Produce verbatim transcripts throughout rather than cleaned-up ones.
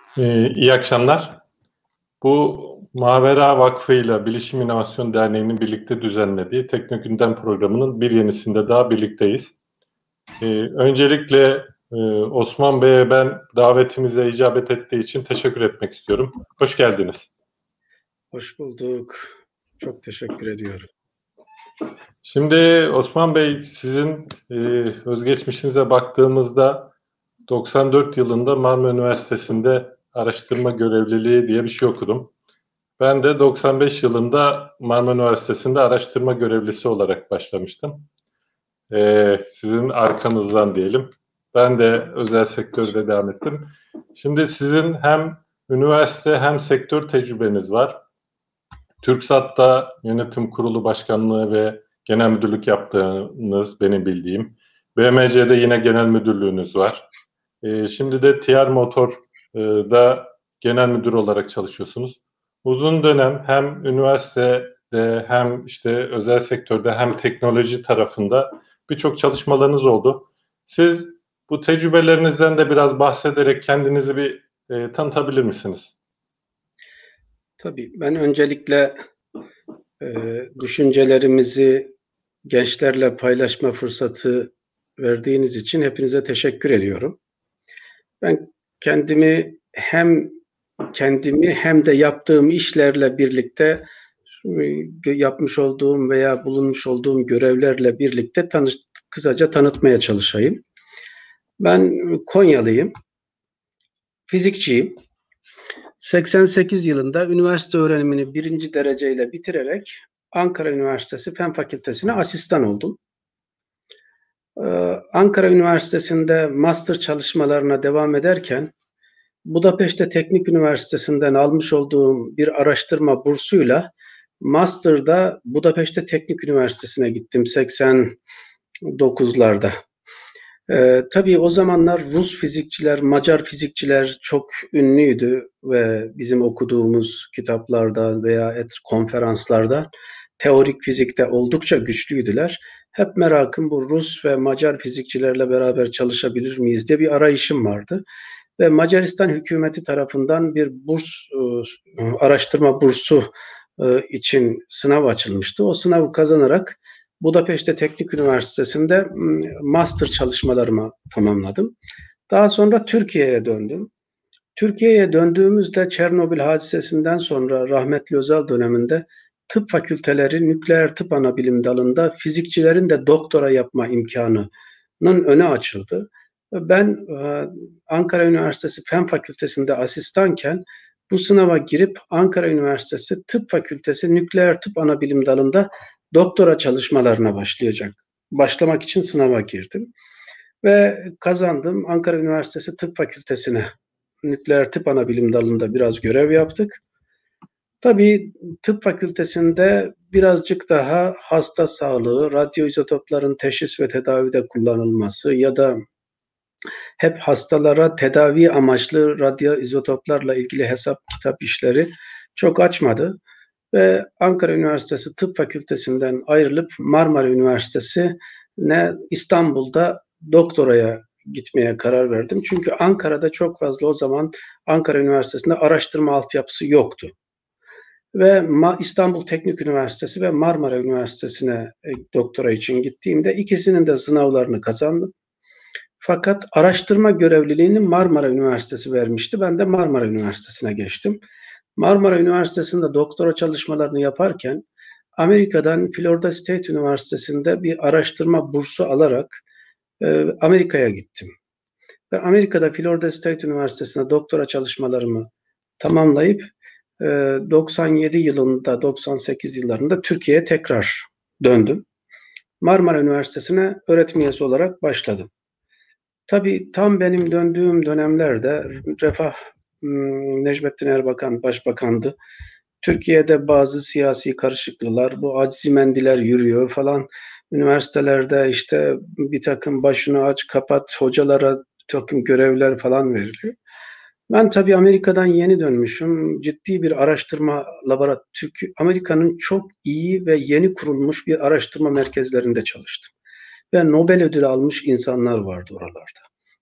Eee, iyi akşamlar. Bu Mavera Vakfı'yla Bilişim İnovasyon Derneği'nin birlikte düzenlediği Teknogündem programının bir yenisinde daha birlikteyiz. Eee, öncelikle eee, Osman Bey'e ben davetimize icabet ettiği için teşekkür etmek istiyorum. Hoş geldiniz. Hoş bulduk. Çok teşekkür ediyorum. Şimdi Osman Bey, sizin eee, özgeçmişinize baktığımızda doksan dört yılında Marmara Üniversitesi'nde araştırma görevliliği diye bir şey okudum. Ben de doksan beş yılında Marmara Üniversitesi'nde araştırma görevlisi olarak başlamıştım. Ee, sizin arkanızdan diyelim. Ben de özel sektörde devam ettim. Şimdi sizin hem üniversite hem sektör tecrübeniz var. TürkSat'ta yönetim kurulu başkanlığı ve genel müdürlük yaptığınız benim bildiğim. B M C'de yine genel müdürlüğünüz var. Ee, şimdi de T R Motor'da genel müdür olarak çalışıyorsunuz. Uzun dönem hem üniversitede hem işte özel sektörde hem teknoloji tarafında birçok çalışmalarınız oldu. Siz bu tecrübelerinizden de biraz bahsederek kendinizi bir e, tanıtabilir misiniz? Tabii ben öncelikle e, düşüncelerimizi gençlerle paylaşma fırsatı verdiğiniz için hepinize teşekkür ediyorum. Ben kendimi hem kendimi hem de yaptığım işlerle birlikte e, yapmış olduğum veya bulunmuş olduğum görevlerle birlikte tanış, kısaca tanıtmaya çalışayım. Ben Konyalıyım, fizikçiyim. seksen sekiz yılında üniversite öğrenimini birinci dereceyle bitirerek Ankara Üniversitesi Fen Fakültesi'ne asistan oldum. Ee, Ankara Üniversitesi'nde master çalışmalarına devam ederken Budapeşte Teknik Üniversitesi'nden almış olduğum bir araştırma bursuyla master'da Budapeşte Teknik Üniversitesi'ne gittim seksen dokuzlarda. Ee, tabii o zamanlar Rus fizikçiler, Macar fizikçiler çok ünlüydü ve bizim okuduğumuz kitaplarda veya et, konferanslarda teorik fizikte oldukça güçlüydüler. Hep merakım bu Rus ve Macar fizikçilerle beraber çalışabilir miyiz diye bir arayışım vardı. Ve Macaristan hükümeti tarafından bir burs, e, araştırma bursu e, için sınav açılmıştı. O sınavı kazanarak Budapeşte Teknik Üniversitesi'nde master çalışmalarımı tamamladım. Daha sonra Türkiye'ye döndüm. Türkiye'ye döndüğümüzde Çernobil hadisesinden sonra rahmetli Özal döneminde tıp fakülteleri nükleer tıp anabilim dalında fizikçilerin de doktora yapma imkanının önü açıldı. Ben Ankara Üniversitesi Fen Fakültesi'nde asistanken bu sınava girip Ankara Üniversitesi Tıp Fakültesi nükleer tıp anabilim dalında doktora çalışmalarına başlayacak. Başlamak için sınava girdim ve kazandım. Ankara Üniversitesi Tıp Fakültesi'ne nükleer tıp anabilim dalında biraz görev yaptık. Tabii tıp fakültesinde birazcık daha hasta sağlığı, radyoizotopların teşhis ve tedavide kullanılması ya da hep hastalara tedavi amaçlı radyoizotoplarla ilgili hesap kitap işleri çok açmadı. Ve Ankara Üniversitesi Tıp Fakültesinden ayrılıp Marmara Üniversitesi'ne İstanbul'da doktoraya gitmeye karar verdim. Çünkü Ankara'da çok fazla o zaman Ankara Üniversitesi'nde araştırma altyapısı yoktu. Ve İstanbul Teknik Üniversitesi ve Marmara Üniversitesi'ne doktora için gittiğimde ikisinin de sınavlarını kazandım. Fakat araştırma görevliliğini Marmara Üniversitesi vermişti. Ben de Marmara Üniversitesi'ne geçtim. Marmara Üniversitesi'nde doktora çalışmalarını yaparken Amerika'dan Florida State Üniversitesi'nde bir araştırma bursu alarak e, Amerika'ya gittim. Ve Amerika'da Florida State Üniversitesi'nde doktora çalışmalarımı tamamlayıp e, doksan yedi yılında, doksan sekiz yıllarında Türkiye'ye tekrar döndüm. Marmara Üniversitesi'ne öğretim üyesi olarak başladım. Tabii tam benim döndüğüm dönemlerde Refah Necmettin Erbakan başbakandı. Türkiye'de bazı siyasi karışıklıklar, bu acizimendiler yürüyor falan. Üniversitelerde işte bir takım başını aç kapat hocalara bir takım görevler falan veriliyor. Ben tabii Amerika'dan yeni dönmüşüm. Ciddi bir araştırma laboratuvarı, Amerika'nın çok iyi ve yeni kurulmuş bir araştırma merkezlerinde çalıştım. Ve Nobel ödülü almış insanlar vardı oralarda.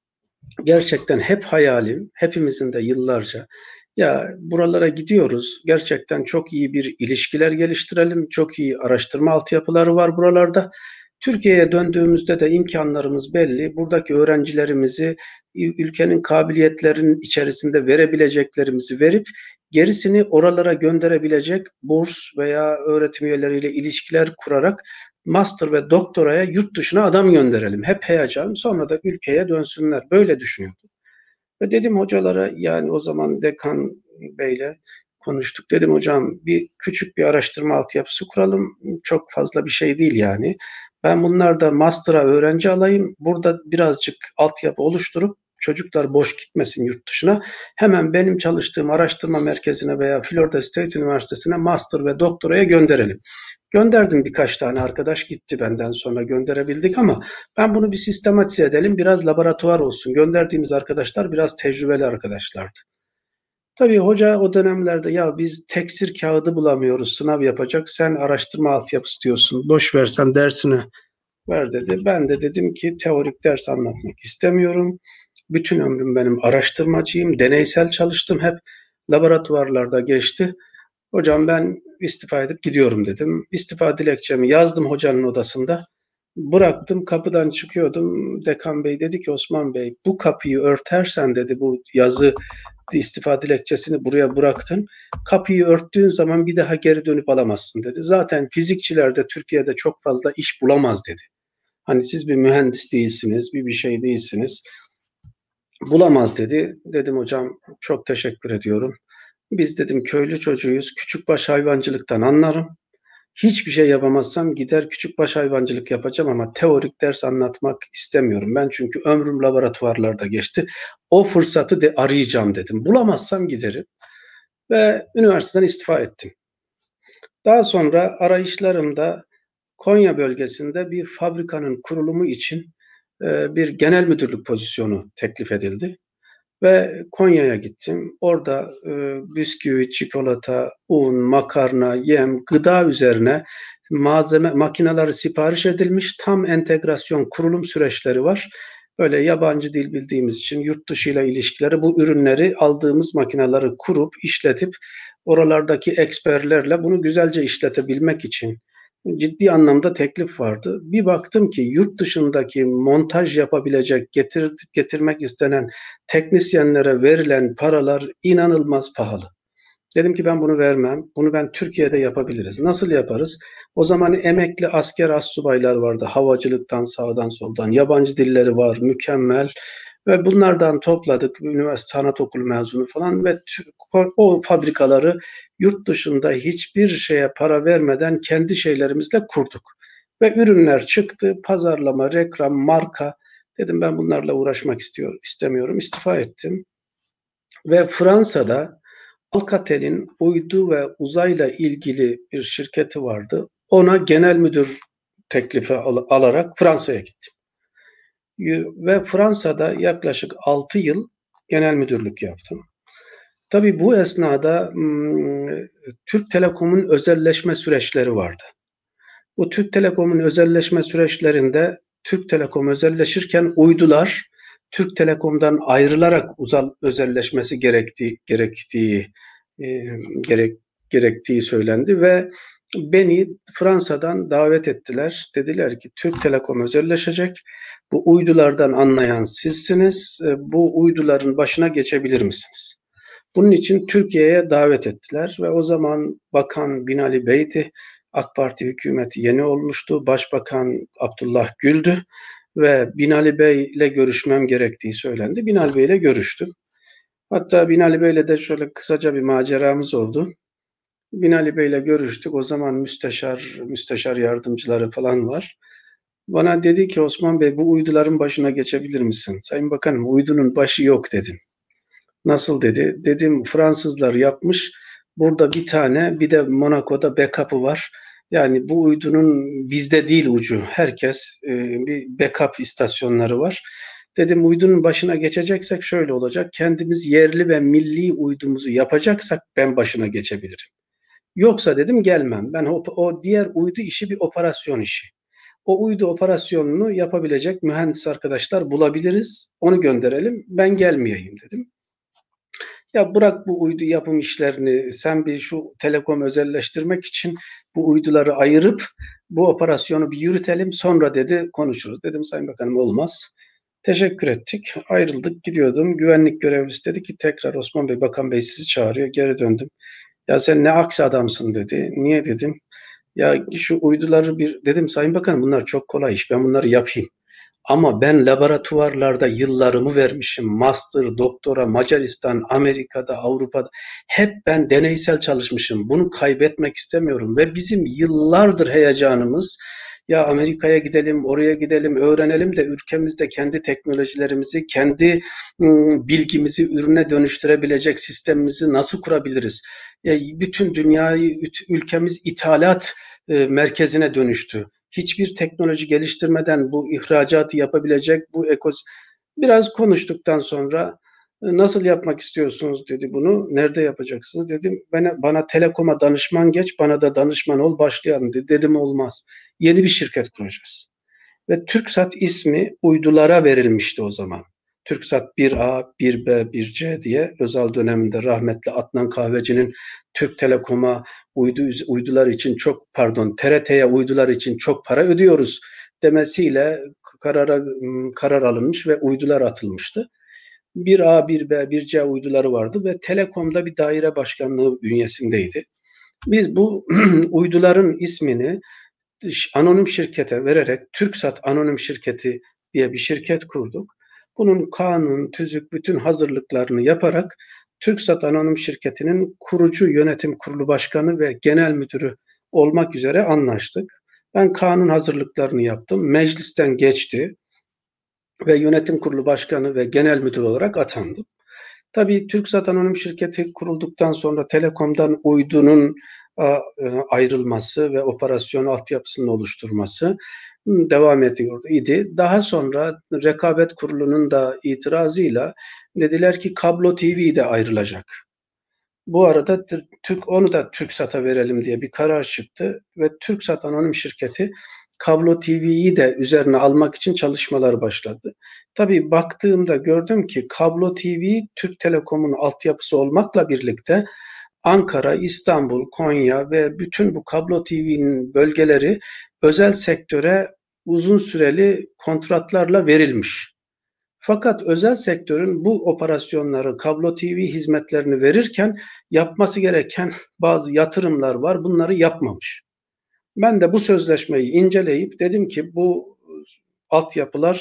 gerçekten hep hayalim, hepimizin de yıllarca, ya buralara gidiyoruz, gerçekten çok iyi bir ilişkiler geliştirelim, çok iyi araştırma altyapıları var buralarda. Türkiye'ye döndüğümüzde de imkanlarımız belli. Buradaki öğrencilerimizi ülkenin kabiliyetlerinin içerisinde verebileceklerimizi verip gerisini oralara gönderebilecek burs veya öğretim üyeleriyle ilişkiler kurarak master ve doktoraya yurt dışına adam gönderelim. Hep heyecan, sonra da ülkeye dönsünler. Böyle düşünüyordum. Ve dedim hocalara, yani o zaman dekan beyle konuştuk. Dedim hocam bir küçük bir araştırma altyapısı kuralım. Çok fazla bir şey değil yani. Ben bunlarda master'a öğrenci alayım. Burada birazcık altyapı oluşturup çocuklar boş gitmesin yurt dışına. Hemen benim çalıştığım araştırma merkezine veya Florida State Üniversitesi'ne master ve doktoraya gönderelim. Gönderdim, birkaç tane arkadaş gitti, benden sonra gönderebildik ama ben bunu bir sistematize edelim, biraz laboratuvar olsun. Gönderdiğimiz arkadaşlar biraz tecrübeli arkadaşlardı. Tabii hoca o dönemlerde ya biz teksir kağıdı bulamıyoruz sınav yapacak, sen araştırma altyapısı diyorsun, boş versen dersini ver dedi. Ben de dedim ki teorik ders anlatmak istemiyorum. Bütün ömrüm benim araştırmacıyım, deneysel çalıştım, hep laboratuvarlarda geçti. Hocam ben istifa edip gidiyorum dedim. İstifa dilekçemi yazdım hocanın odasında. Bıraktım, kapıdan çıkıyordum. Dekan Bey dedi ki Osman Bey, bu kapıyı örtersen dedi, bu yazı istifa dilekçesini buraya bıraktın. Kapıyı örttüğün zaman bir daha geri dönüp alamazsın dedi. Zaten fizikçiler de Türkiye'de çok fazla iş bulamaz dedi. Hani siz bir mühendis değilsiniz, bir bir şey değilsiniz. Bulamaz dedi. Dedim hocam çok teşekkür ediyorum. Biz dedim köylü çocuğuyuz. Küçükbaş hayvancılıktan anlarım. Hiçbir şey yapamazsam gider küçükbaş hayvancılık yapacağım ama teorik ders anlatmak istemiyorum. Ben çünkü ömrüm laboratuvarlarda geçti. O fırsatı de arayacağım dedim. Bulamazsam giderim. Ve üniversiteden istifa ettim. Daha sonra arayışlarımda Konya bölgesinde bir fabrikanın kurulumu için bir genel müdürlük pozisyonu teklif edildi. Ve Konya'ya gittim. Orada e, bisküvi, çikolata, un, makarna, yem, gıda üzerine malzeme, makineleri sipariş edilmiş. Tam entegrasyon, kurulum süreçleri var. Böyle yabancı dil bildiğimiz için yurt dışıyla ilişkileri, bu ürünleri aldığımız makineleri kurup, işletip oralardaki eksperlerle bunu güzelce işletebilmek için ciddi anlamda teklif vardı. Bir baktım ki yurt dışındaki montaj yapabilecek, getir, getirmek istenen teknisyenlere verilen paralar inanılmaz pahalı. Dedim ki ben bunu vermem. Bunu ben Türkiye'de yapabiliriz. Nasıl yaparız? O zaman emekli asker astsubaylar vardı. Havacılıktan, sağdan soldan. Yabancı dilleri var. Mükemmel. Ve bunlardan topladık. Üniversite sanat okulu mezunu falan ve o fabrikaları yurt dışında hiçbir şeye para vermeden kendi şeylerimizle kurduk. Ve ürünler çıktı. Pazarlama, reklam, marka. Dedim ben bunlarla uğraşmak istiyorum, istemiyorum. İstifa ettim. Ve Fransa'da Alcatel'in uydu ve uzayla ilgili bir şirketi vardı. Ona genel müdür teklifi al- alarak Fransa'ya gittim. Ve Fransa'da yaklaşık altı yıl genel müdürlük yaptım. Tabii bu esnada Türk Telekom'un özelleşme süreçleri vardı. Bu Türk Telekom'un özelleşme süreçlerinde Türk Telekom özelleşirken uydular Türk Telekom'dan ayrılarak uzal özelleşmesi gerektiği gerektiği e, gerek gerektiği söylendi ve beni Fransa'dan davet ettiler. Dediler ki Türk Telekom özelleşecek. Bu uydulardan anlayan sizsiniz. E, bu uyduların başına geçebilir misiniz? Bunun için Türkiye'ye davet ettiler ve o zaman Bakan Binali Bey'di. AK Parti hükümeti yeni olmuştu. Başbakan Abdullah Gül'dü ve Binali Bey ile görüşmem gerektiği söylendi. Binali Bey ile görüştüm. Hatta Binali Bey ile de şöyle kısaca bir maceramız oldu. Binali Bey ile görüştük. O zaman müsteşar, müsteşar yardımcıları falan var. Bana dedi ki Osman Bey bu uyduların başına geçebilir misin? Sayın Bakanım uydunun başı yok dedim. Nasıl dedi? Dedim Fransızlar yapmış. Burada bir tane, bir de Monaco'da backup'ı var. Yani bu uydunun bizde değil ucu. Herkes e, bir backup istasyonları var. Dedim uydunun başına geçeceksek şöyle olacak. Kendimiz yerli ve milli uydumuzu yapacaksak ben başına geçebilirim. Yoksa dedim gelmem. Ben o, o diğer uydu işi bir operasyon işi. o uydu operasyonunu yapabilecek mühendis arkadaşlar bulabiliriz. Onu gönderelim. Ben gelmeyeyim dedim. Ya bırak bu uydu yapım işlerini. Sen bir şu telekom özelleştirmek için bu uyduları ayırıp bu operasyonu bir yürütelim. Sonra dedi konuşuruz. Dedim Sayın Bakanım olmaz. Teşekkür ettik. Ayrıldık gidiyordum. Güvenlik görevlisi dedi ki tekrar Osman Bey, Bakan Bey sizi çağırıyor. Geri döndüm. Ya sen ne aksi adamsın dedi. Niye dedim. Ya şu uyduları bir dedim Sayın Bakanım bunlar çok kolay iş. Ben bunları yapayım. Ama ben laboratuvarlarda yıllarımı vermişim. Master, doktora, Macaristan, Amerika'da, Avrupa'da. Hep ben deneysel çalışmışım. Bunu kaybetmek istemiyorum. Ve bizim yıllardır heyecanımız ya Amerika'ya gidelim, oraya gidelim, öğrenelim de ülkemizde kendi teknolojilerimizi, kendi ım, bilgimizi ürüne dönüştürebilecek sistemimizi nasıl kurabiliriz? Ya, bütün dünyayı, ülkemiz ithalat e, merkezine dönüştü. Hiçbir teknoloji geliştirmeden bu ihracatı yapabilecek bu ekos biraz konuştuktan sonra e, nasıl yapmak istiyorsunuz dedi bunu. Nerede yapacaksınız dedim. Bana, bana Telekom'a danışman geç, bana da danışman ol başlayalım dedi. Dedim olmaz. Yeni bir şirket kuracağız. Ve TürkSat ismi uydulara verilmişti o zaman. TürkSat bir A, bir B, bir C diye Özal döneminde rahmetli Adnan Kahveci'nin Türk Telekom'a uydu, uydular için çok pardon T R T'ye uydular için çok para ödüyoruz demesiyle karara, karar alınmış ve uydular atılmıştı. bir A, bir B, bir C uyduları vardı ve Telekom'da bir daire başkanlığı bünyesindeydi. Biz bu uyduların ismini anonim şirkete vererek TürkSat Anonim Şirketi diye bir şirket kurduk. Bunun kanun, tüzük, bütün hazırlıklarını yaparak TürkSat Anonim Şirketi'nin kurucu yönetim kurulu başkanı ve genel müdürü olmak üzere anlaştık. Ben kanun hazırlıklarını yaptım. Meclisten geçti ve yönetim kurulu başkanı ve genel müdür olarak atandım. Tabii TürkSat Anonim Şirketi kurulduktan sonra Telekom'dan uydunun ayrılması ve operasyon altyapısının oluşturması devam ediyordu idi. Daha sonra Rekabet Kurulu'nun da itirazıyla dediler ki Kablo T V de ayrılacak. Bu arada Türk onu da TürkSat'a verelim diye bir karar çıktı ve TürkSat Anonim Şirketi Kablo T V'yi de üzerine almak için çalışmalar başladı. Tabii baktığımda gördüm ki Kablo T V Türk Telekom'un altyapısı olmakla birlikte Ankara, İstanbul, Konya ve bütün bu Kablo T V'nin bölgeleri özel sektöre uzun süreli kontratlarla verilmiş. Fakat özel sektörün bu operasyonları, Kablo T V hizmetlerini verirken yapması gereken bazı yatırımlar var. Bunları yapmamış. Ben de bu sözleşmeyi inceleyip dedim ki bu altyapılar,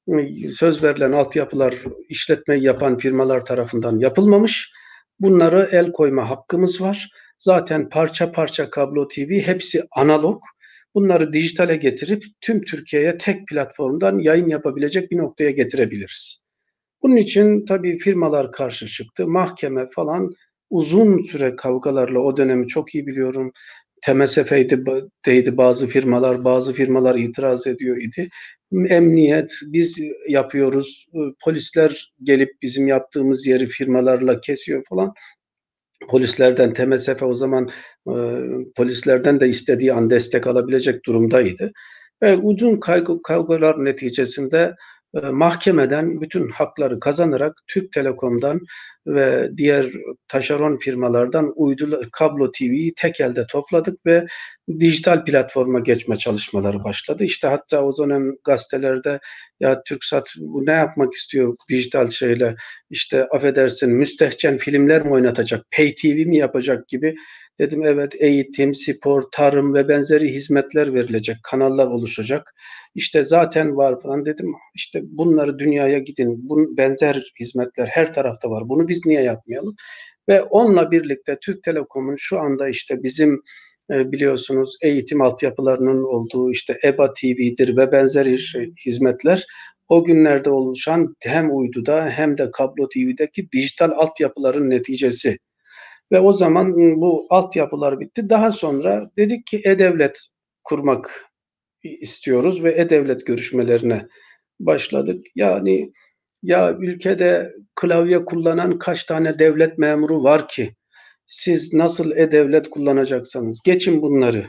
söz verilen altyapılar işletmeyi yapan firmalar tarafından yapılmamış. Bunları el koyma hakkımız var. Zaten parça parça Kablo T V hepsi analog. Bunları dijitale getirip tüm Türkiye'ye tek platformdan yayın yapabilecek bir noktaya getirebiliriz. Bunun için tabii firmalar karşı çıktı. Mahkeme falan uzun süre kavgalarla o dönemi çok iyi biliyorum. T M S F'deydi bazı firmalar, bazı firmalar itiraz ediyor idi. Emniyet, biz yapıyoruz, polisler gelip bizim yaptığımız yeri firmalarla kesiyor falan. Polislerden T M S F o zaman e, polislerden de istediği an destek alabilecek durumdaydı. Ve uzun kaygı, kavgalar neticesinde e, mahkemeden bütün hakları kazanarak Türk Telekom'dan ve diğer taşeron firmalardan uydu Kablo T V'yi tek elde topladık ve dijital platforma geçme çalışmaları başladı. İşte hatta o dönem gazetelerde ya TürkSat bu ne yapmak istiyor dijital şeyle, işte affedersin müstehcen filmler mi oynatacak, pay T V mi yapacak gibi. Dedim evet, eğitim, spor, tarım ve benzeri hizmetler verilecek, kanallar oluşacak. İşte zaten var falan dedim. İşte bunları dünyaya gidin, bunun benzer hizmetler her tarafta var. Bunu biz niye yapmayalım? Ve onunla birlikte Türk Telekom'un şu anda işte bizim e, biliyorsunuz eğitim altyapılarının olduğu işte E B A T V'dir ve benzeri şey, hizmetler o günlerde oluşan hem uyduda hem de Kablo T V'deki dijital altyapıların neticesi. Ve o zaman bu altyapılar bitti. Daha sonra dedik ki E-Devlet kurmak istiyoruz ve E-Devlet görüşmelerine başladık. Yani ya ülkede klavye kullanan kaç tane devlet memuru var ki? Siz nasıl E-Devlet kullanacaksanız geçin bunları.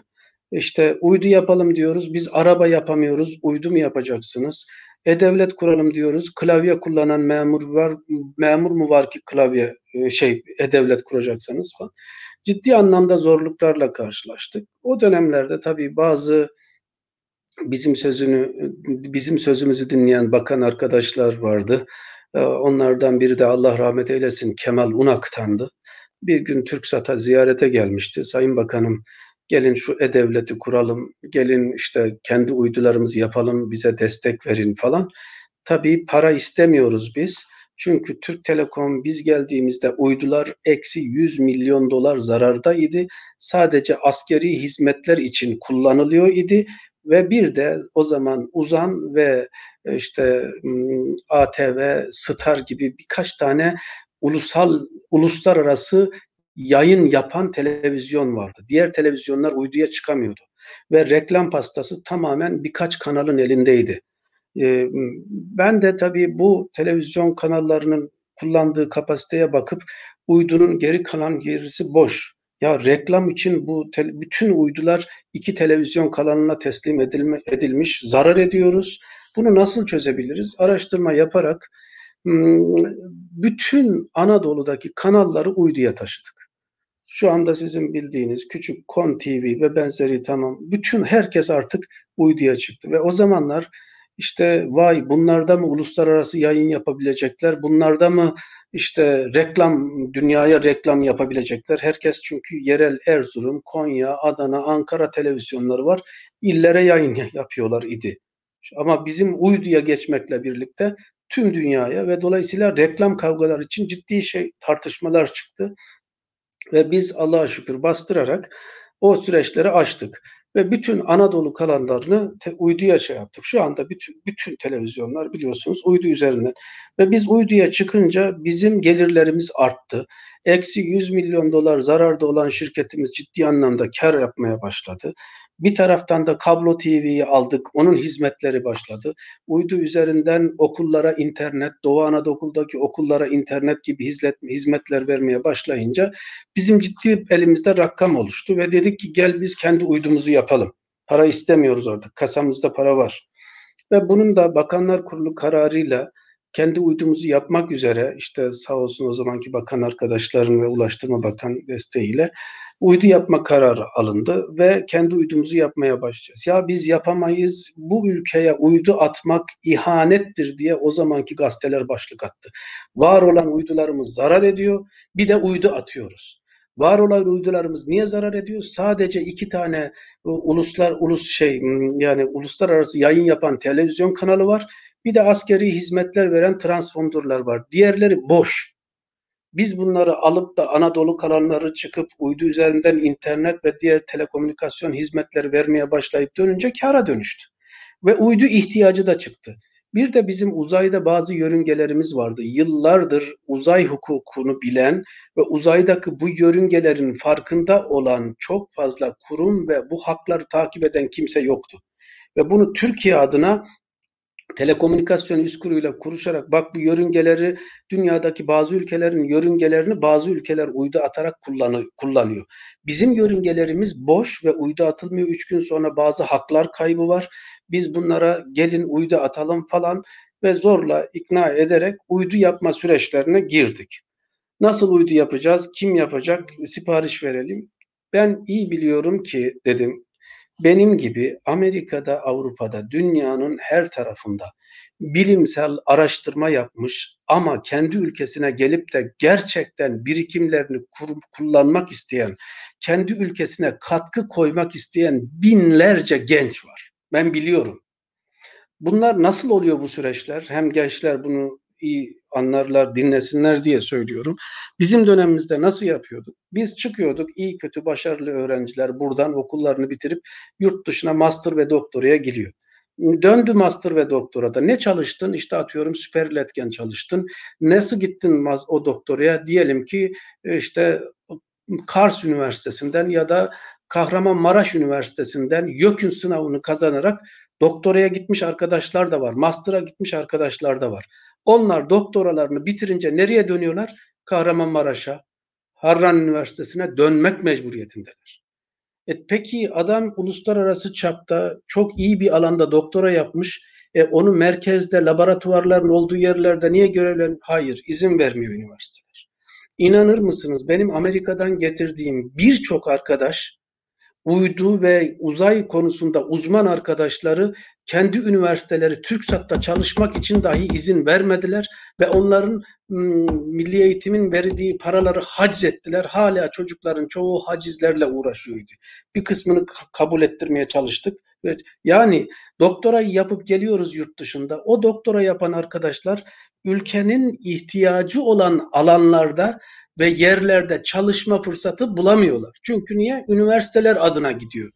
İşte uydu yapalım diyoruz, biz araba yapamıyoruz, uydu mu yapacaksınız? E-Devlet kuralım diyoruz, klavye kullanan memur var, memur mu var ki klavye e, şey E-Devlet kuracaksınız falan. Ciddi anlamda zorluklarla karşılaştık. O dönemlerde tabii bazı bizim sözünü bizim sözümüzü dinleyen bakan arkadaşlar vardı. Ee, Onlardan biri de Allah rahmet eylesin Kemal Unak'tandı. Bir gün TürkSat'a ziyarete gelmişti. Sayın Bakanım, gelin şu E-Devlet'i kuralım, gelin işte kendi uydularımızı yapalım, bize destek verin falan. Tabii para istemiyoruz biz. Çünkü Türk Telekom biz geldiğimizde uydular eksi yüz milyon dolar zarardaydı. Sadece askeri hizmetler için kullanılıyor idi ve bir de o zaman Uzan ve e, işte A T V, Star gibi birkaç tane ulusal uluslararası yayın yapan televizyon vardı. Diğer televizyonlar uyduya çıkamıyordu ve reklam pastası tamamen birkaç kanalın elindeydi. Ee, Ben de tabii bu televizyon kanallarının kullandığı kapasiteye bakıp uydunun geri kalan gerisi boş. Ya reklam için bu te- bütün uydular iki televizyon kanalına teslim edilme, edilmiş, zarar ediyoruz. Bunu nasıl çözebiliriz? Araştırma yaparak hmm, bütün Anadolu'daki kanalları uyduya taşıdık. Şu anda sizin bildiğiniz küçük Kon T V ve benzeri tamam. Bütün herkes artık uyduya çıktı ve o zamanlar işte vay bunlarda mı uluslararası yayın yapabilecekler? Bunlarda mı işte reklam dünyaya reklam yapabilecekler? Herkes çünkü yerel Erzurum, Konya, Adana, Ankara televizyonları var. İllere yayın yapıyorlar idi. Ama bizim uyduya geçmekle birlikte tüm dünyaya ve dolayısıyla reklam kavgaları için ciddi şey tartışmalar çıktı. Ve biz Allah'a şükür bastırarak o süreçleri aştık. Ve bütün Anadolu kanallarını te, uyduya şey yaptık. Şu anda bütün, bütün televizyonlar biliyorsunuz uydu üzerinden. Ve biz uyduya çıkınca bizim gelirlerimiz arttı. Eksi yüz milyon dolar zararda olan şirketimiz ciddi anlamda kar yapmaya başladı. Bir taraftan da kablo T V'yi aldık. Onun hizmetleri başladı. Uydu üzerinden okullara internet, Doğu Anadolu'daki okullara internet gibi hizmet, hizmetler vermeye başlayınca bizim ciddi elimizde rakam oluştu ve dedik ki gel biz kendi uydumuzu yapalım. Para istemiyoruz orada. Kasamızda para var. Ve bunun da Bakanlar Kurulu kararıyla kendi uydumuzu yapmak üzere işte sağ olsun o zamanki bakan arkadaşların ve Ulaştırma Bakan desteğiyle uydu yapma kararı alındı ve kendi uydumuzu yapmaya başlayacağız. Ya biz yapamayız, bu ülkeye uydu atmak ihanettir diye o zamanki gazeteler başlık attı. Var olan uydularımız zarar ediyor, bir de uydu atıyoruz. Var olan uydularımız niye zarar ediyor? Sadece iki tane uluslar ulus şey yani uluslararası yayın yapan televizyon kanalı var. Bir de askeri hizmetler veren transponderlar var. Diğerleri boş. Biz bunları alıp da Anadolu kanalları çıkıp uydu üzerinden internet ve diğer telekomünikasyon hizmetleri vermeye başlayıp dönünce kâra dönüştü. Ve uydu ihtiyacı da çıktı. Bir de bizim uzayda bazı yörüngelerimiz vardı. Yıllardır uzay hukukunu bilen ve uzaydaki bu yörüngelerin farkında olan çok fazla kurum ve bu hakları takip eden kimse yoktu. Ve bunu Türkiye adına telekomünikasyon üst kuruyla kuruşarak bak bu yörüngeleri dünyadaki bazı ülkelerin yörüngelerini bazı ülkeler uydu atarak kullanıyor. Bizim yörüngelerimiz boş ve uydu atılmıyor. Üç gün sonra bazı haklar kaybı var. Biz bunlara gelin uydu atalım falan ve zorla ikna ederek uydu yapma süreçlerine girdik. Nasıl uydu yapacağız? Kim yapacak? Sipariş verelim. Ben iyi biliyorum ki dedim benim gibi Amerika'da, Avrupa'da, dünyanın her tarafında bilimsel araştırma yapmış ama kendi ülkesine gelip de gerçekten birikimlerini kurup kullanmak isteyen, kendi ülkesine katkı koymak isteyen binlerce genç var. Ben biliyorum. Bunlar nasıl oluyor bu süreçler? Hem gençler bunu iyi anlarlar, dinlesinler diye söylüyorum. Bizim dönemimizde nasıl yapıyorduk? Biz çıkıyorduk, iyi kötü başarılı öğrenciler buradan okullarını bitirip yurt dışına master ve doktoraya gidiyor. Döndü master ve doktorada. Ne çalıştın? İşte atıyorum süper iletken çalıştın. Nasıl gittin o doktoraya? Diyelim ki işte Kars Üniversitesi'nden ya da Kahramanmaraş Üniversitesi'nden YÖK'ün sınavını kazanarak doktoraya gitmiş arkadaşlar da var. Master'a gitmiş arkadaşlar da var. Onlar doktoralarını bitirince nereye dönüyorlar? Kahramanmaraş'a, Harran Üniversitesi'ne dönmek mecburiyetindeler. E, peki adam uluslararası çapta çok iyi bir alanda doktora yapmış. E, onu merkezde, laboratuvarların olduğu yerlerde niye görevlen? Hayır, izin vermiyor üniversiteler. İnanır mısınız? Benim Amerika'dan getirdiğim birçok arkadaş, uydu ve uzay konusunda uzman arkadaşları kendi üniversiteleri TürkSat'ta çalışmak için dahi izin vermediler ve onların Milli Eğitim'in verdiği paraları haczettiler. Hala çocukların çoğu hacizlerle uğraşıyordu. Bir kısmını kabul ettirmeye çalıştık. Evet. Yani doktorayı yapıp geliyoruz yurt dışında. O doktora yapan arkadaşlar ülkenin ihtiyacı olan alanlarda ve yerlerde çalışma fırsatı bulamıyorlar. Çünkü niye? Üniversiteler adına gidiyor.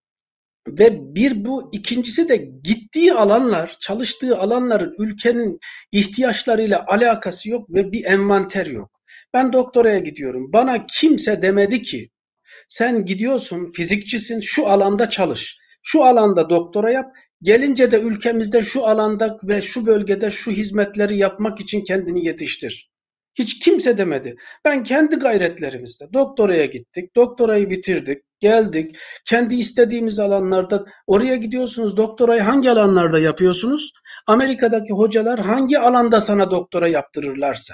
Ve bir bu, ikincisi de gittiği alanlar, çalıştığı alanların ülkenin ihtiyaçlarıyla alakası yok ve bir envanter yok. Ben doktoraya gidiyorum. Bana kimse demedi ki sen gidiyorsun, fizikçisin, şu alanda çalış. Şu alanda doktora yap. Gelince de ülkemizde şu alanda ve şu bölgede şu hizmetleri yapmak için kendini yetiştir. Hiç kimse demedi. Ben kendi gayretlerimizle doktoraya gittik, doktorayı bitirdik, geldik. Kendi istediğimiz alanlarda oraya gidiyorsunuz. Doktorayı hangi alanlarda yapıyorsunuz? Amerika'daki hocalar hangi alanda sana doktora yaptırırlarsa.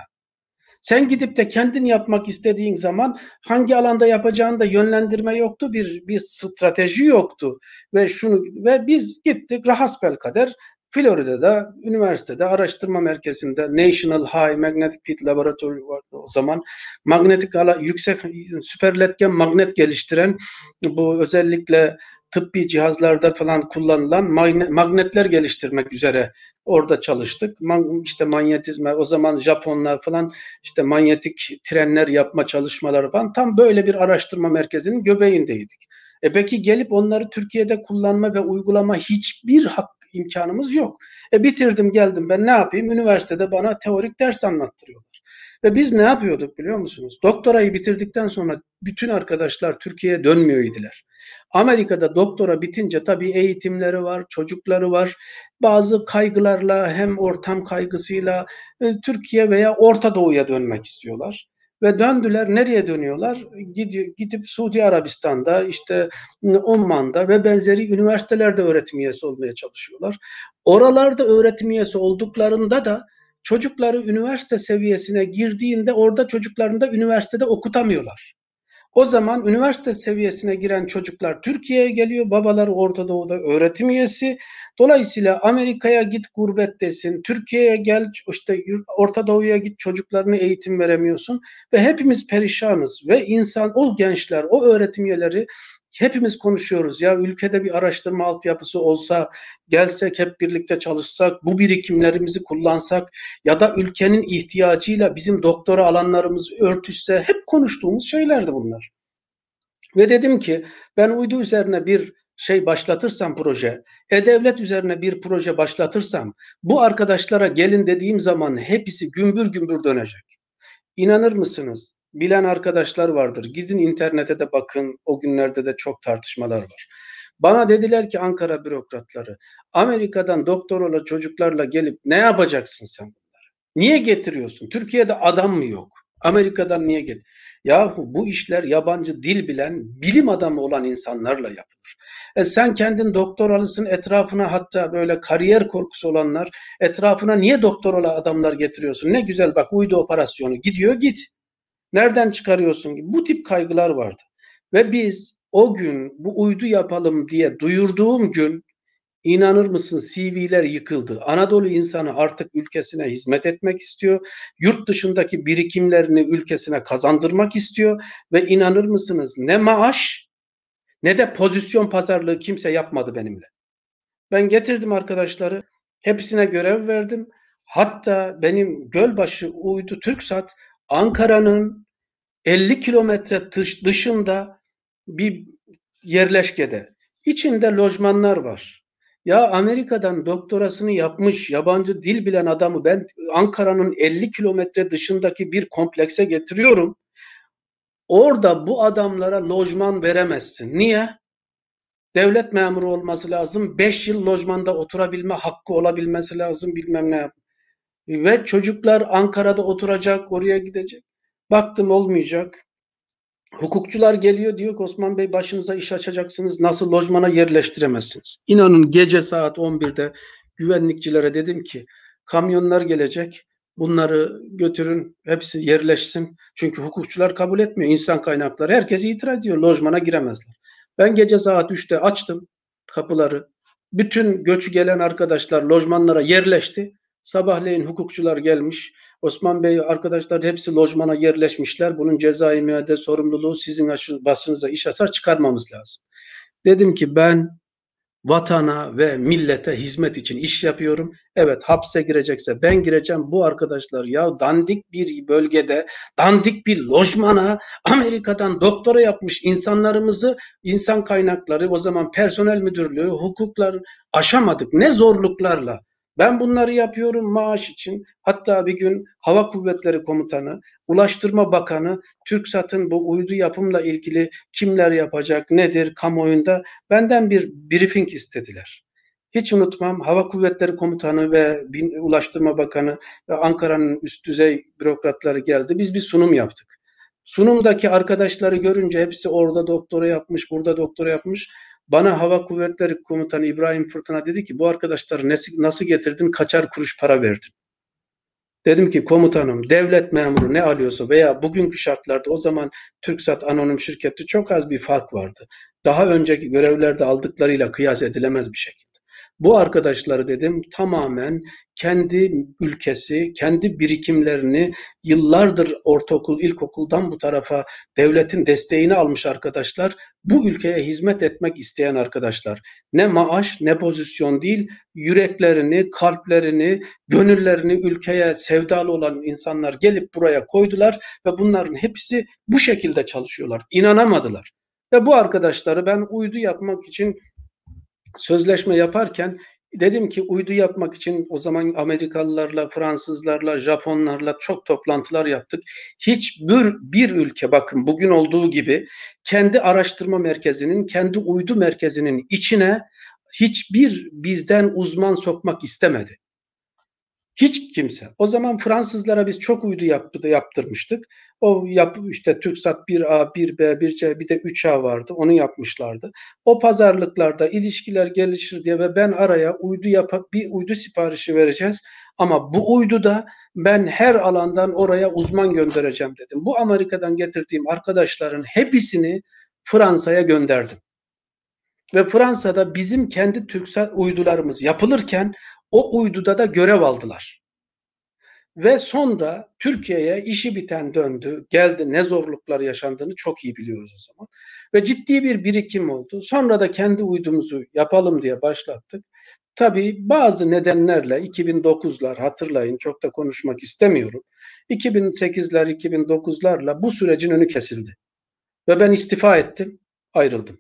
Sen gidip de kendin yapmak istediğin zaman hangi alanda yapacağını da yönlendirme yoktu, bir bir strateji yoktu ve şunu ve biz gittik rahasbelkader Florida'da üniversitede araştırma merkezinde National High Magnetic Field Laboratory vardı o zaman. Manyetik ala yüksek süperletken magnet geliştiren bu özellikle tıbbi cihazlarda falan kullanılan magnetler geliştirmek üzere orada çalıştık. İşte manyetizma, o zaman Japonlar falan işte manyetik trenler yapma çalışmaları falan tam böyle bir araştırma merkezinin göbeğindeydik. E peki gelip onları Türkiye'de kullanma ve uygulama hiçbir hak imkanımız yok. E bitirdim geldim ben ne yapayım? Üniversitede bana teorik ders anlattırıyorlar. Ve biz ne yapıyorduk biliyor musunuz? Doktorayı bitirdikten sonra bütün arkadaşlar Türkiye'ye dönmüyor idiler. Amerika'da doktora bitince tabii eğitimleri var, çocukları var. Bazı kaygılarla hem ortam kaygısıyla e, Türkiye veya Orta Doğu'ya dönmek istiyorlar. Ve döndüler. Nereye dönüyorlar? Gidip, gidip Suudi Arabistan'da, işte Omman'da ve benzeri üniversitelerde öğretim üyesi olmaya çalışıyorlar. Oralarda öğretim üyesi olduklarında da çocukları üniversite seviyesine girdiğinde orada çocuklarını da üniversitede okutamıyorlar. O zaman üniversite seviyesine giren çocuklar Türkiye'ye geliyor. Babaları Orta Doğu'da öğretim üyesi. Dolayısıyla Amerika'ya git gurbettesin. Türkiye'ye gel işte Orta Doğu'ya git çocuklarına eğitim veremiyorsun. Ve hepimiz perişanız. Ve insan o gençler, o öğretim üyeleri hepimiz konuşuyoruz. Ya ülkede bir araştırma altyapısı olsa, gelsek hep birlikte çalışsak, bu birikimlerimizi kullansak ya da ülkenin ihtiyacıyla bizim doktora alanlarımız örtüşse hep konuştuğumuz şeylerdi bunlar. Ve dedim ki ben uydu üzerine bir şey başlatırsam proje, e-devlet üzerine bir proje başlatırsam bu arkadaşlara gelin dediğim zaman hepsi gümbür gümbür dönecek. İnanır mısınız? Bilen arkadaşlar vardır. Gidin internete de bakın. O günlerde de çok tartışmalar var. Bana dediler ki Ankara bürokratları, Amerika'dan doktorla çocuklarla gelip ne yapacaksın sen bunları? Niye getiriyorsun? Türkiye'de adam mı yok? Amerika'dan niye get? Yahu bu işler yabancı dil bilen, bilim adamı olan insanlarla yapılır. E sen kendin doktoralısın, etrafına hatta böyle kariyer korkusu olanlar etrafına niye doktoralı adamlar getiriyorsun? Ne güzel bak uydu operasyonu gidiyor git. Nereden çıkarıyorsun? Bu tip kaygılar vardı. Ve biz o gün bu uydu yapalım diye duyurduğum gün İnanır mısın C V'ler yıkıldı. Anadolu insanı artık ülkesine hizmet etmek istiyor. Yurt dışındaki birikimlerini ülkesine kazandırmak istiyor. Ve inanır mısınız ne maaş ne de pozisyon pazarlığı kimse yapmadı benimle. Ben getirdim arkadaşları. Hepsine görev verdim. Hatta benim Gölbaşı uydu TürkSat Ankara'nın elli kilometre dışında bir yerleşkede. İçinde lojmanlar var. Ya Amerika'dan doktorasını yapmış yabancı dil bilen adamı ben Ankara'nın elli kilometre dışındaki bir komplekse getiriyorum. Orada bu adamlara lojman veremezsin. Niye? Devlet memuru olması lazım. beş yıl lojmanda oturabilme hakkı olabilmesi lazım bilmem ne. Ve çocuklar Ankara'da oturacak, oraya gidecek. Baktım olmayacak. Hukukçular geliyor, diyor ki Osman Bey başınıza iş açacaksınız, nasıl lojmana yerleştiremezsiniz. İnanın gece saat on birde güvenlikçilere dedim ki kamyonlar gelecek, bunları götürün, hepsi yerleşsin. Çünkü hukukçular kabul etmiyor, insan kaynakları herkes itiraz ediyor, lojmana giremezler. Ben gece saat üçte açtım kapıları, bütün göçü gelen arkadaşlar lojmanlara yerleşti. Sabahleyin hukukçular gelmiş. Osman Bey arkadaşlar hepsi lojmana yerleşmişler. Bunun cezai müeyyide sorumluluğu sizin başınıza iş açar, çıkarmamız lazım. Dedim ki ben vatana ve millete hizmet için iş yapıyorum. Evet, hapse girecekse ben gireceğim. Bu arkadaşlar ya dandik bir bölgede, dandik bir lojmana Amerika'dan doktora yapmış insanlarımızı, insan kaynakları, o zaman personel müdürlüğü, hukuklar aşamadık. Ne zorluklarla. Ben bunları yapıyorum maaş için. Hatta bir gün Hava Kuvvetleri Komutanı, Ulaştırma Bakanı, TürkSat'ın bu uydu yapımla ilgili kimler yapacak, nedir kamuoyunda benden bir briefing istediler. Hiç unutmam, Hava Kuvvetleri Komutanı ve Ulaştırma Bakanı ve Ankara'nın üst düzey bürokratları geldi. Biz bir sunum yaptık. Sunumdaki arkadaşları görünce hepsi orada doktora yapmış, burada doktora yapmış. Bana Hava Kuvvetleri Komutanı İbrahim Fırtına dedi ki bu arkadaşları nasıl getirdin, kaçar kuruş para verdin. Dedim ki komutanım, devlet memuru ne alıyorsa veya bugünkü şartlarda, o zaman TürkSat anonim şirketi çok az bir fark vardı. Daha önceki görevlerde aldıklarıyla kıyas edilemez bir şekilde. Bu arkadaşları dedim tamamen kendi ülkesi, kendi birikimlerini yıllardır ortaokul, ilkokuldan bu tarafa devletin desteğini almış arkadaşlar. Bu ülkeye hizmet etmek isteyen arkadaşlar. Ne maaş ne pozisyon değil, yüreklerini, kalplerini, gönüllerini ülkeye sevdalı olan insanlar gelip buraya koydular ve bunların hepsi bu şekilde çalışıyorlar. İnanamadılar. Ve bu arkadaşları ben uydu yapmak için sözleşme yaparken dedim ki uydu yapmak için o zaman Amerikalılarla, Fransızlarla, Japonlarla çok toplantılar yaptık. Hiçbir bir ülke, bakın bugün olduğu gibi, kendi araştırma merkezinin, kendi uydu merkezinin içine hiçbir bizden uzman sokmak istemedi. Hiç kimse. O zaman Fransızlara biz çok uydu yaptı, yaptırmıştık. O yap, işte TürkSat bir A, bir B, bir C, bir de üç A vardı. Onu yapmışlardı. O pazarlıklarda ilişkiler gelişir diye ve ben araya uydu yapak bir uydu siparişi vereceğiz. Ama bu uyduda ben her alandan oraya uzman göndereceğim dedim. Bu Amerika'dan getirdiğim arkadaşların hepsini Fransa'ya gönderdim. Ve Fransa'da bizim kendi TürkSat uydularımız yapılırken o uyduda da görev aldılar. Ve sonra Türkiye'ye işi biten döndü, geldi, ne zorluklar yaşandığını çok iyi biliyoruz o zaman. Ve ciddi bir birikim oldu. Sonra da kendi uydumuzu yapalım diye başlattık. Tabii bazı nedenlerle iki bin dokuzlar, hatırlayın, çok da konuşmak istemiyorum. iki bin sekizler, iki bin dokuzlarla bu sürecin önü kesildi. Ve ben istifa ettim, ayrıldım.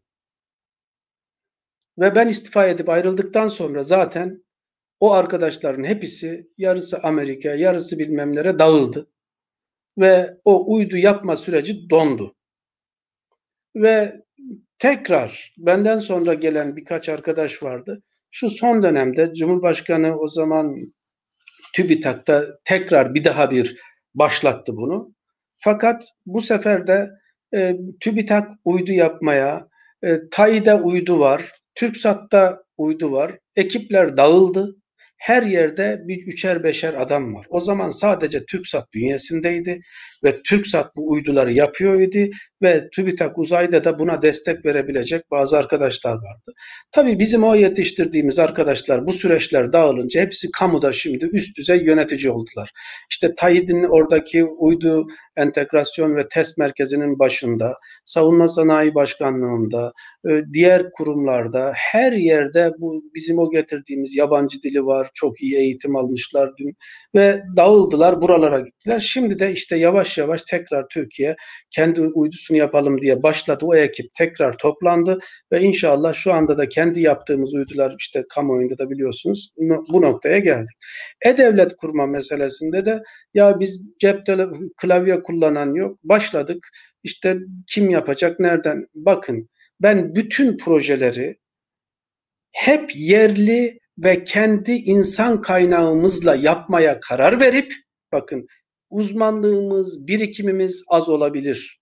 Ve ben istifa edip ayrıldıktan sonra zaten o arkadaşların hepsi yarısı Amerika, yarısı bilmem nereye dağıldı. Ve o uydu yapma süreci dondu. Ve tekrar benden sonra gelen birkaç arkadaş vardı. Şu son dönemde Cumhurbaşkanı o zaman TÜBİTAK'ta tekrar bir daha bir başlattı bunu. Fakat bu sefer de e, TÜBİTAK uydu yapmaya, e, TAİ'de uydu var, TürkSat'ta uydu var. Ekipler dağıldı. Her yerde bir üçer beşer adam var. O zaman sadece TürkSat bünyesindeydi ve TürkSat bu uyduları yapıyordu ve TÜBİTAK Uzay'da da buna destek verebilecek bazı arkadaşlar vardı. Tabii bizim o yetiştirdiğimiz arkadaşlar bu süreçler dağılınca hepsi kamuda şimdi üst düzey yönetici oldular. İşte TAİ'nin oradaki uydu entegrasyon ve test merkezinin başında, Savunma Sanayi Başkanlığı'nda, diğer kurumlarda, her yerde bu bizim o getirdiğimiz yabancı dili var, çok iyi eğitim almışlar dün ve dağıldılar, buralara gittiler. Şimdi de işte yavaş yavaş tekrar Türkiye kendi uydusunu yapalım diye başladı. O ekip tekrar toplandı ve inşallah şu anda da kendi yaptığımız uydular işte kamuoyunda da biliyorsunuz bu noktaya geldik. E-Devlet kurma meselesinde de ya biz cep telefonu, klavye kullanan yok. Başladık. İşte kim yapacak, nereden? Bakın ben bütün projeleri hep yerli ve kendi insan kaynağımızla yapmaya karar verip, bakın uzmanlığımız, birikimimiz az olabilir.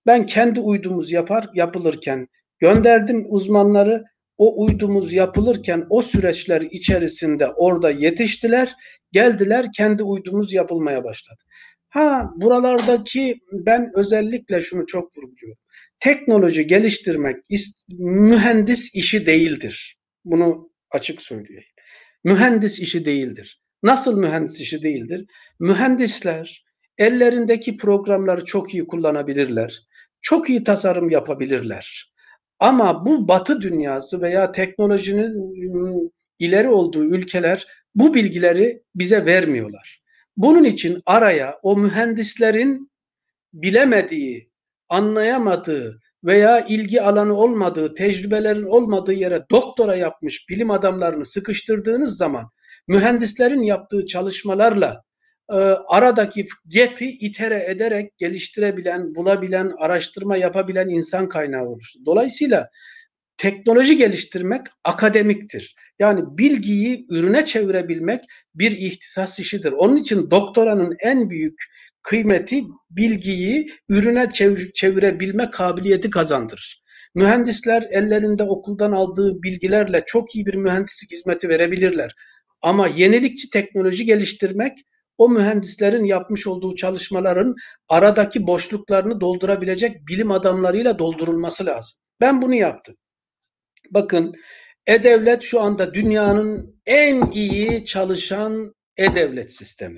Ben kendi uydumuz yapar yapılırken gönderdim uzmanları. O uydumuz yapılırken o süreçler içerisinde orada yetiştiler. Geldiler, kendi uydumuz yapılmaya başladı. Ha, buralardaki ben özellikle şunu çok vurguluyorum. Teknoloji geliştirmek mühendis işi değildir. Bunu açık söyleyeyim. Mühendis işi değildir. Nasıl mühendis işi değildir? Mühendisler ellerindeki programları çok iyi kullanabilirler. Çok iyi tasarım yapabilirler. Ama bu Batı dünyası veya teknolojinin ıı, ileri olduğu ülkeler bu bilgileri bize vermiyorlar. Bunun için araya o mühendislerin bilemediği, anlayamadığı veya ilgi alanı olmadığı, tecrübelerin olmadığı yere doktora yapmış bilim adamlarını sıkıştırdığınız zaman mühendislerin yaptığı çalışmalarla e, aradaki gap'i itere ederek geliştirebilen, bulabilen, araştırma yapabilen insan kaynağı oluştu. Dolayısıyla teknoloji geliştirmek akademiktir. Yani bilgiyi ürüne çevirebilmek bir ihtisas işidir. Onun için doktoranın en büyük kıymeti bilgiyi ürüne çevir, çevirebilme kabiliyeti kazandırır. Mühendisler ellerinde okuldan aldığı bilgilerle çok iyi bir mühendislik hizmeti verebilirler. Ama yenilikçi teknoloji geliştirmek o mühendislerin yapmış olduğu çalışmaların aradaki boşluklarını doldurabilecek bilim adamlarıyla doldurulması lazım. Ben bunu yaptım. Bakın, E-Devlet şu anda dünyanın en iyi çalışan E-Devlet sistemi.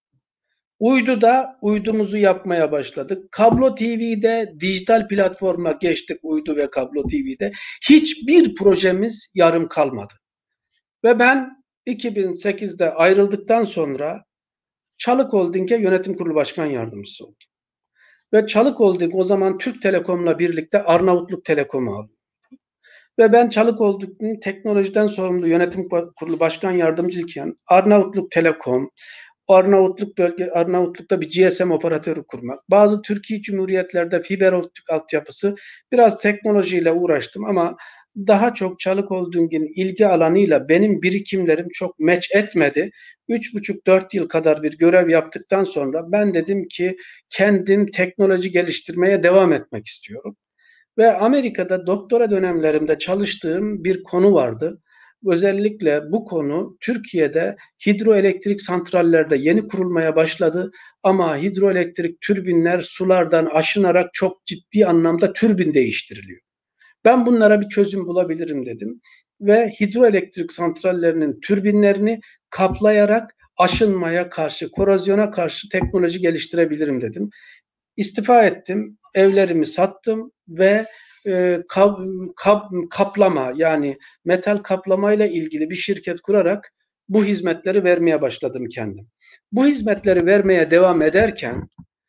Uydu'da uydumuzu yapmaya başladık. Kablo T V'de dijital platforma geçtik, uydu ve kablo T V'de. Hiçbir projemiz yarım kalmadı. Ve ben iki bin sekizde ayrıldıktan sonra Çalık Holding'e yönetim kurulu başkan yardımcısı oldum. Ve Çalık Holding o zaman Türk Telekom'la birlikte Arnavutluk Telekom'u aldı. Ve ben Çalık Holding'in teknolojiden sorumlu yönetim kurulu başkan yardımcıyken Arnavutluk Telekom, Arnavutluk bölge, Arnavutluk'ta bir G S M operatörü kurmak, bazı Türkiye Cumhuriyetlerde fiber optik altyapısı, biraz teknolojiyle uğraştım ama daha çok Çalık Holding'in ilgi alanıyla benim birikimlerim çok meç etmedi. üç buçuk dört yıl kadar bir görev yaptıktan sonra ben dedim ki kendim teknoloji geliştirmeye devam etmek istiyorum. Ve Amerika'da doktora dönemlerimde çalıştığım bir konu vardı. Özellikle bu konu Türkiye'de hidroelektrik santrallerde yeni kurulmaya başladı ama hidroelektrik türbinler sulardan aşınarak çok ciddi anlamda türbin değiştiriliyor. Ben bunlara bir çözüm bulabilirim dedim ve hidroelektrik santrallerinin türbinlerini kaplayarak aşınmaya karşı, korozyona karşı teknoloji geliştirebilirim dedim. İstifa ettim, evlerimi sattım ve e, kap, kap, kaplama yani metal kaplamayla ilgili bir şirket kurarak bu hizmetleri vermeye başladım kendim. Bu hizmetleri vermeye devam ederken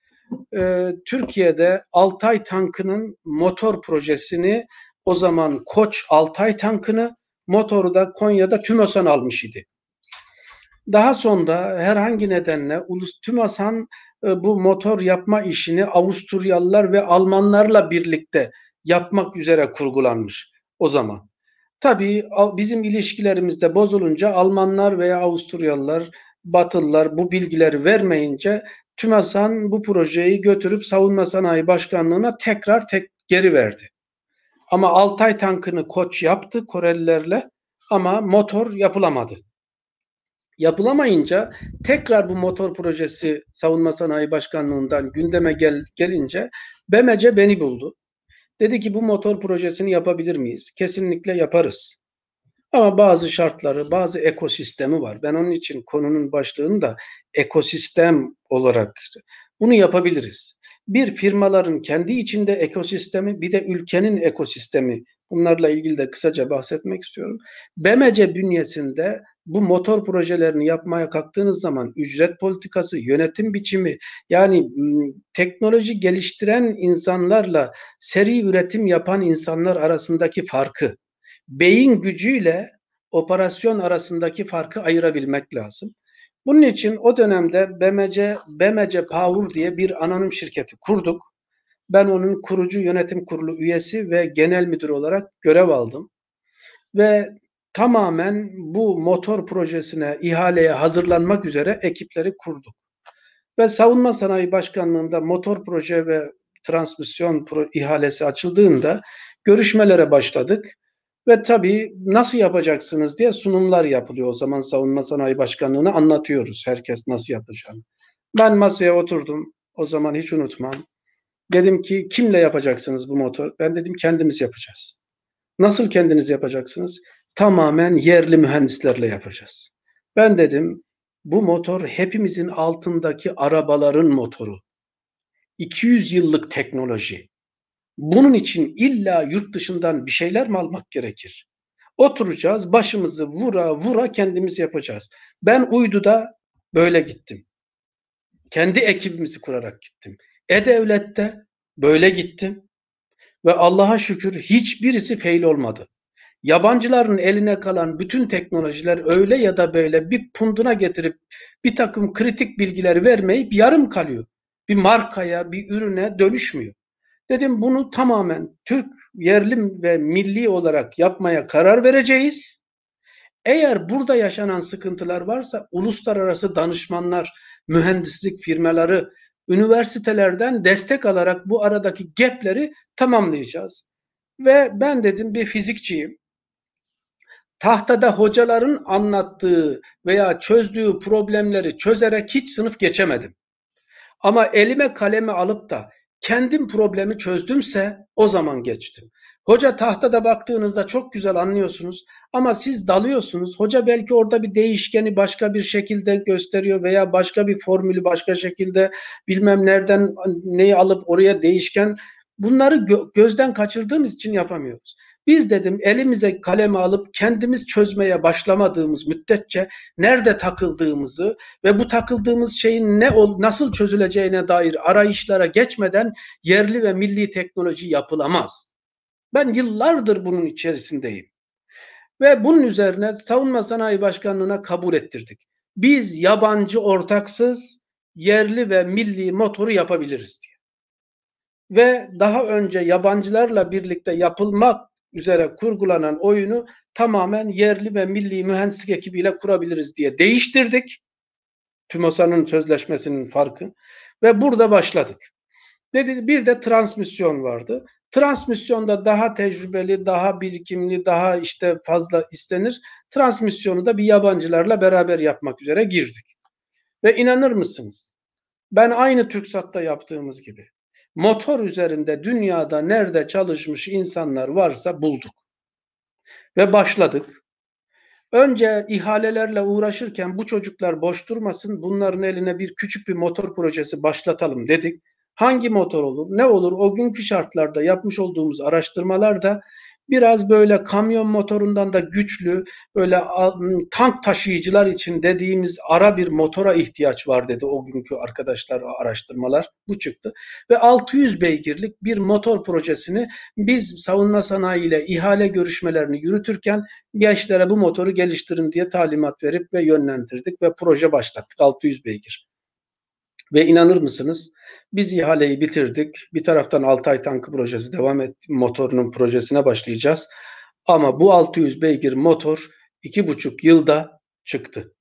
e, Türkiye'de Altay tankının motor projesini, o zaman Koç Altay tankını, motoru da Konya'da TÜMOSAN almış idi. Daha sonra herhangi nedenle Ulus TÜMOSAN bu motor yapma işini Avusturyalılar ve Almanlarla birlikte yapmak üzere kurgulanmış o zaman. Tabii bizim ilişkilerimizde bozulunca Almanlar veya Avusturyalılar, Batılılar bu bilgileri vermeyince TÜMOSAN bu projeyi götürüp Savunma Sanayi Başkanlığı'na tekrar tek geri verdi. Ama Altay tankını Koç yaptı Korelilerle ama motor yapılamadı. Yapılamayınca tekrar bu motor projesi Savunma Sanayi Başkanlığı'ndan gündeme gel, gelince B M C beni buldu. Dedi ki bu motor projesini yapabilir miyiz? Kesinlikle yaparız. Ama bazı şartları, bazı ekosistemi var. Ben onun için konunun başlığını da ekosistem olarak bunu yapabiliriz. Bir firmaların kendi içinde ekosistemi, bir de ülkenin ekosistemi. Bunlarla ilgili de kısaca bahsetmek istiyorum. B M C bünyesinde bu motor projelerini yapmaya kalktığınız zaman ücret politikası, yönetim biçimi, yani teknoloji geliştiren insanlarla seri üretim yapan insanlar arasındaki farkı, beyin gücüyle operasyon arasındaki farkı ayırabilmek lazım. Bunun için o dönemde B M C, B M C Power diye bir anonim şirketi kurduk. Ben onun kurucu yönetim kurulu üyesi ve genel müdür olarak görev aldım. Ve tamamen bu motor projesine, ihaleye hazırlanmak üzere ekipleri kurduk. Ve Savunma Sanayi Başkanlığı'nda motor proje ve transmisyon pro ihalesi açıldığında görüşmelere başladık. Ve tabii nasıl yapacaksınız diye sunumlar yapılıyor. O zaman Savunma Sanayi Başkanlığı'nı anlatıyoruz. Herkes nasıl yapacağını. Ben masaya oturdum. O zaman hiç unutmam. Dedim ki kimle yapacaksınız bu motor? Ben dedim kendimiz yapacağız. Nasıl kendiniz yapacaksınız? Tamamen yerli mühendislerle yapacağız. Ben dedim bu motor hepimizin altındaki arabaların motoru. iki yüz yıllık teknoloji. Bunun için illa yurt dışından bir şeyler mi almak gerekir? Oturacağız, başımızı vura vura kendimiz yapacağız. Ben uyduda böyle gittim. Kendi ekibimizi kurarak gittim. E-Devlet'te böyle gittim. Ve Allah'a şükür hiçbirisi fail olmadı. Yabancıların eline kalan bütün teknolojiler öyle ya da böyle bir punduna getirip bir takım kritik bilgileri vermeyip yarım kalıyor. Bir markaya, bir ürüne dönüşmüyor. Dedim bunu tamamen Türk yerli ve milli olarak yapmaya karar vereceğiz. Eğer burada yaşanan sıkıntılar varsa uluslararası danışmanlar, mühendislik firmaları, üniversitelerden destek alarak bu aradaki gap'leri tamamlayacağız. Ve ben dedim bir fizikçiyim. Tahtada hocaların anlattığı veya çözdüğü problemleri çözerek hiç sınıf geçemedim. Ama elime kalemi alıp da kendim problemi çözdümse o zaman geçtim. Hoca tahtada baktığınızda çok güzel anlıyorsunuz ama siz dalıyorsunuz. Hoca belki orada bir değişkeni başka bir şekilde gösteriyor veya başka bir formülü başka şekilde bilmem nereden neyi alıp oraya değişken. Bunları gö- gözden kaçırdığımız için yapamıyoruz. Biz dedim elimize kalemi alıp kendimiz çözmeye başlamadığımız müddetçe nerede takıldığımızı ve bu takıldığımız şeyin ne ol, nasıl çözüleceğine dair arayışlara geçmeden yerli ve milli teknoloji yapılamaz. Ben yıllardır bunun içerisindeyim. Ve bunun üzerine Savunma Sanayi Başkanlığı'na kabul ettirdik. Biz yabancı ortaksız yerli ve milli motoru yapabiliriz diye. Ve daha önce yabancılarla birlikte yapılmak üzere kurgulanan oyunu tamamen yerli ve milli mühendislik ekibiyle kurabiliriz diye değiştirdik. TÜMOSA'nın sözleşmesinin farkı. Ve burada başladık. Dedi, bir de transmisyon vardı. Transmisyonda daha tecrübeli, daha birikimli, daha işte fazla istenir. Transmisyonu da bir yabancılarla beraber yapmak üzere girdik. Ve inanır mısınız? Ben aynı TürkSat'ta yaptığımız gibi motor üzerinde dünyada nerede çalışmış insanlar varsa bulduk. Ve başladık. Önce ihalelerle uğraşırken bu çocuklar boş durmasın, bunların eline bir küçük bir motor projesi başlatalım dedik. Hangi motor olur, ne olur? O günkü şartlarda yapmış olduğumuz araştırmalarda biraz böyle kamyon motorundan da güçlü, böyle tank taşıyıcılar için dediğimiz ara bir motora ihtiyaç var dedi o günkü arkadaşlar, araştırmalar. Bu çıktı. Ve altı yüz beygirlik bir motor projesini biz savunma sanayi ile ihale görüşmelerini yürütürken gençlere bu motoru geliştirin diye talimat verip ve yönlendirdik ve proje başlattık altı yüz beygir. Ve inanır mısınız? Biz ihaleyi bitirdik. Bir taraftan Altay Tankı projesi devam etti. Motorunun projesine başlayacağız. Ama bu altı yüz beygir motor iki buçuk yılda çıktı.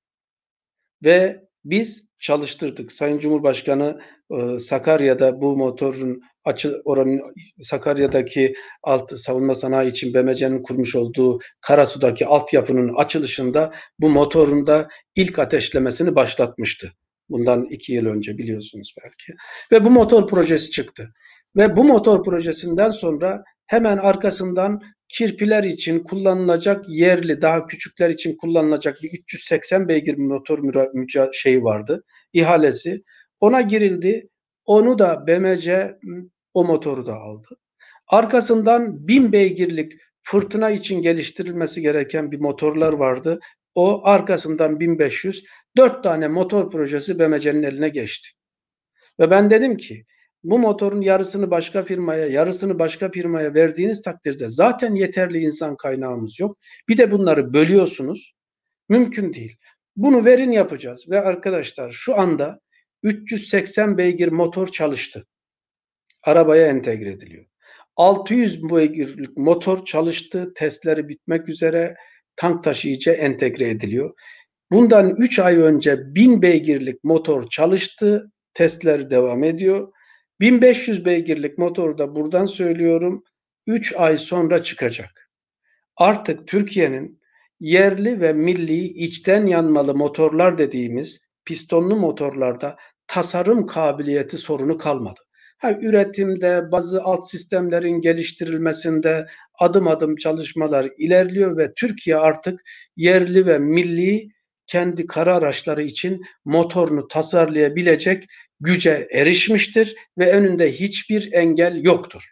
Ve biz çalıştırdık. Sayın Cumhurbaşkanı Sakarya'da bu motorun açı oranın Sakarya'daki alt savunma sanayi için B M C'nin kurmuş olduğu Karasu'daki altyapının açılışında bu motorun da ilk ateşlemesini başlatmıştı. Bundan iki yıl önce biliyorsunuz belki. Ve bu motor projesi çıktı. Ve bu motor projesinden sonra hemen arkasından kirpiler için kullanılacak yerli, daha küçükler için kullanılacak bir üç yüz seksen beygir motor müca şeyi vardı, ihalesi. Ona girildi. Onu da B M C o motoru da aldı. Arkasından bin beygirlik fırtına için geliştirilmesi gereken bir motorlar vardı. O arkasından bin beş yüz, dört tane motor projesi B M C'nin eline geçti. Ve ben dedim ki bu motorun yarısını başka firmaya, yarısını başka firmaya verdiğiniz takdirde zaten yeterli insan kaynağımız yok. Bir de bunları bölüyorsunuz. Mümkün değil. Bunu verin yapacağız. Ve arkadaşlar şu anda üç yüz seksen beygir motor çalıştı. Arabaya entegre ediliyor. altı yüz beygirlik motor çalıştı. Testleri bitmek üzere tank taşıyıcı entegre ediliyor. Bundan üç ay önce bin beygirlik motor çalıştı. Testleri devam ediyor. bin beş yüz beygirlik motor da buradan söylüyorum üç ay sonra çıkacak. Artık Türkiye'nin yerli ve milli içten yanmalı motorlar dediğimiz pistonlu motorlarda tasarım kabiliyeti sorunu kalmadı. Ha, üretimde, bazı alt sistemlerin geliştirilmesinde adım adım çalışmalar ilerliyor ve Türkiye artık yerli ve milli kendi kara araçları için motorunu tasarlayabilecek güce erişmiştir ve önünde hiçbir engel yoktur.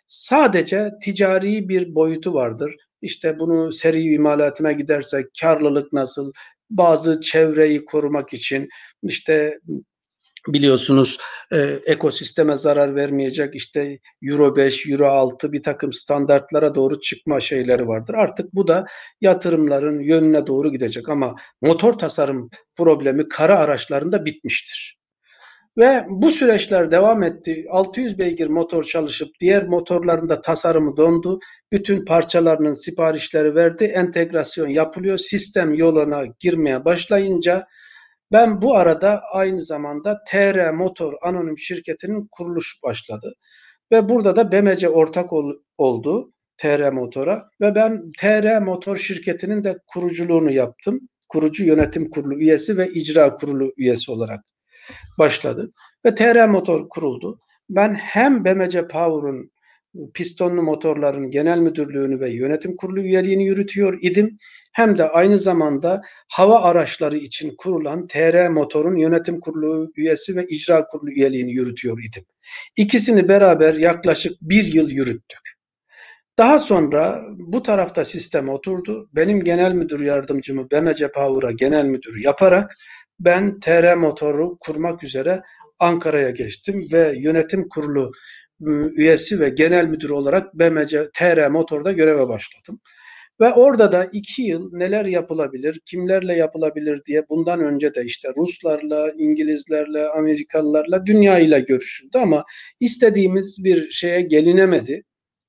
Sadece ticari bir boyutu vardır. İşte bunu seri imalatına gidersek karlılık nasıl, bazı çevreyi korumak için işte biliyorsunuz e, ekosisteme zarar vermeyecek işte Euro beş, Euro altı bir takım standartlara doğru çıkma şeyleri vardır. Artık bu da yatırımların yönüne doğru gidecek ama motor tasarım problemi kara araçlarında bitmiştir. Ve bu süreçler devam etti. altı yüz beygir motor çalışıp diğer motorların da tasarımı dondu. Bütün parçalarının siparişleri verdi. Entegrasyon yapılıyor. Sistem yoluna girmeye başlayınca ben bu arada aynı zamanda T R Motor Anonim Şirketi'nin kuruluşu başladı. Ve burada da B M C ortak ol, oldu T R Motor'a ve ben T R Motor şirketinin de kuruculuğunu yaptım. Kurucu yönetim kurulu üyesi ve icra kurulu üyesi olarak başladı ve T R Motor kuruldu. Ben hem B M C Power'un pistonlu motorların genel müdürlüğünü ve yönetim kurulu üyeliğini yürütüyor idim. Hem de aynı zamanda hava araçları için kurulan T R Motor'un yönetim kurulu üyesi ve icra kurulu üyeliğini yürütüyor idim. İkisini beraber yaklaşık bir yıl yürüttük. Daha sonra bu tarafta sistem oturdu. Benim genel müdür yardımcımı B M C Power'a genel müdür yaparak ben T R Motor'u kurmak üzere Ankara'ya geçtim ve yönetim kurulu üyesi ve genel müdür olarak B M C T R Motor'da göreve başladım. Ve orada da iki yıl neler yapılabilir, kimlerle yapılabilir diye bundan önce de işte Ruslarla, İngilizlerle, Amerikalılarla, dünyayla görüşüldü ama istediğimiz bir şeye gelinemedi.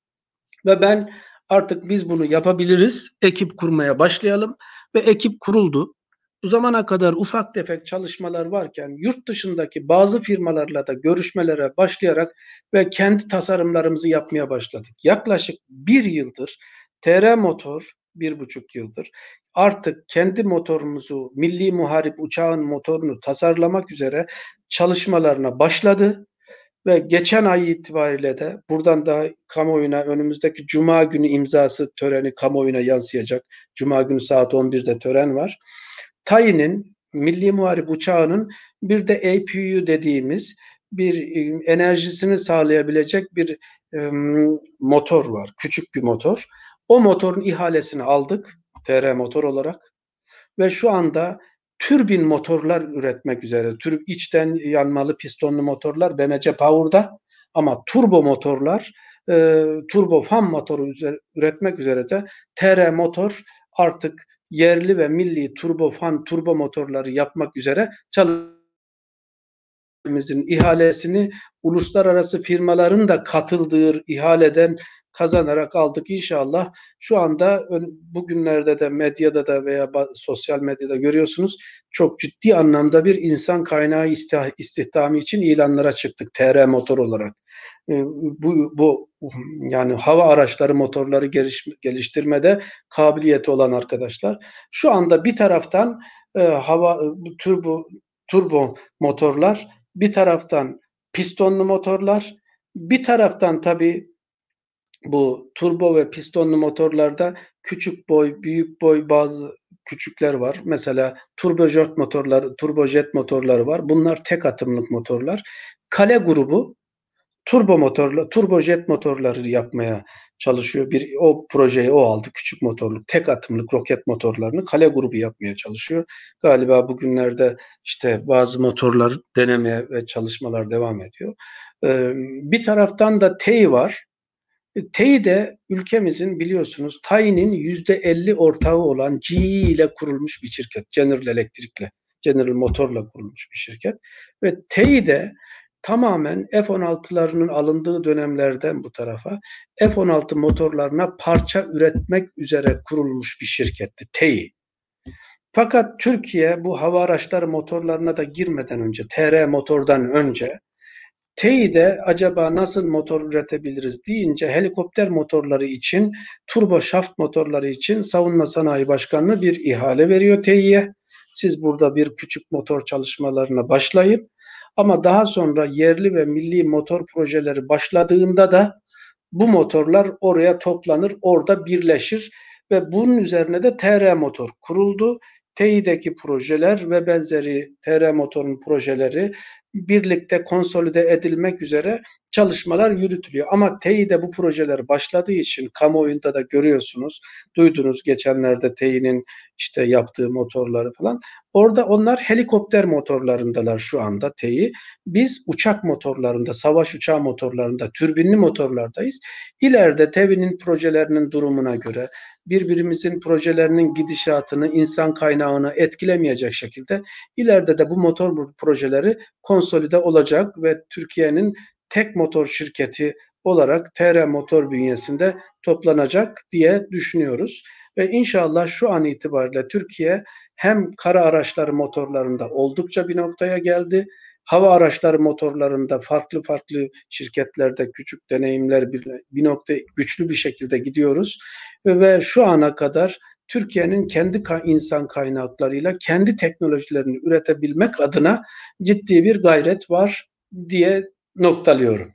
Ve ben artık biz bunu yapabiliriz, ekip kurmaya başlayalım ve ekip kuruldu. Bu zamana kadar ufak tefek çalışmalar varken yurt dışındaki bazı firmalarla da görüşmelere başlayarak ve kendi tasarımlarımızı yapmaya başladık. Yaklaşık bir yıldır T R Motor, bir buçuk yıldır artık kendi motorumuzu, Milli Muharip uçağın motorunu tasarlamak üzere çalışmalarına başladı. Ve geçen ay itibariyle de buradan da kamuoyuna önümüzdeki Cuma günü imzası töreni kamuoyuna yansıyacak. Cuma günü saat on birde tören var. TAİ'nin Milli Muharip uçağının bir de A P U dediğimiz bir enerjisini sağlayabilecek bir e, motor var. Küçük bir motor. O motorun ihalesini aldık T R Motor olarak ve şu anda türbin motorlar üretmek üzere. Tür, içten yanmalı pistonlu motorlar B M C Power'da ama turbo motorlar, e, turbo fan motoru üzere, üretmek üzere de T R Motor artık yerli ve milli turbo fan turbo motorları yapmak üzere çalışıyor. İhalesini uluslararası firmaların da katıldığı ihaleden kazanarak aldık inşallah. Şu anda bugünlerde de medyada da veya sosyal medyada görüyorsunuz çok ciddi anlamda bir insan kaynağı istihdamı için ilanlara çıktık T R Motor olarak. Bu, bu yani hava araçları motorları geliş, geliştirmede kabiliyeti olan arkadaşlar. Şu anda bir taraftan e, hava turbo turbo motorlar, bir taraftan pistonlu motorlar, bir taraftan tabii bu turbo ve pistonlu motorlarda küçük boy, büyük boy bazı küçükler var. Mesela turbojet motorları, turbojet motorları var. Bunlar tek atımlık motorlar. Kale grubu turbo motorla, turbojet motorları yapmaya çalışıyor. Bir o projeyi o aldı. Küçük motorlu, tek atımlık roket motorlarını Kale grubu yapmaya çalışıyor. Galiba bugünlerde işte bazı motorlar denemeye ve çalışmalar devam ediyor. Ee, bir taraftan da T E İ var. T E İ de ülkemizin biliyorsunuz TAİ'nin yüzde elli ortağı olan G E ile kurulmuş bir şirket. General Electric'le, General Motor'la kurulmuş bir şirket. Ve T E İ de tamamen F on altılarının alındığı dönemlerden bu tarafa F on altı motorlarına parça üretmek üzere kurulmuş bir şirketti T E İ. Fakat Türkiye bu hava araçları motorlarına da girmeden önce, T R Motor'dan önce TEİ'de acaba nasıl motor üretebiliriz deyince helikopter motorları için, turbo şaft motorları için Savunma Sanayi Başkanlığı bir ihale veriyor TEİ'ye. Siz burada bir küçük motor çalışmalarına başlayın. Ama daha sonra yerli ve milli motor projeleri başladığında da bu motorlar oraya toplanır, orada birleşir ve bunun üzerine de T R Motor kuruldu. TEİ'deki projeler ve benzeri T R Motor'un projeleri birlikte konsolide edilmek üzere çalışmalar yürütülüyor. Ama TEİ'de bu projeler başladığı için kamuoyunda da görüyorsunuz, duydunuz geçenlerde TEİ'nin işte yaptığı motorları falan. Orada onlar helikopter motorlarındalar şu anda TEİ. Biz uçak motorlarında, savaş uçağı motorlarında, türbinli motorlardayız. İleride TEİ'nin projelerinin durumuna göre birbirimizin projelerinin gidişatını, insan kaynağını etkilemeyecek şekilde ileride de bu motor projeleri konsolide olacak ve Türkiye'nin tek motor şirketi olarak T R Motor bünyesinde toplanacak diye düşünüyoruz. Ve inşallah şu an itibariyle Türkiye hem kara araçları motorlarında oldukça bir noktaya geldi. Hava araçları motorlarında farklı farklı şirketlerde küçük deneyimler bir, bir nokta güçlü bir şekilde gidiyoruz. Ve, ve şu ana kadar Türkiye'nin kendi insan kaynaklarıyla kendi teknolojilerini üretebilmek adına ciddi bir gayret var diye noktalıyorum.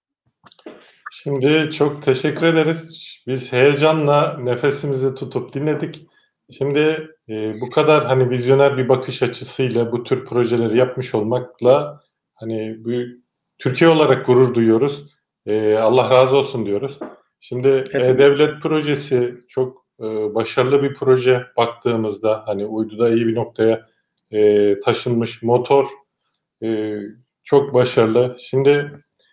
Şimdi çok teşekkür ederiz. Biz heyecanla nefesimizi tutup dinledik. Şimdi e, bu kadar hani vizyoner bir bakış açısıyla bu tür projeleri yapmış olmakla hani bu Türkiye olarak gurur duyuyoruz. E, Allah razı olsun diyoruz. Şimdi Hepimiz. E-Devlet projesi çok e, başarılı bir proje baktığımızda hani uyduda iyi bir noktaya e, taşınmış motor e, çok başarılı. Şimdi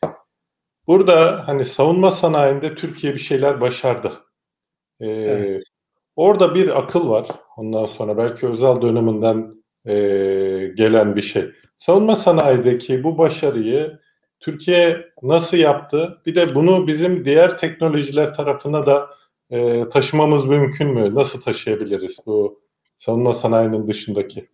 burada hani savunma sanayinde Türkiye bir şeyler başardı. Evet. Ee, Orada bir akıl var. Ondan sonra belki Özal döneminden e, gelen bir şey. Savunma sanayideki bu başarıyı Türkiye nasıl yaptı? Bir de bunu bizim diğer teknolojiler tarafına da e, taşımamız mümkün mü? Nasıl taşıyabiliriz bu savunma sanayinin dışındaki?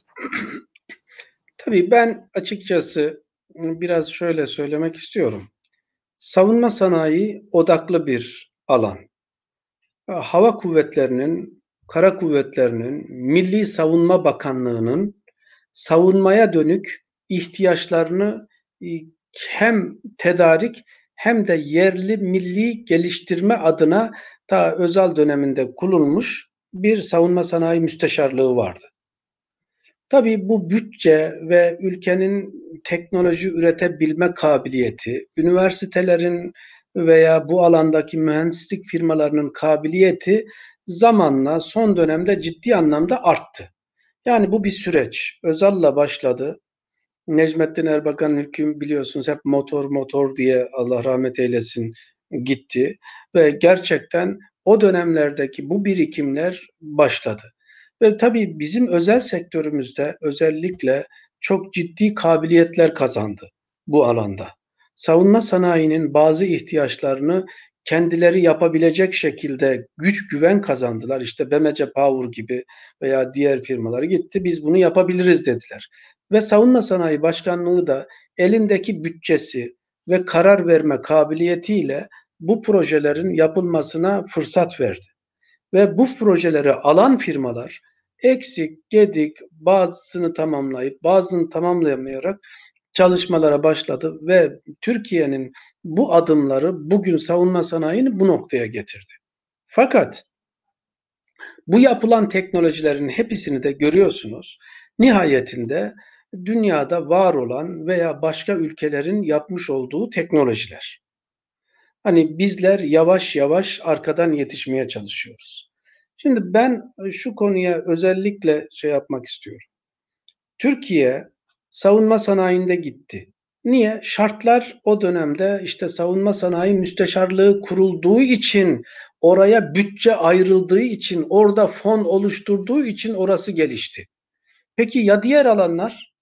Tabii ben açıkçası biraz şöyle söylemek istiyorum. Savunma sanayi odaklı bir alan. Hava Kuvvetleri'nin, Kara Kuvvetleri'nin, Milli Savunma Bakanlığı'nın savunmaya dönük ihtiyaçlarını e, hem tedarik hem de yerli milli geliştirme adına ta Özal döneminde kurulmuş bir savunma sanayi müsteşarlığı vardı. Tabii bu bütçe ve ülkenin teknoloji üretebilme kabiliyeti, üniversitelerin veya bu alandaki mühendislik firmalarının kabiliyeti zamanla son dönemde ciddi anlamda arttı. Yani bu bir süreç. Özal'la başladı. Necmettin Erbakan'ın hüküm biliyorsunuz hep motor motor diye Allah rahmet eylesin gitti ve gerçekten o dönemlerdeki bu birikimler başladı. Ve tabii bizim özel sektörümüzde özellikle çok ciddi kabiliyetler kazandı bu alanda. Savunma sanayinin bazı ihtiyaçlarını kendileri yapabilecek şekilde güç güven kazandılar. İşte B M C Power gibi veya diğer firmaları gitti biz bunu yapabiliriz dediler. Ve Savunma Sanayi Başkanlığı da elindeki bütçesi ve karar verme kabiliyetiyle bu projelerin yapılmasına fırsat verdi. Ve bu projeleri alan firmalar eksik, gedik, bazısını tamamlayıp bazısını tamamlayamayarak çalışmalara başladı ve Türkiye'nin bu adımları bugün savunma sanayini bu noktaya getirdi. Fakat bu yapılan teknolojilerin hepsini de görüyorsunuz. Nihayetinde dünyada var olan veya başka ülkelerin yapmış olduğu teknolojiler. Hani bizler yavaş yavaş arkadan yetişmeye çalışıyoruz. Şimdi ben şu konuya özellikle şey yapmak istiyorum. Türkiye savunma sanayinde gitti. Niye? Şartlar o dönemde işte savunma sanayi müsteşarlığı kurulduğu için, oraya bütçe ayrıldığı için, orada fon oluşturduğu için orası gelişti. Peki ya diğer alanlar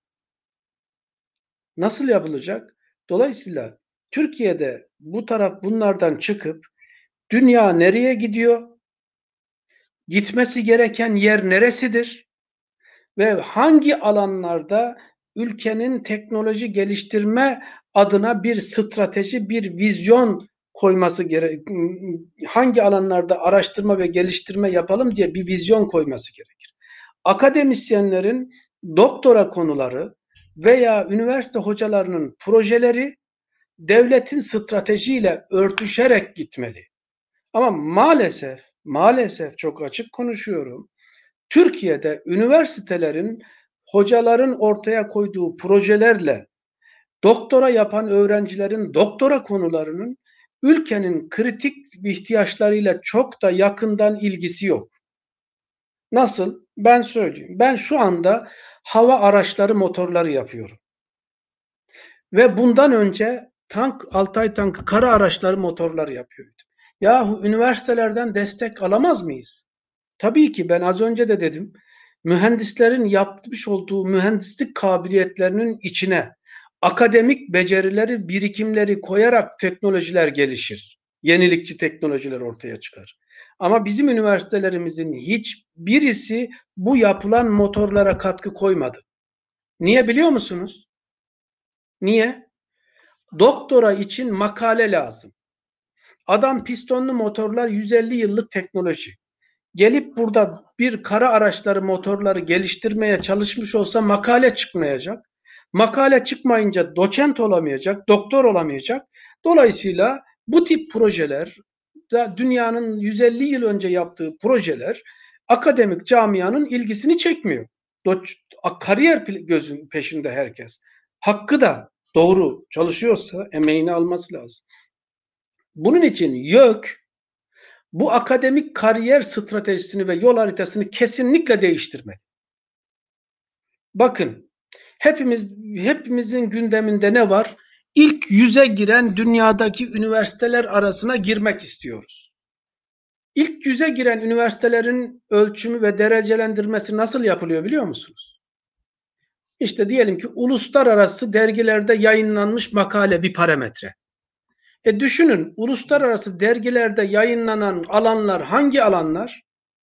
nasıl yapılacak? Dolayısıyla Türkiye'de bu taraf bunlardan çıkıp dünya nereye gidiyor? Gitmesi gereken yer neresidir? Ve hangi alanlarda ülkenin teknoloji geliştirme adına bir strateji, bir vizyon koyması gerek. Hangi alanlarda araştırma ve geliştirme yapalım diye bir vizyon koyması gerekir. Akademisyenlerin doktora konuları veya üniversite hocalarının projeleri devletin stratejiyle örtüşerek gitmeli. Ama maalesef, maalesef çok açık konuşuyorum. Türkiye'de üniversitelerin, hocaların ortaya koyduğu projelerle doktora yapan öğrencilerin doktora konularının ülkenin kritik ihtiyaçlarıyla çok da yakından ilgisi yok. Nasıl? Ben söyleyeyim. Ben şu anda hava araçları motorları yapıyorum. Ve bundan önce tank, Altay tankı, kara araçları motorları yapıyordum. Yahu üniversitelerden destek alamaz mıyız? Tabii ki, ben az önce de dedim. Mühendislerin yapmış olduğu mühendislik kabiliyetlerinin içine akademik becerileri, birikimleri koyarak teknolojiler gelişir. Yenilikçi teknolojiler ortaya çıkar. Ama bizim üniversitelerimizin hiçbirisi bu yapılan motorlara katkı koymadı. Niye biliyor musunuz? Niye? Doktora için makale lazım. Adam pistonlu motorlar yüz elli yıllık teknoloji. Gelip burada bir kara araçları motorları geliştirmeye çalışmış olsa makale çıkmayacak. Makale çıkmayınca doçent olamayacak, doktor olamayacak. Dolayısıyla bu tip projeler, da dünyanın yüz elli yıl önce yaptığı projeler akademik camianın ilgisini çekmiyor. Kariyer gözün peşinde herkes. Hakkı da doğru çalışıyorsa emeğini alması lazım. Bunun için YÖK bu akademik kariyer stratejisini ve yol haritasını kesinlikle değiştirmek. Bakın, hepimiz hepimizin gündeminde ne var? İlk yüze giren dünyadaki üniversiteler arasına girmek istiyoruz. İlk yüze giren üniversitelerin ölçümü ve derecelendirmesi nasıl yapılıyor biliyor musunuz? İşte diyelim ki uluslararası dergilerde yayınlanmış makale bir parametre. E düşünün, uluslararası dergilerde yayınlanan alanlar hangi alanlar?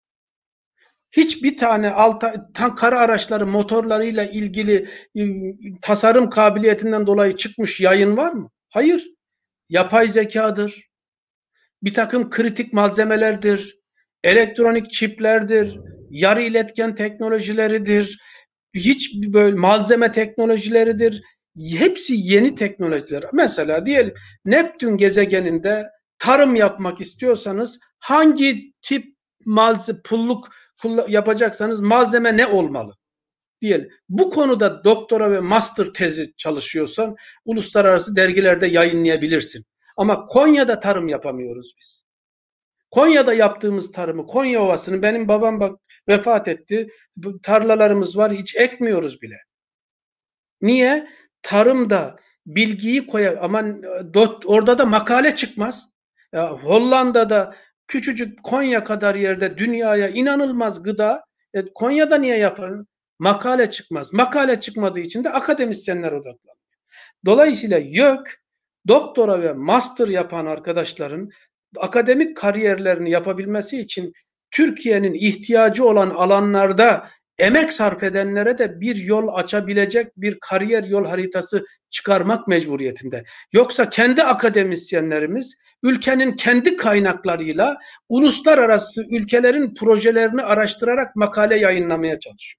Hiçbir tane alta, kara araçları motorlarıyla ilgili e, tasarım kabiliyetinden dolayı çıkmış yayın var mı? Hayır. Yapay zekadır. Bir takım kritik malzemelerdir. Elektronik çiplerdir. Yarı iletken teknolojileridir. Hiç böyle malzeme teknolojileridir. Hepsi yeni teknolojiler. Mesela diyelim Neptün gezegeninde tarım yapmak istiyorsanız hangi tip malzeme, pulluk yapacaksanız malzeme ne olmalı? Diyelim. Bu konuda doktora ve master tezi çalışıyorsan uluslararası dergilerde yayınlayabilirsin. Ama Konya'da tarım yapamıyoruz biz. Konya'da yaptığımız tarımı, Konya Ovası'nı, benim babam bak vefat etti. Tarlalarımız var, hiç ekmiyoruz bile. Niye? Tarımda bilgiyi koyar ama orada da makale çıkmaz. Ya Hollanda'da küçücük Konya kadar yerde dünyaya inanılmaz gıda. E, Konya'da niye yapalım? Makale çıkmaz. Makale çıkmadığı için de akademisyenler odaklanıyor. Dolayısıyla YÖK doktora ve master yapan arkadaşların akademik kariyerlerini yapabilmesi için Türkiye'nin ihtiyacı olan alanlarda emek sarf edenlere de bir yol açabilecek bir kariyer yol haritası çıkarmak mecburiyetinde. Yoksa kendi akademisyenlerimiz ülkenin kendi kaynaklarıyla uluslararası ülkelerin projelerini araştırarak makale yayınlamaya çalışıyor.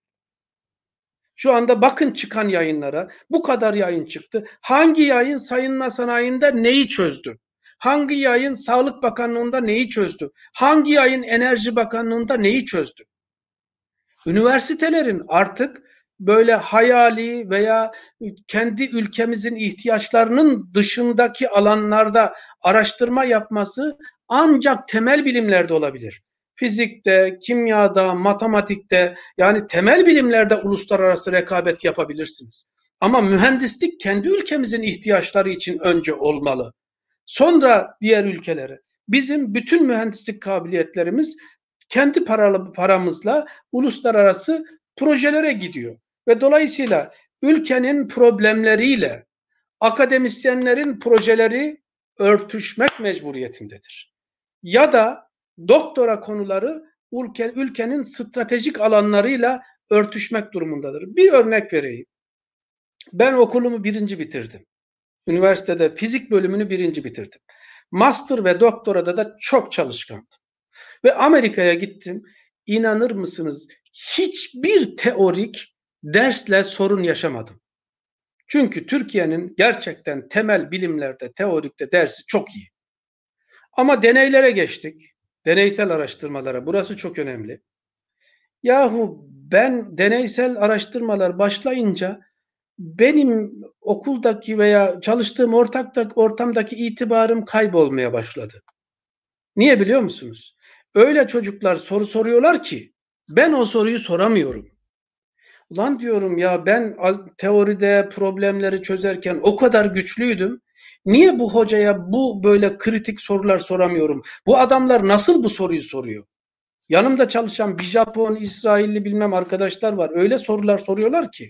Şu anda bakın çıkan yayınlara, bu kadar yayın çıktı. Hangi yayın sayınma sanayinde neyi çözdü? Hangi yayın Sağlık Bakanlığı'nda neyi çözdü? Hangi yayın Enerji Bakanlığı'nda neyi çözdü? Üniversitelerin artık böyle hayali veya kendi ülkemizin ihtiyaçlarının dışındaki alanlarda araştırma yapması ancak temel bilimlerde olabilir. Fizikte, kimyada, matematikte, yani temel bilimlerde uluslararası rekabet yapabilirsiniz. Ama mühendislik kendi ülkemizin ihtiyaçları için önce olmalı. Sonra diğer ülkelere. Bizim bütün mühendislik kabiliyetlerimiz kendi paralı, paramızla uluslararası projelere gidiyor. Ve dolayısıyla ülkenin problemleriyle akademisyenlerin projeleri örtüşmek mecburiyetindedir. Ya da doktora konuları ülke, ülkenin stratejik alanlarıyla örtüşmek durumundadır. Bir örnek vereyim. Ben okulumu birinci bitirdim. Üniversitede fizik bölümünü birinci bitirdim. Master ve doktorada da çok çalışkandım. Ve Amerika'ya gittim. İnanır mısınız? Hiçbir teorik dersle sorun yaşamadım. Çünkü Türkiye'nin gerçekten temel bilimlerde, teorikte dersi çok iyi. Ama deneylere geçtik. Deneysel araştırmalara. Burası çok önemli. Yahu ben deneysel araştırmalar başlayınca benim okuldaki veya çalıştığım ortaktaki, ortamdaki itibarım kaybolmaya başladı. Niye biliyor musunuz? Öyle çocuklar soru soruyorlar ki ben o soruyu soramıyorum. Ulan diyorum ya ben teoride problemleri çözerken o kadar güçlüydüm. Niye bu hocaya bu böyle kritik sorular soramıyorum? Bu adamlar nasıl bu soruyu soruyor? Yanımda çalışan bir Japon, İsrailli bilmem arkadaşlar var. Öyle sorular soruyorlar ki.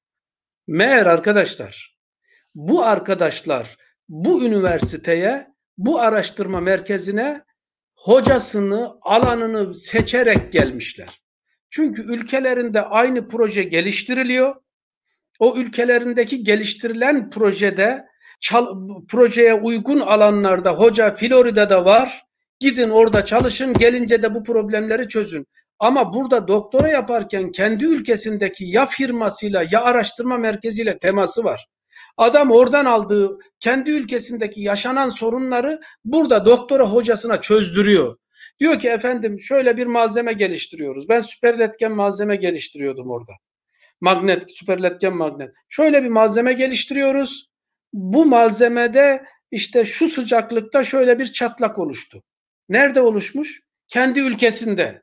Meğer arkadaşlar, bu arkadaşlar bu üniversiteye, bu araştırma merkezine hocasını, alanını seçerek gelmişler. Çünkü ülkelerinde aynı proje geliştiriliyor. O ülkelerindeki geliştirilen projede projeye uygun alanlarda hoca Florida'da var. Gidin orada çalışın, gelince de bu problemleri çözün. Ama burada doktora yaparken kendi ülkesindeki ya firmasıyla ya araştırma merkeziyle teması var. Adam oradan aldığı kendi ülkesindeki yaşanan sorunları burada doktora hocasına çözdürüyor. Diyor ki efendim şöyle bir malzeme geliştiriyoruz. Ben süper iletken malzeme geliştiriyordum orada. Magnet, süper iletken magnet. Şöyle bir malzeme geliştiriyoruz. Bu malzemede işte şu sıcaklıkta şöyle bir çatlak oluştu. Nerede oluşmuş? Kendi ülkesinde.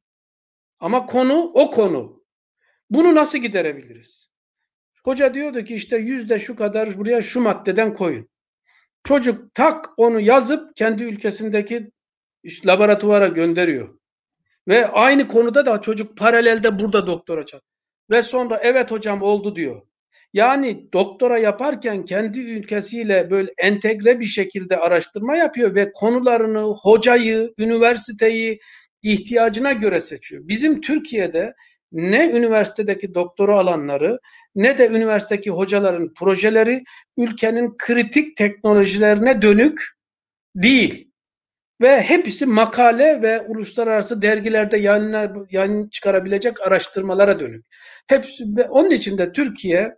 Ama konu o konu. Bunu nasıl giderebiliriz? Hoca diyordu ki işte yüzde şu kadar buraya şu maddeden koyun. Çocuk tak onu yazıp kendi ülkesindeki işte laboratuvara gönderiyor. Ve aynı konuda da çocuk paralelde burada doktora çalışıyor. Ve sonra evet hocam oldu diyor. Yani doktora yaparken kendi ülkesiyle böyle entegre bir şekilde araştırma yapıyor ve konularını, hocayı, üniversiteyi ihtiyacına göre seçiyor. Bizim Türkiye'de ne üniversitedeki doktora alanları ne de üniversitedeki hocaların projeleri ülkenin kritik teknolojilerine dönük değil. Ve hepsi makale ve uluslararası dergilerde yayın, yayın çıkarabilecek araştırmalara dönük. Hepsi, ve onun için de Türkiye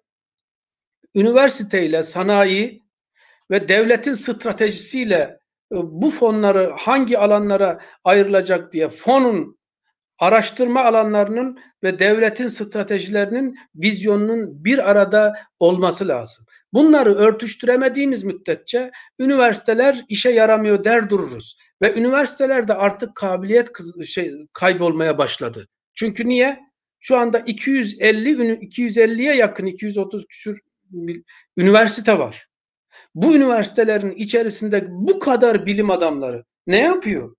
üniversiteyle sanayi ve devletin stratejisiyle bu fonları hangi alanlara ayrılacak diye fonun araştırma alanlarının ve devletin stratejilerinin vizyonunun bir arada olması lazım. Bunları örtüştüremediğimiz müddetçe üniversiteler işe yaramıyor der dururuz. Ve üniversitelerde artık kabiliyet şey, kaybolmaya başladı. Çünkü niye? Şu anda iki yüz elli iki yüz elliye yakın iki yüz otuz küsur üniversite var. Bu üniversitelerin içerisinde bu kadar bilim adamları ne yapıyor?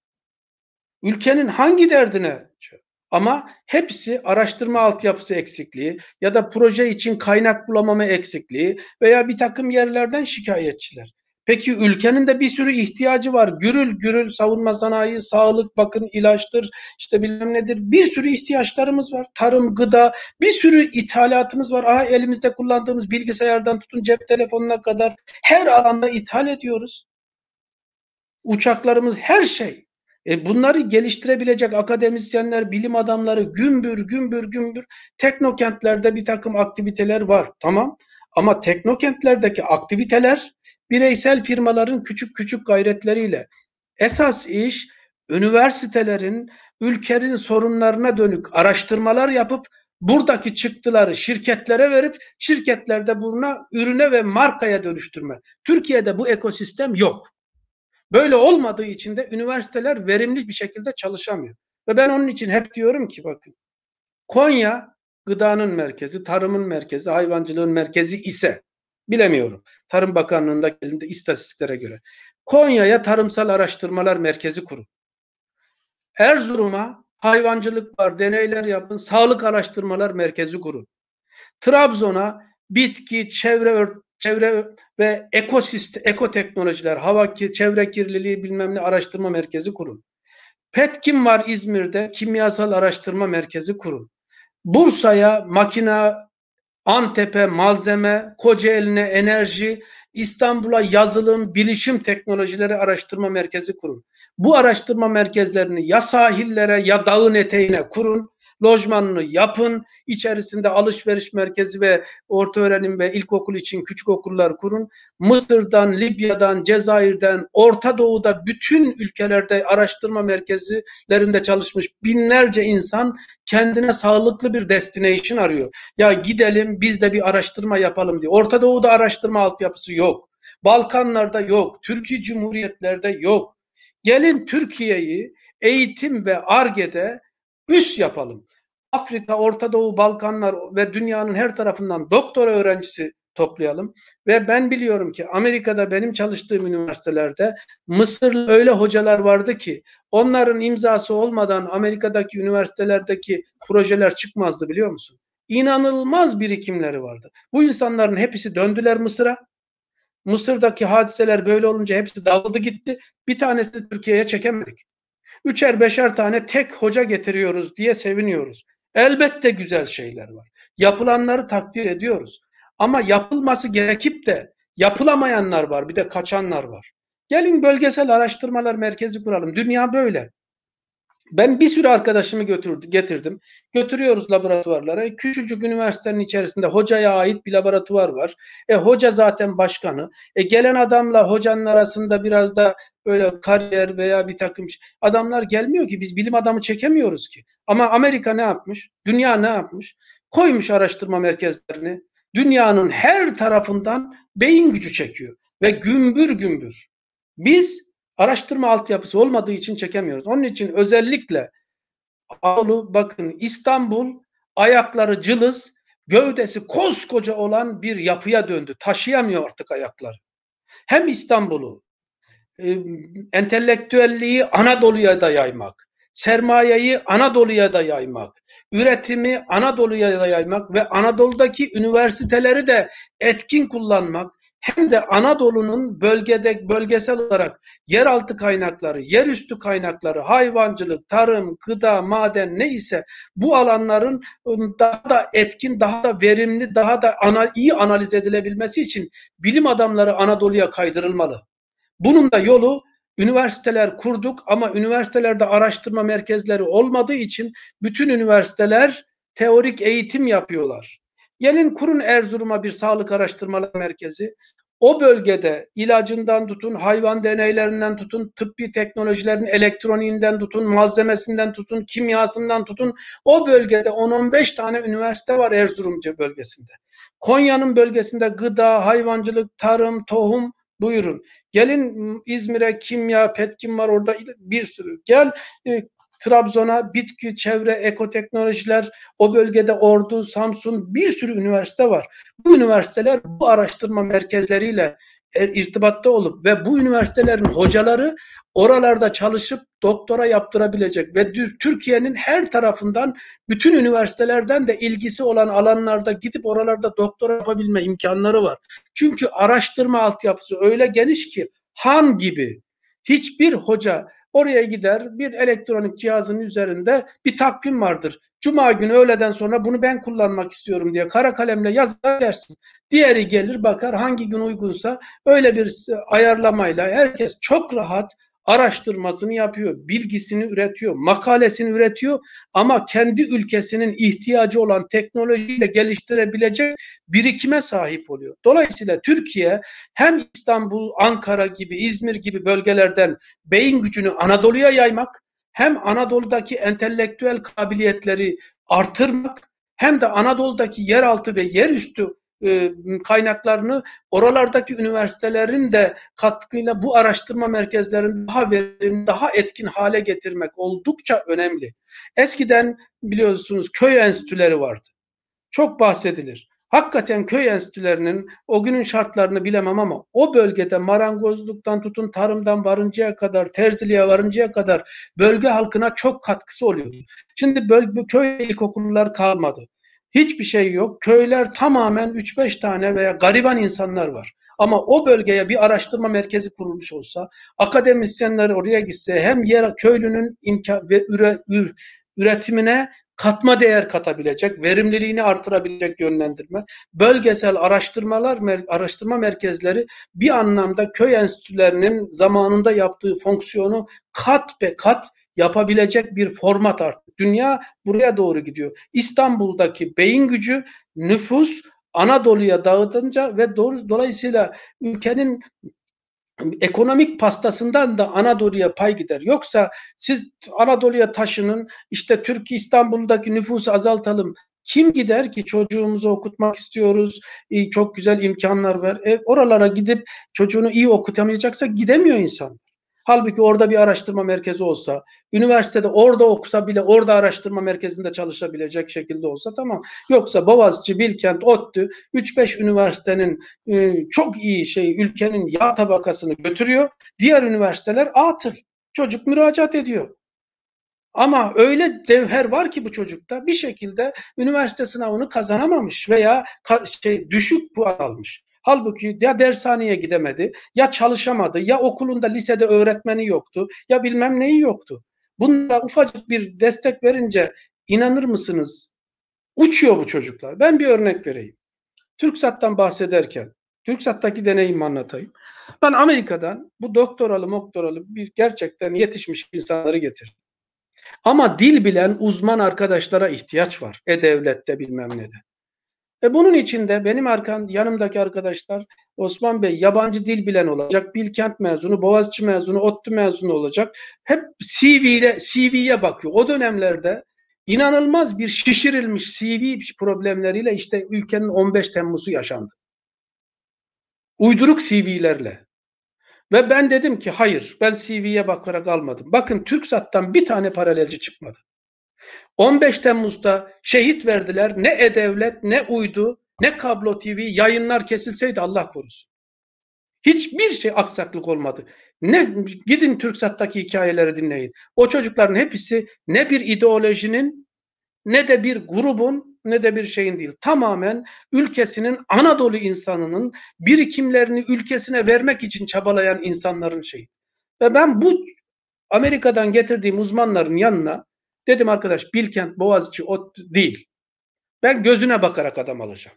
Ülkenin hangi derdine? Ama hepsi araştırma altyapısı eksikliği ya da proje için kaynak bulamama eksikliği veya bir takım yerlerden şikayetçiler. Peki ülkenin de bir sürü ihtiyacı var. Gürül gürül savunma sanayi, sağlık, bakın ilaçtır, işte bilmem nedir. Bir sürü ihtiyaçlarımız var. Tarım, gıda, bir sürü ithalatımız var. Aha, elimizde kullandığımız bilgisayardan tutun cep telefonuna kadar her alanda ithal ediyoruz. Uçaklarımız, her şey. E bunları geliştirebilecek akademisyenler, bilim adamları gümbür gümbür gümbür teknokentlerde bir takım aktiviteler var. Tamam. Ama teknokentlerdeki aktiviteler bireysel firmaların küçük küçük gayretleriyle. Esas iş üniversitelerin ülkenin sorunlarına dönük araştırmalar yapıp buradaki çıktıları şirketlere verip şirketlerde buna ürüne ve markaya dönüştürme. Türkiye'de bu ekosistem yok. Böyle olmadığı için de üniversiteler verimli bir şekilde çalışamıyor. Ve ben onun için hep diyorum ki bakın, Konya gıdanın merkezi, tarımın merkezi, hayvancılığın merkezi ise bilemiyorum. Tarım Bakanlığı'nda elinde istatistiklere göre. Konya'ya tarımsal araştırmalar merkezi kurun. Erzurum'a hayvancılık var, deneyler yapın, sağlık araştırmalar merkezi kurun. Trabzon'a bitki, çevre çevre ve ekosistem, ekoteknolojiler, hava, çevre kirliliği bilmem ne araştırma merkezi kurun. Petkim var İzmir'de, kimyasal araştırma merkezi kurun. Bursa'ya makina Antep'e malzeme, Kocaeli'ne enerji, İstanbul'a yazılım, bilişim teknolojileri araştırma merkezi kurun. Bu araştırma merkezlerini ya sahillere ya dağın eteğine kurun. Lojmanını yapın, içerisinde alışveriş merkezi ve orta öğrenim ve ilkokul için küçük okullar kurun. Mısır'dan, Libya'dan, Cezayir'den, Orta Doğu'da bütün ülkelerde araştırma merkezlerinde çalışmış binlerce insan kendine sağlıklı bir destination arıyor. Ya gidelim biz de bir araştırma yapalım diye. Orta Doğu'da araştırma altyapısı yok. Balkanlarda yok. Türkiye Cumhuriyetlerde yok. Gelin Türkiye'yi eğitim ve Ar-Ge'de üs yapalım. Afrika, Orta Doğu, Balkanlar ve dünyanın her tarafından doktora öğrencisi toplayalım. Ve ben biliyorum ki Amerika'da benim çalıştığım üniversitelerde Mısırlı öyle hocalar vardı ki onların imzası olmadan Amerika'daki üniversitelerdeki projeler çıkmazdı, biliyor musun? İnanılmaz birikimleri vardı. Bu insanların hepsi döndüler Mısır'a. Mısır'daki hadiseler böyle olunca hepsi dağıldı gitti. Bir tanesini Türkiye'ye çekemedik. Üçer beşer tane tek hoca getiriyoruz diye seviniyoruz. Elbette güzel şeyler var. Yapılanları takdir ediyoruz. Ama yapılması gerekip de yapılamayanlar var. Bir de kaçanlar var. Gelin bölgesel araştırmalar merkezi kuralım. Dünya böyle. Ben bir sürü arkadaşımı götürdüm, getirdim. Götürüyoruz laboratuvarlara. Küçücük üniversitenin içerisinde hocaya ait bir laboratuvar var. E, hoca zaten başkanı. E, gelen adamla hocanın arasında biraz da böyle kariyer veya bir takım adamlar gelmiyor ki. Biz bilim adamı çekemiyoruz ki. Ama Amerika ne yapmış? Dünya ne yapmış? Koymuş araştırma merkezlerini. Dünyanın her tarafından beyin gücü çekiyor. Ve gümbür gümbür. Biz araştırma altyapısı olmadığı için çekemiyoruz. Onun için özellikle Anadolu, bakın İstanbul ayakları cılız, gövdesi koskoca olan bir yapıya döndü. Taşıyamıyor artık ayakları. Hem İstanbul'u, e, entelektüelliği Anadolu'ya da yaymak, sermayeyi Anadolu'ya da yaymak, üretimi Anadolu'ya da yaymak ve Anadolu'daki üniversiteleri de etkin kullanmak, hem de Anadolu'nun bölgede bölgesel olarak yeraltı kaynakları, yerüstü kaynakları, hayvancılık, tarım, gıda, maden neyse bu alanların daha da etkin, daha da verimli, daha da ana, iyi analiz edilebilmesi için bilim adamları Anadolu'ya kaydırılmalı. Bunun da yolu üniversiteler kurduk ama üniversitelerde araştırma merkezleri olmadığı için bütün üniversiteler teorik eğitim yapıyorlar. Gelin kurun Erzurum'a bir sağlık araştırmaları merkezi. O bölgede ilacından tutun, hayvan deneylerinden tutun, tıbbi teknolojilerin elektroniğinden tutun, malzemesinden tutun, kimyasından tutun. O bölgede on on beş tane üniversite var Erzurumca bölgesinde. Konya'nın bölgesinde gıda, hayvancılık, tarım, tohum, buyurun. Gelin İzmir'e kimya, petkim var orada bir sürü. Gel e, Trabzon'a bitki, çevre, ekoteknolojiler, o bölgede Ordu, Samsun bir sürü üniversite var. Bu üniversiteler bu araştırma merkezleriyle irtibatta olup ve bu üniversitelerin hocaları oralarda çalışıp doktora yaptırabilecek ve Türkiye'nin her tarafından bütün üniversitelerden de ilgisi olan alanlarda gidip oralarda doktora yapabilme imkanları var. Çünkü araştırma altyapısı öyle geniş ki Han gibi hiçbir hoca oraya gider, bir elektronik cihazın üzerinde bir takvim vardır. Cuma günü öğleden sonra bunu ben kullanmak istiyorum diye kara kalemle yazar dersin. Diğeri gelir bakar hangi gün uygunsa öyle bir ayarlamayla herkes çok rahat araştırmasını yapıyor, bilgisini üretiyor, makalesini üretiyor ama kendi ülkesinin ihtiyacı olan teknolojiyle geliştirebilecek birikime sahip oluyor. Dolayısıyla Türkiye hem İstanbul, Ankara gibi, İzmir gibi bölgelerden beyin gücünü Anadolu'ya yaymak, hem Anadolu'daki entelektüel kabiliyetleri artırmak, hem de Anadolu'daki yeraltı ve yerüstü e, kaynaklarını oralardaki üniversitelerin de katkıyla bu araştırma merkezlerini daha verimli, daha etkin hale getirmek oldukça önemli. Eskiden biliyorsunuz köy enstitüleri vardı. Çok bahsedilir. Hakikaten köy enstitülerinin o günün şartlarını bilemem ama o bölgede marangozluktan tutun tarımdan varıncaya kadar, terziliğe varıncaya kadar bölge halkına çok katkısı oluyordu. Şimdi bölge, köy ilkokullar kalmadı. Hiçbir şey yok. Köyler tamamen üç beş tane veya gariban insanlar var. Ama o bölgeye bir araştırma merkezi kurulmuş olsa, akademisyenler oraya gitse hem yer köylünün imkan ve üre, üre, üretimine katma değer katabilecek, verimliliğini artırabilecek yönlendirme, bölgesel araştırmalar, araştırma merkezleri bir anlamda köy enstitülerinin zamanında yaptığı fonksiyonu kat be kat yapabilecek bir format artık. Dünya buraya doğru gidiyor. İstanbul'daki beyin gücü, nüfus Anadolu'ya dağıtınca ve doğru, dolayısıyla ülkenin ekonomik pastasından da Anadolu'ya pay gider. Yoksa siz Anadolu'ya taşının, işte Türkiye İstanbul'daki nüfusu azaltalım. Kim gider ki? Çocuğumuzu okutmak istiyoruz. Çok güzel imkanlar var. E, oralara gidip çocuğunu iyi okutamayacaksa gidemiyor insan. Halbuki orada bir araştırma merkezi olsa, üniversitede orada okusa bile orada araştırma merkezinde çalışabilecek şekilde olsa tamam. Yoksa Boğaziçi, Bilkent, ODTÜ üç beş üniversitenin e, çok iyi şey ülkenin yağ tabakasını götürüyor. Diğer üniversiteler atıl. Çocuk müracaat ediyor. Ama öyle cevher var ki bu çocukta bir şekilde üniversite sınavını kazanamamış veya ka şey düşük puan almış. Halbuki ya dershaneye gidemedi, ya çalışamadı, ya okulunda lisede öğretmeni yoktu, ya bilmem neyi yoktu. Bunlara ufacık bir destek verince inanır mısınız? Uçuyor bu çocuklar. Ben bir örnek vereyim. TürkSat'tan bahsederken, TürkSat'taki deneyimi anlatayım. Ben Amerika'dan bu doktoralı moktoralı bir gerçekten yetişmiş insanları getirdim. Ama dil bilen uzman arkadaşlara ihtiyaç var. E-Devlet'te bilmem ne de. E bunun için de benim arkam, yanımdaki arkadaşlar Osman Bey yabancı dil bilen olacak, Bilkent mezunu, Boğaziçi mezunu, ODTÜ mezunu olacak. Hep C V'ye C V'ye bakıyor. O dönemlerde inanılmaz bir şişirilmiş C V problemleriyle işte ülkenin on beş Temmuz'u yaşandı. Uyduruk C V'lerle. Ve ben dedim ki hayır, ben C V'ye bakarak almadım. Bakın TürkSat'tan bir tane paralelci çıkmadı. on beş Temmuz'da şehit verdiler. Ne E-Devlet, ne Uydu, ne Kablo T V yayınlar kesilseydi Allah korusun. Hiçbir şey aksaklık olmadı. Ne gidin TürkSat'taki hikayeleri dinleyin. O çocukların hepsi ne bir ideolojinin ne de bir grubun ne de bir şeyin değil. Tamamen ülkesinin Anadolu insanının birikimlerini ülkesine vermek için çabalayan insanların şeyi. Ve ben bu Amerika'dan getirdiğim uzmanların yanına dedim arkadaş Bilkent, Boğaziçi o değil. Ben gözüne bakarak adam alacağım.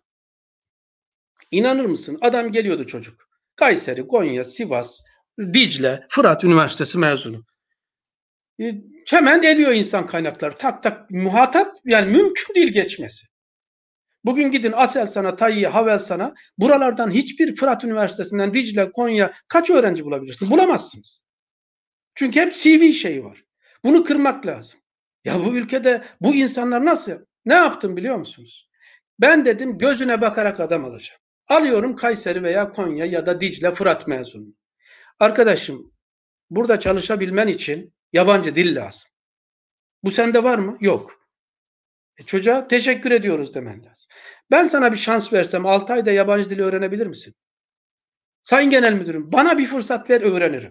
İnanır mısın? Adam geliyordu çocuk. Kayseri, Konya, Sivas, Dicle, Fırat Üniversitesi mezunu. E, hemen eliyor insan kaynakları. Tak tak muhatap yani mümkün değil geçmesi. Bugün gidin Aselsan'a, Tayyi'ye, Havelsan'a buralardan hiçbir Fırat Üniversitesi'nden Dicle, Konya kaç öğrenci bulabilirsiniz? Bulamazsınız. Çünkü hep C V şeyi var. Bunu kırmak lazım. Ya bu ülkede bu insanlar nasıl? Ne yaptım biliyor musunuz? Ben dedim gözüne bakarak adam alacağım. Alıyorum Kayseri veya Konya ya da Dicle Fırat mezunu. Arkadaşım burada çalışabilmen için yabancı dil lazım. Bu sende var mı? Yok. E çocuğa teşekkür ediyoruz demen lazım. Ben sana bir şans versem altı ayda yabancı dili öğrenebilir misin? Sayın Genel Müdürüm bana bir fırsat ver öğrenirim.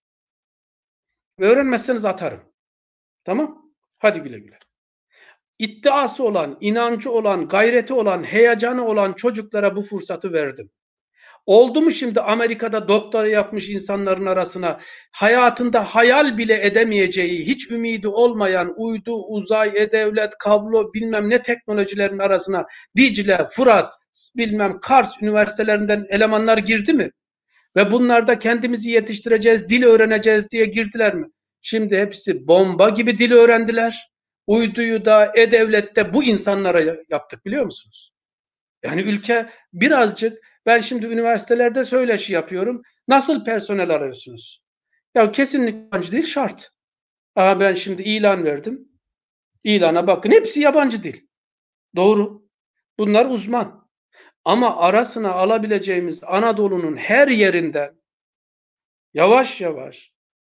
Ve öğrenmezseniz atarım. Tamam? Hadi güle güle. İddiası olan, inancı olan, gayreti olan, heyecanı olan çocuklara bu fırsatı verdim. Oldu mu şimdi Amerika'da doktora yapmış insanların arasına hayatında hayal bile edemeyeceği, hiç ümidi olmayan uydu, uzay, e-devlet, kablo bilmem ne teknolojilerin arasına Dicle, Fırat, bilmem Kars üniversitelerinden elemanlar girdi mi? Ve bunlarda kendimizi yetiştireceğiz, dil öğreneceğiz diye girdiler mi? Şimdi hepsi bomba gibi dil öğrendiler. Uyduyu da E-Devlet'te bu insanlara yaptık biliyor musunuz? Yani ülke birazcık ben şimdi üniversitelerde söyleşi yapıyorum. Nasıl personel arıyorsunuz? Ya kesinlikle yabancı dil şart. Aha ben şimdi ilan verdim. İlana bakın hepsi yabancı dil. Doğru. Bunlar uzman. Ama arasına alabileceğimiz Anadolu'nun her yerinden yavaş yavaş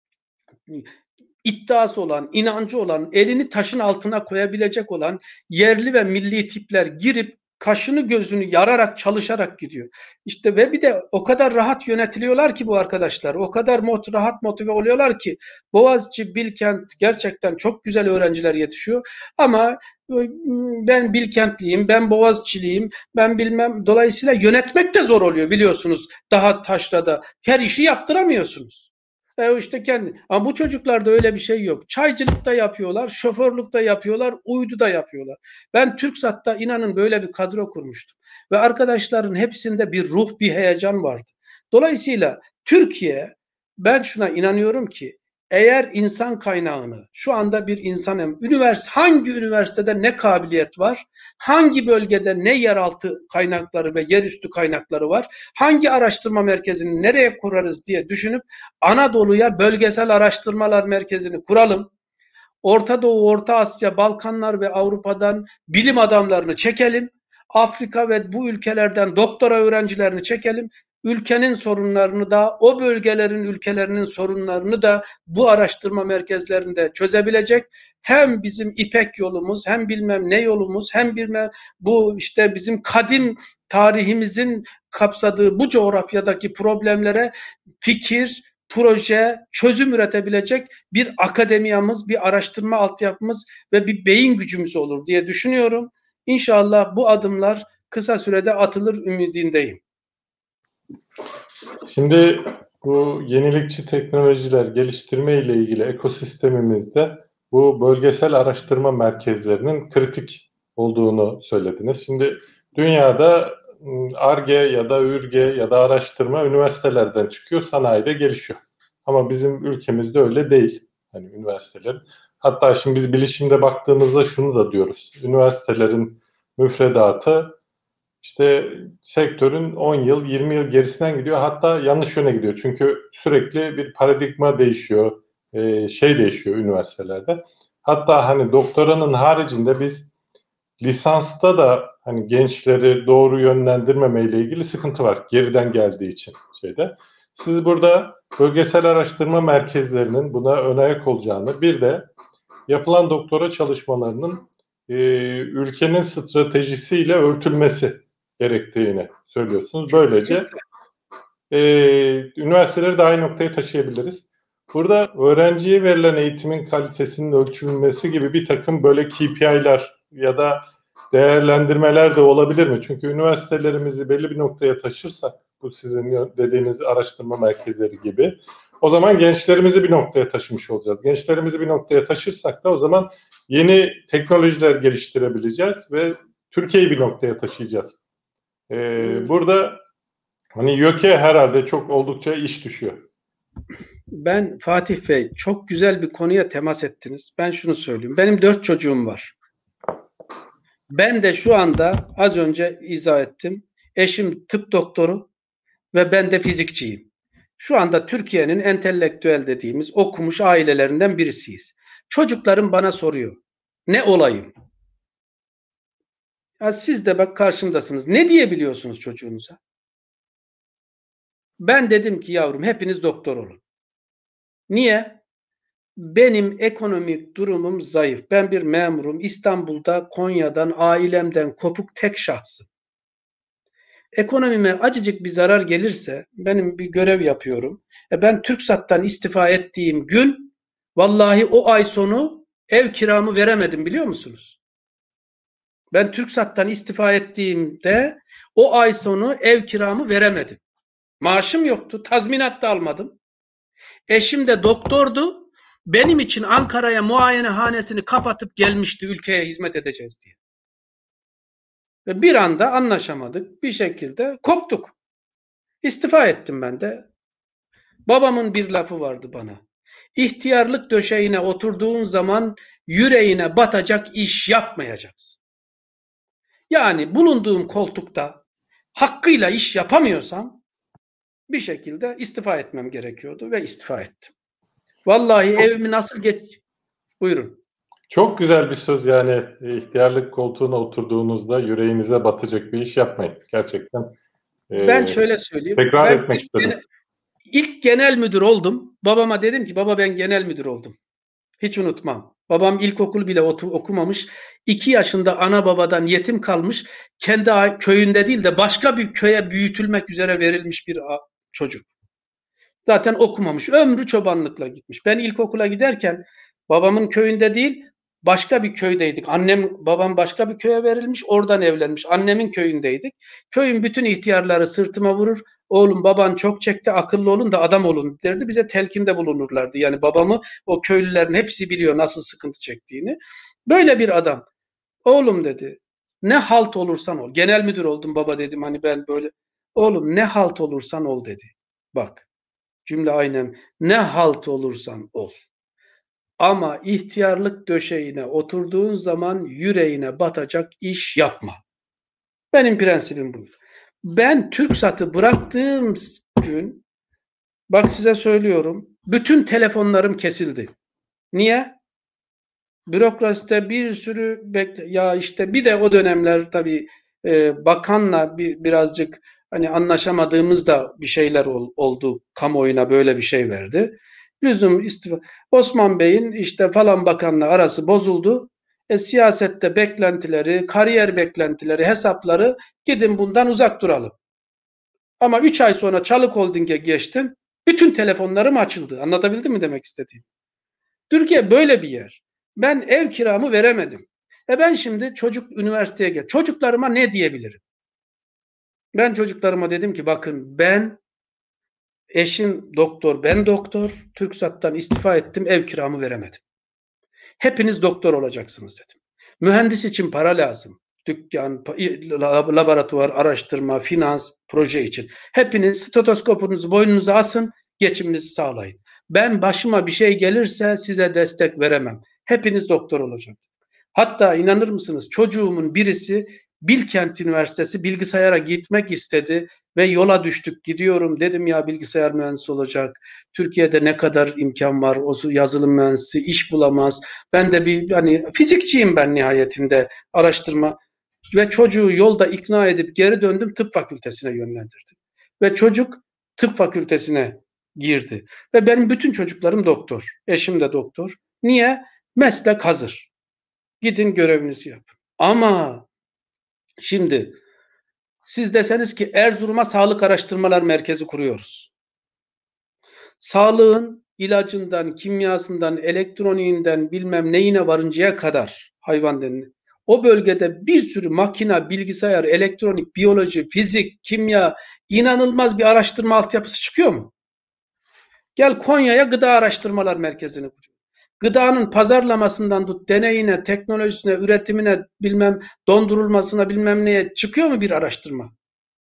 iddiası olan, inancı olan, elini taşın altına koyabilecek olan yerli ve milli tipler girip kaşını gözünü yararak çalışarak gidiyor. İşte ve bir de o kadar rahat yönetiliyorlar ki bu arkadaşlar. O kadar mot rahat motive oluyorlar ki Boğaziçi, Bilkent gerçekten çok güzel öğrenciler yetişiyor. Ama ben Bilkentliyim, ben Boğaziçi'liyim, ben bilmem. Dolayısıyla yönetmek de zor oluyor biliyorsunuz. Daha taşrada her işi yaptıramıyorsunuz. E işte kendi. Ama bu çocuklarda öyle bir şey yok. Çaycılık da yapıyorlar, şoförlük de yapıyorlar, uydu da yapıyorlar. Ben TürkSat'ta inanın böyle bir kadro kurmuştum. Ve arkadaşların hepsinde bir ruh, bir heyecan vardı. Dolayısıyla Türkiye, ben şuna inanıyorum ki eğer insan kaynağını şu anda bir insan üniversite hangi üniversitede ne kabiliyet var? Hangi bölgede ne yeraltı kaynakları ve yerüstü kaynakları var? Hangi araştırma merkezini nereye kurarız diye düşünüp Anadolu'ya bölgesel araştırmalar merkezini kuralım. Orta Doğu, Orta Asya, Balkanlar ve Avrupa'dan bilim adamlarını çekelim. Afrika ve bu ülkelerden doktora öğrencilerini çekelim. Ülkenin sorunlarını da, o bölgelerin ülkelerinin sorunlarını da bu araştırma merkezlerinde çözebilecek. Hem bizim İpek yolumuz, hem bilmem ne yolumuz, hem bilmem bu işte bizim kadim tarihimizin kapsadığı bu coğrafyadaki problemlere fikir, proje, çözüm üretebilecek bir akademiyamız, bir araştırma altyapımız ve bir beyin gücümüz olur diye düşünüyorum. İnşallah bu adımlar kısa sürede atılır ümidindeyim. Şimdi bu yenilikçi teknolojiler geliştirme ile ilgili ekosistemimizde bu bölgesel araştırma merkezlerinin kritik olduğunu söylediniz. Şimdi dünyada Ar-Ge ya da Ür-Ge ya da araştırma üniversitelerden çıkıyor, sanayide gelişiyor. Ama bizim ülkemizde öyle değil. Hani üniversitelerin. Hatta şimdi biz bilişimde baktığımızda şunu da diyoruz. Üniversitelerin müfredatı işte sektörün on yıl, yirmi yıl gerisinden gidiyor. Hatta yanlış yöne gidiyor. Çünkü sürekli bir paradigma değişiyor, e, şey değişiyor üniversitelerde. Hatta hani doktoranın haricinde biz lisansta da hani gençleri doğru yönlendirmeme ile ilgili sıkıntı var. Geriden geldiği için şeyde. Siz burada bölgesel araştırma merkezlerinin buna ön ayak olacağını, bir de yapılan doktora çalışmalarının e, ülkenin stratejisiyle örtülmesi gerektiğini söylüyorsunuz. Böylece e, üniversiteleri de aynı noktaya taşıyabiliriz. Burada öğrenciye verilen eğitimin kalitesinin ölçülmesi gibi bir takım böyle K P I'ler ya da değerlendirmeler de olabilir mi? Çünkü üniversitelerimizi belli bir noktaya taşırsak, bu sizin dediğiniz araştırma merkezleri gibi, o zaman gençlerimizi bir noktaya taşımış olacağız. Gençlerimizi bir noktaya taşırsak da o zaman yeni teknolojiler geliştirebileceğiz ve Türkiye'yi bir noktaya taşıyacağız. Ee, burada hani YÖK'e herhalde çok oldukça iş düşüyor. Ben Fatih Bey, çok güzel bir konuya temas ettiniz. Ben şunu söyleyeyim. Benim dört çocuğum var. Ben de şu anda az önce izah ettim. Eşim tıp doktoru ve ben de fizikçiyim. Şu anda Türkiye'nin entelektüel dediğimiz okumuş ailelerinden birisiyiz. Çocuklarım bana soruyor. Ne olayım? Ya siz de bak karşımdasınız. Ne diyebiliyorsunuz çocuğunuza? Ben dedim ki yavrum hepiniz doktor olun. Niye? Benim ekonomik durumum zayıf. Ben bir memurum. İstanbul'da, Konya'dan, ailemden kopuk tek şahsım. Ekonomime acıcık bir zarar gelirse benim bir görev yapıyorum. E ben TürkSat'tan istifa ettiğim gün vallahi o ay sonu ev kiramı veremedim biliyor musunuz? Ben TürkSat'tan istifa ettiğimde o ay sonu ev kiramı veremedim. Maaşım yoktu, tazminat da almadım. Eşim de doktordu. Benim için Ankara'ya muayenehanesini kapatıp gelmişti ülkeye hizmet edeceğiz diye. Ve bir anda anlaşamadık. Bir şekilde koptuk. İstifa ettim ben de. Babamın bir lafı vardı bana. İhtiyarlık döşeğine oturduğun zaman yüreğine batacak iş yapmayacaksın. Yani bulunduğum koltukta hakkıyla iş yapamıyorsam bir şekilde istifa etmem gerekiyordu ve istifa ettim. Vallahi evimi nasıl geç... Buyurun. Çok güzel bir söz yani, ihtiyarlık koltuğuna oturduğunuzda yüreğinize batacak bir iş yapmayın. Gerçekten. E, Ben şöyle söyleyeyim. tekrar Ben etmek ilk, istedim. gene, ilk genel müdür oldum. Babama dedim ki baba ben genel müdür oldum. Hiç unutmam. Babam ilkokul bile okumamış. İki yaşında ana babadan yetim kalmış. Kendi köyünde değil de başka bir köye büyütülmek üzere verilmiş bir çocuk. Zaten okumamış. Ömrü çobanlıkla gitmiş. Ben ilkokula giderken babamın köyünde değil başka bir köydeydik. Annem, babam başka bir köye verilmiş, oradan evlenmiş. Annemin köyündeydik. Köyün bütün ihtiyarları sırtıma vurur. Oğlum baban çok çekti, akıllı olun da adam olun derdi. Bize telkinde bulunurlardı. Yani babamı o köylülerin hepsi biliyor nasıl sıkıntı çektiğini. Böyle bir adam. Oğlum dedi, ne halt olursan ol. Genel müdür oldum baba dedim, hani ben böyle. Oğlum ne halt olursan ol dedi. Bak, cümle aynen. Ne halt olursan ol. Ama ihtiyarlık döşeğine oturduğun zaman yüreğine batacak iş yapma. Benim prensibim bu. Ben TürkSat'ı bıraktığım gün, bak size söylüyorum, bütün telefonlarım kesildi. Niye? Bürokraside bir sürü bekle, ya işte bir de o dönemler tabii e, bakanla bir, birazcık hani anlaşamadığımız da bir şeyler ol, oldu. Kamuoyuna böyle bir şey verdi. Lüzum istifa. Osman Bey'in işte falan bakanla arası bozuldu. E, siyasette beklentileri, kariyer beklentileri, hesapları, gidin bundan uzak duralım. Ama üç ay sonra Çalık Holding'e geçtim. Bütün telefonlarım açıldı. Anlatabildim mi demek istediğim? Türkiye böyle bir yer. Ben ev kiramı veremedim. E ben şimdi çocuk üniversiteye gel. Çocuklarıma ne diyebilirim? Ben çocuklarıma dedim ki bakın, ben eşim doktor, ben doktor. TürkSat'tan istifa ettim, ev kiramı veremedim. Hepiniz doktor olacaksınız dedim. Mühendis için para lazım. Dükkan, laboratuvar, araştırma, finans, proje için. Hepiniz stetoskopunuzu boynunuza asın, geçiminizi sağlayın. Ben başıma bir şey gelirse size destek veremem. Hepiniz doktor olacak. Hatta inanır mısınız, çocuğumun birisi Bilkent Üniversitesi bilgisayara gitmek istedi ve yola düştük, gidiyorum dedim ya, bilgisayar mühendisi olacak. Türkiye'de ne kadar imkan var, o yazılım mühendisi iş bulamaz. Ben de bir hani fizikçiyim ben nihayetinde, araştırma, ve çocuğu yolda ikna edip geri döndüm, tıp fakültesine yönlendirdim. Ve çocuk tıp fakültesine girdi. Ve benim bütün çocuklarım doktor. Eşim de doktor. Niye? Meslek hazır. Gidin görevinizi yapın. Ama şimdi siz deseniz ki Erzurum'a Sağlık Araştırmalar Merkezi kuruyoruz. Sağlığın ilacından, kimyasından, elektroniğinden bilmem neyine varıncaya kadar, hayvan denili, o bölgede bir sürü makina, bilgisayar, elektronik, biyoloji, fizik, kimya, inanılmaz bir araştırma altyapısı çıkıyor mu? Gel Konya'ya Gıda Araştırmalar Merkezi'ni kur. Gıdanın pazarlamasından tut, deneyine, teknolojisine, üretimine, bilmem dondurulmasına, bilmem neye çıkıyor mu bir araştırma?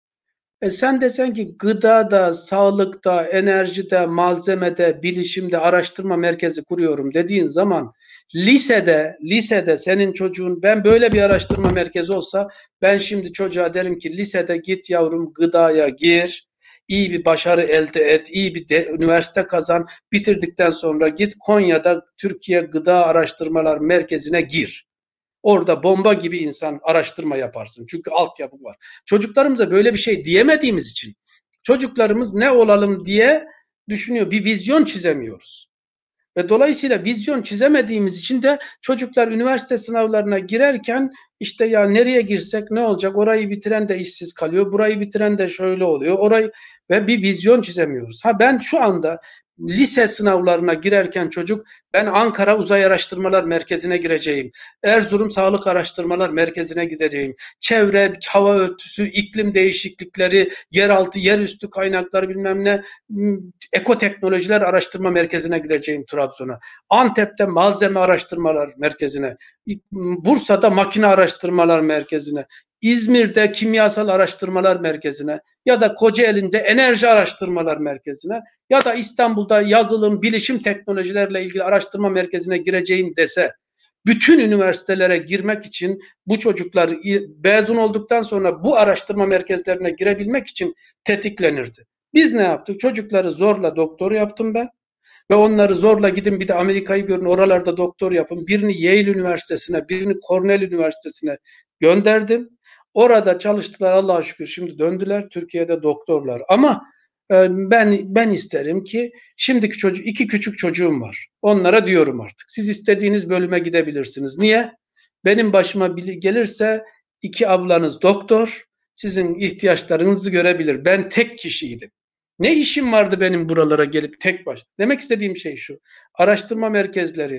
E sen desen ki gıdada, sağlıkta, enerjide, malzemede, bilişimde araştırma merkezi kuruyorum dediğin zaman, lisede, lisede senin çocuğun, ben böyle bir araştırma merkezi olsa, ben şimdi çocuğa derim ki lisede git yavrum, gıdaya gir, iyi bir başarı elde et, iyi bir de, üniversite kazan, bitirdikten sonra git Konya'da Türkiye Gıda Araştırmalar Merkezi'ne gir. Orada bomba gibi insan araştırma yaparsın. Çünkü altyapı var. Çocuklarımıza böyle bir şey diyemediğimiz için çocuklarımız ne olalım diye düşünüyor. Bir vizyon çizemiyoruz. Ve dolayısıyla vizyon çizemediğimiz için de çocuklar üniversite sınavlarına girerken işte ya nereye girsek ne olacak? Orayı bitiren de işsiz kalıyor. Burayı bitiren de şöyle oluyor. Orayı, ve bir vizyon çizemiyoruz. Ha ben şu anda lise sınavlarına girerken çocuk, ben Ankara Uzay Araştırmalar Merkezi'ne gireceğim. Erzurum Sağlık Araştırmalar Merkezi'ne gideceğim. Çevre, hava örtüsü, iklim değişiklikleri, yeraltı, yerüstü kaynakları bilmem ne, ekoteknolojiler araştırma merkezine gireceğim Trabzon'a. Antep'te malzeme araştırmalar merkezine. Bursa'da makine araştırmalar merkezine. İzmir'de kimyasal araştırmalar merkezine, ya da Kocaeli'nde enerji araştırmalar merkezine, ya da İstanbul'da yazılım, bilişim teknolojilerle ilgili araştırma merkezine gireceğim dese, bütün üniversitelere girmek için bu çocuklar mezun olduktan sonra bu araştırma merkezlerine girebilmek için tetiklenirdi. Biz ne yaptık? Çocukları zorla doktor yaptım ben. Ve onları zorla gidin bir de Amerika'yı görün, oralarda doktor yapın. Birini Yale Üniversitesi'ne, birini Cornell Üniversitesi'ne gönderdim. Orada çalıştılar, Allah'a şükür şimdi döndüler, Türkiye'de doktorlar. Ama e, ben ben isterim ki şimdiki çocuk, iki küçük çocuğum var. Onlara diyorum artık, siz istediğiniz bölüme gidebilirsiniz. Niye? Benim başıma gelirse iki ablanız doktor, sizin ihtiyaçlarınızı görebilir. Ben tek kişiydim. Ne işim vardı benim buralara gelip tek baş? Demek istediğim şey şu: araştırma merkezleri,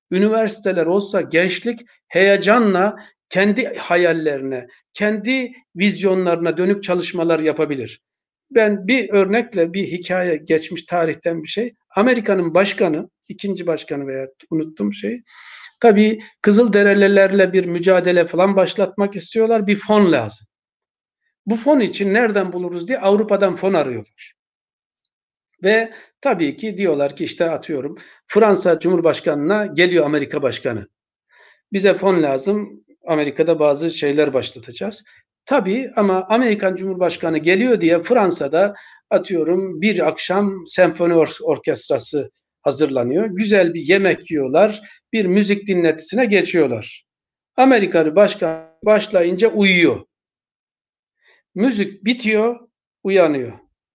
üniversiteler olsa gençlik heyecanla kendi hayallerine, kendi vizyonlarına dönük çalışmalar yapabilir. Ben bir örnekle bir hikaye, geçmiş tarihten bir şey. Amerika'nın başkanı, ikinci başkanı veya unuttum şey. Tabii Kızılderililerle bir mücadele falan başlatmak istiyorlar. Bir fon lazım. Bu fon için nereden buluruz diye Avrupa'dan fon arıyorlar. Ve tabii ki diyorlar ki işte atıyorum Fransa Cumhurbaşkanı'na geliyor Amerika Başkanı. Bize fon lazım. Amerika'da bazı şeyler başlatacağız. Tabii ama Amerikan Cumhurbaşkanı geliyor diye Fransa'da atıyorum bir akşam senfoni or- orkestrası hazırlanıyor. Güzel bir yemek yiyorlar. Bir müzik dinletisine geçiyorlar. Amerikalı başkan başlayınca uyuyor. Müzik bitiyor, uyanıyor.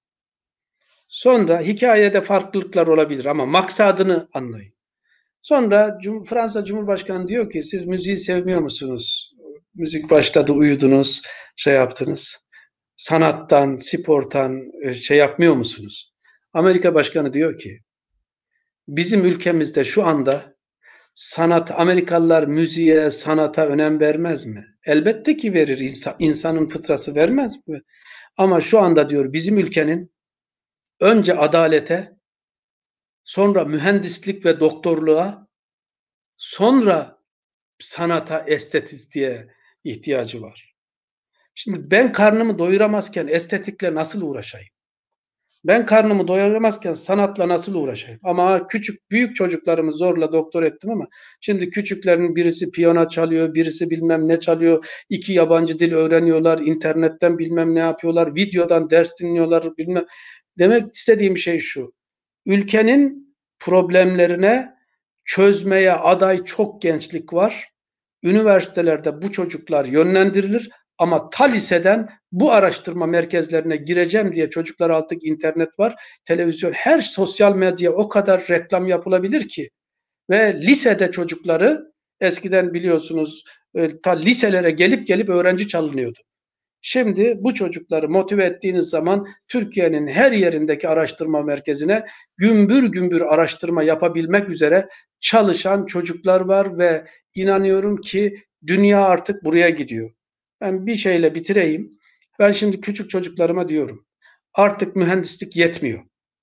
Sonra hikayede farklılıklar olabilir ama maksadını anlayın. Sonra Cum Fransa Cumhurbaşkanı diyor ki siz müziği sevmiyor musunuz? Müzik başladı, uyudunuz, şey yaptınız. Sanattan, sportan şey yapmıyor musunuz? Amerika Başkanı diyor ki bizim ülkemizde şu anda sanat, Amerikalılar müziğe, sanata önem vermez mi? Elbette ki verir. İnsan, insanın fıtrası vermez mi? Ama şu anda diyor bizim ülkenin önce adalete, sonra mühendislik ve doktorluğa, sonra sanata, estetiğe ihtiyacı var. Şimdi ben karnımı doyuramazken estetikle nasıl uğraşayım? Ben karnımı doyuramazken sanatla nasıl uğraşayım? Ama küçük, büyük çocuklarımı zorla doktor ettim ama şimdi küçüklerin birisi piyano çalıyor, birisi bilmem ne çalıyor, iki yabancı dil öğreniyorlar, internetten bilmem ne yapıyorlar, videodan ders dinliyorlar, bilmem. Demek istediğim şey şu, ülkenin problemlerine çözmeye aday çok gençlik var. Üniversitelerde bu çocuklar yönlendirilir ama ta liseden bu araştırma merkezlerine gireceğim diye çocuklar artık internet var, televizyon, her sosyal medya o kadar reklam yapılabilir ki ve lisede çocukları eskiden biliyorsunuz ta liselere gelip gelip öğrenci çalınıyordu. Şimdi bu çocukları motive ettiğiniz zaman Türkiye'nin her yerindeki araştırma merkezine gümbür gümbür araştırma yapabilmek üzere çalışan çocuklar var ve inanıyorum ki dünya artık buraya gidiyor. Ben bir şeyle bitireyim. Ben şimdi küçük çocuklarıma diyorum. Artık mühendislik yetmiyor.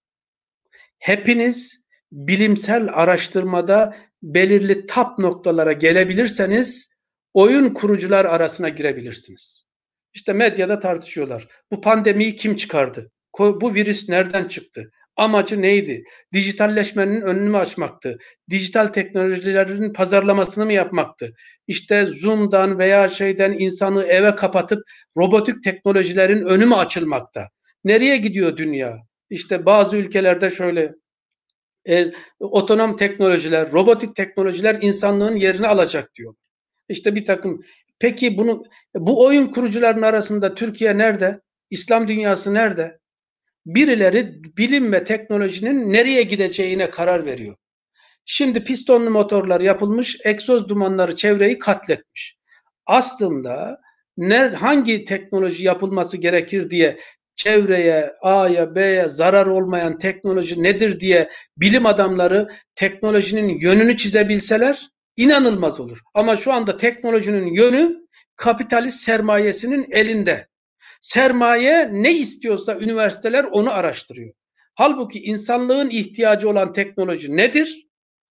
Hepiniz bilimsel araştırmada belirli tap noktalara gelebilirseniz oyun kurucular arasına girebilirsiniz. İşte medyada tartışıyorlar. Bu pandemiyi kim çıkardı? Bu virüs nereden çıktı? Amacı neydi? Dijitalleşmenin önünü mü açmaktı? Dijital teknolojilerin pazarlamasını mı yapmaktı? İşte Zoom'dan veya şeyden insanı eve kapatıp robotik teknolojilerin önü mü açılmakta? Nereye gidiyor dünya? İşte bazı ülkelerde şöyle e, otonom teknolojiler, robotik teknolojiler insanlığın yerini alacak diyor. İşte bir takım. Peki bunu bu oyun kurucuların arasında Türkiye nerede? İslam dünyası nerede? Birileri bilim ve teknolojinin nereye gideceğine karar veriyor. Şimdi pistonlu motorlar yapılmış, egzoz dumanları çevreyi katletmiş. Aslında ne, hangi teknoloji yapılması gerekir diye çevreye, A'ya, B'ye zarar olmayan teknoloji nedir diye bilim adamları teknolojinin yönünü çizebilseler inanılmaz olur. Ama şu anda teknolojinin yönü kapitalist sermayesinin elinde. Sermaye ne istiyorsa üniversiteler onu araştırıyor. Halbuki insanlığın ihtiyacı olan teknoloji nedir?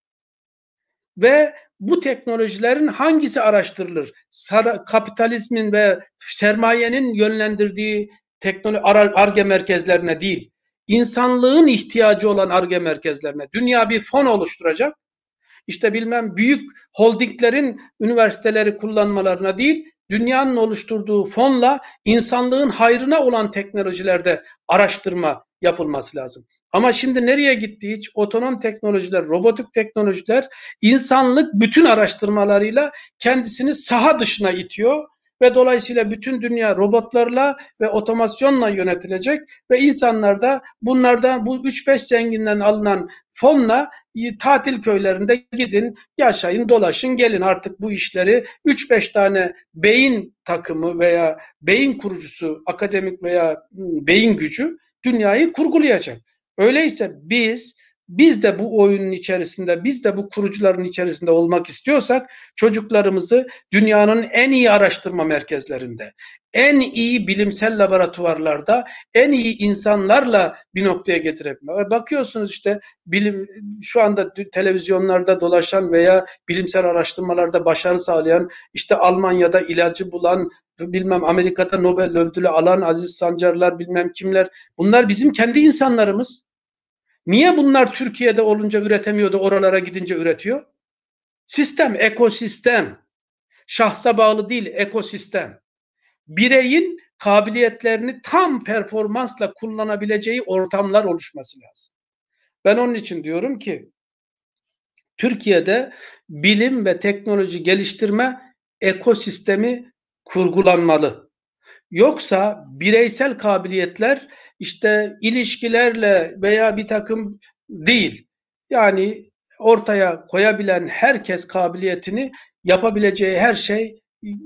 Ve bu teknolojilerin hangisi araştırılır? Kapitalizmin ve sermayenin yönlendirdiği teknoloji Ar-Ge merkezlerine değil, insanlığın ihtiyacı olan Ar-Ge merkezlerine. Dünya bir fon oluşturacak. İşte bilmem büyük holdinglerin üniversiteleri kullanmalarına değil, dünyanın oluşturduğu fonla insanlığın hayrına olan teknolojilerde araştırma yapılması lazım. Ama şimdi nereye gitti hiç? Otonom teknolojiler, robotik teknolojiler insanlık bütün araştırmalarıyla kendisini saha dışına itiyor ve dolayısıyla bütün dünya robotlarla ve otomasyonla yönetilecek ve insanlar da bunlardan bu üç beş zenginden alınan fonla tatil köylerinde gidin, yaşayın, dolaşın, gelin artık bu işleri üç beş tane beyin takımı veya beyin kurucusu, akademik veya beyin gücü dünyayı kurgulayacak. Öyleyse biz biz de bu oyunun içerisinde, biz de bu kurucuların içerisinde olmak istiyorsak çocuklarımızı dünyanın en iyi araştırma merkezlerinde, en iyi bilimsel laboratuvarlarda, en iyi insanlarla bir noktaya getirebilmek. Bakıyorsunuz işte bilim şu anda televizyonlarda dolaşan veya bilimsel araştırmalarda başarı sağlayan, işte Almanya'da ilacı bulan, bilmem Amerika'da Nobel ödülü alan Aziz Sancarlar, bilmem kimler. Bunlar bizim kendi insanlarımız. Niye bunlar Türkiye'de olunca üretemiyor da oralara gidince üretiyor? Sistem, ekosistem. Şahsa bağlı değil, ekosistem. Bireyin kabiliyetlerini tam performansla kullanabileceği ortamlar oluşması lazım. Ben onun için diyorum ki Türkiye'de bilim ve teknoloji geliştirme ekosistemi kurgulanmalı. Yoksa bireysel kabiliyetler işte ilişkilerle veya bir takım değil. Yani ortaya koyabilen herkes kabiliyetini yapabileceği her şey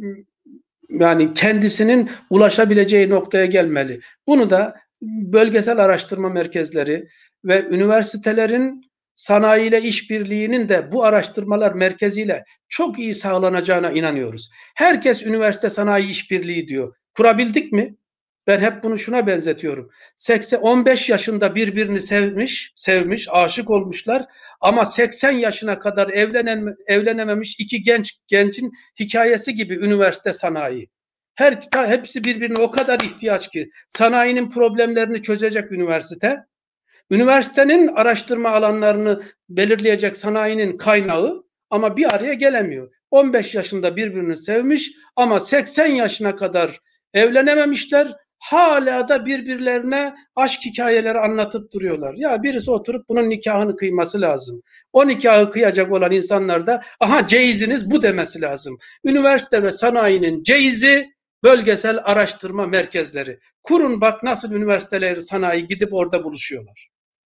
yani kendisinin ulaşabileceği noktaya gelmeli. Bunu da bölgesel araştırma merkezleri ve üniversitelerin sanayiyle işbirliğinin de bu araştırmalar merkeziyle çok iyi sağlanacağına inanıyoruz. Herkes üniversite sanayi işbirliği diyor. Kurabildik mi? Ben hep bunu şuna benzetiyorum. seksen on beş yaşında birbirini sevmiş, sevmiş, aşık olmuşlar ama seksen yaşına kadar evlenen, evlenememiş iki genç gencin hikayesi gibi üniversite sanayi. Her hepsi birbirine o kadar ihtiyaç ki sanayinin problemlerini çözecek üniversite. Üniversitenin araştırma alanlarını belirleyecek sanayinin kaynağı ama bir araya gelemiyor. on beş yaşında birbirini sevmiş ama seksen yaşına kadar evlenememişler. Hala da birbirlerine aşk hikayeleri anlatıp duruyorlar. Ya birisi oturup bunun nikahını kıyması lazım. O nikahı kıyacak olan insanlar da aha ceiziniz bu demesi lazım. Üniversite ve sanayinin ceizi bölgesel araştırma merkezleri. Kurun bak nasıl üniversiteleri, sanayi gidip orada buluşuyorlar.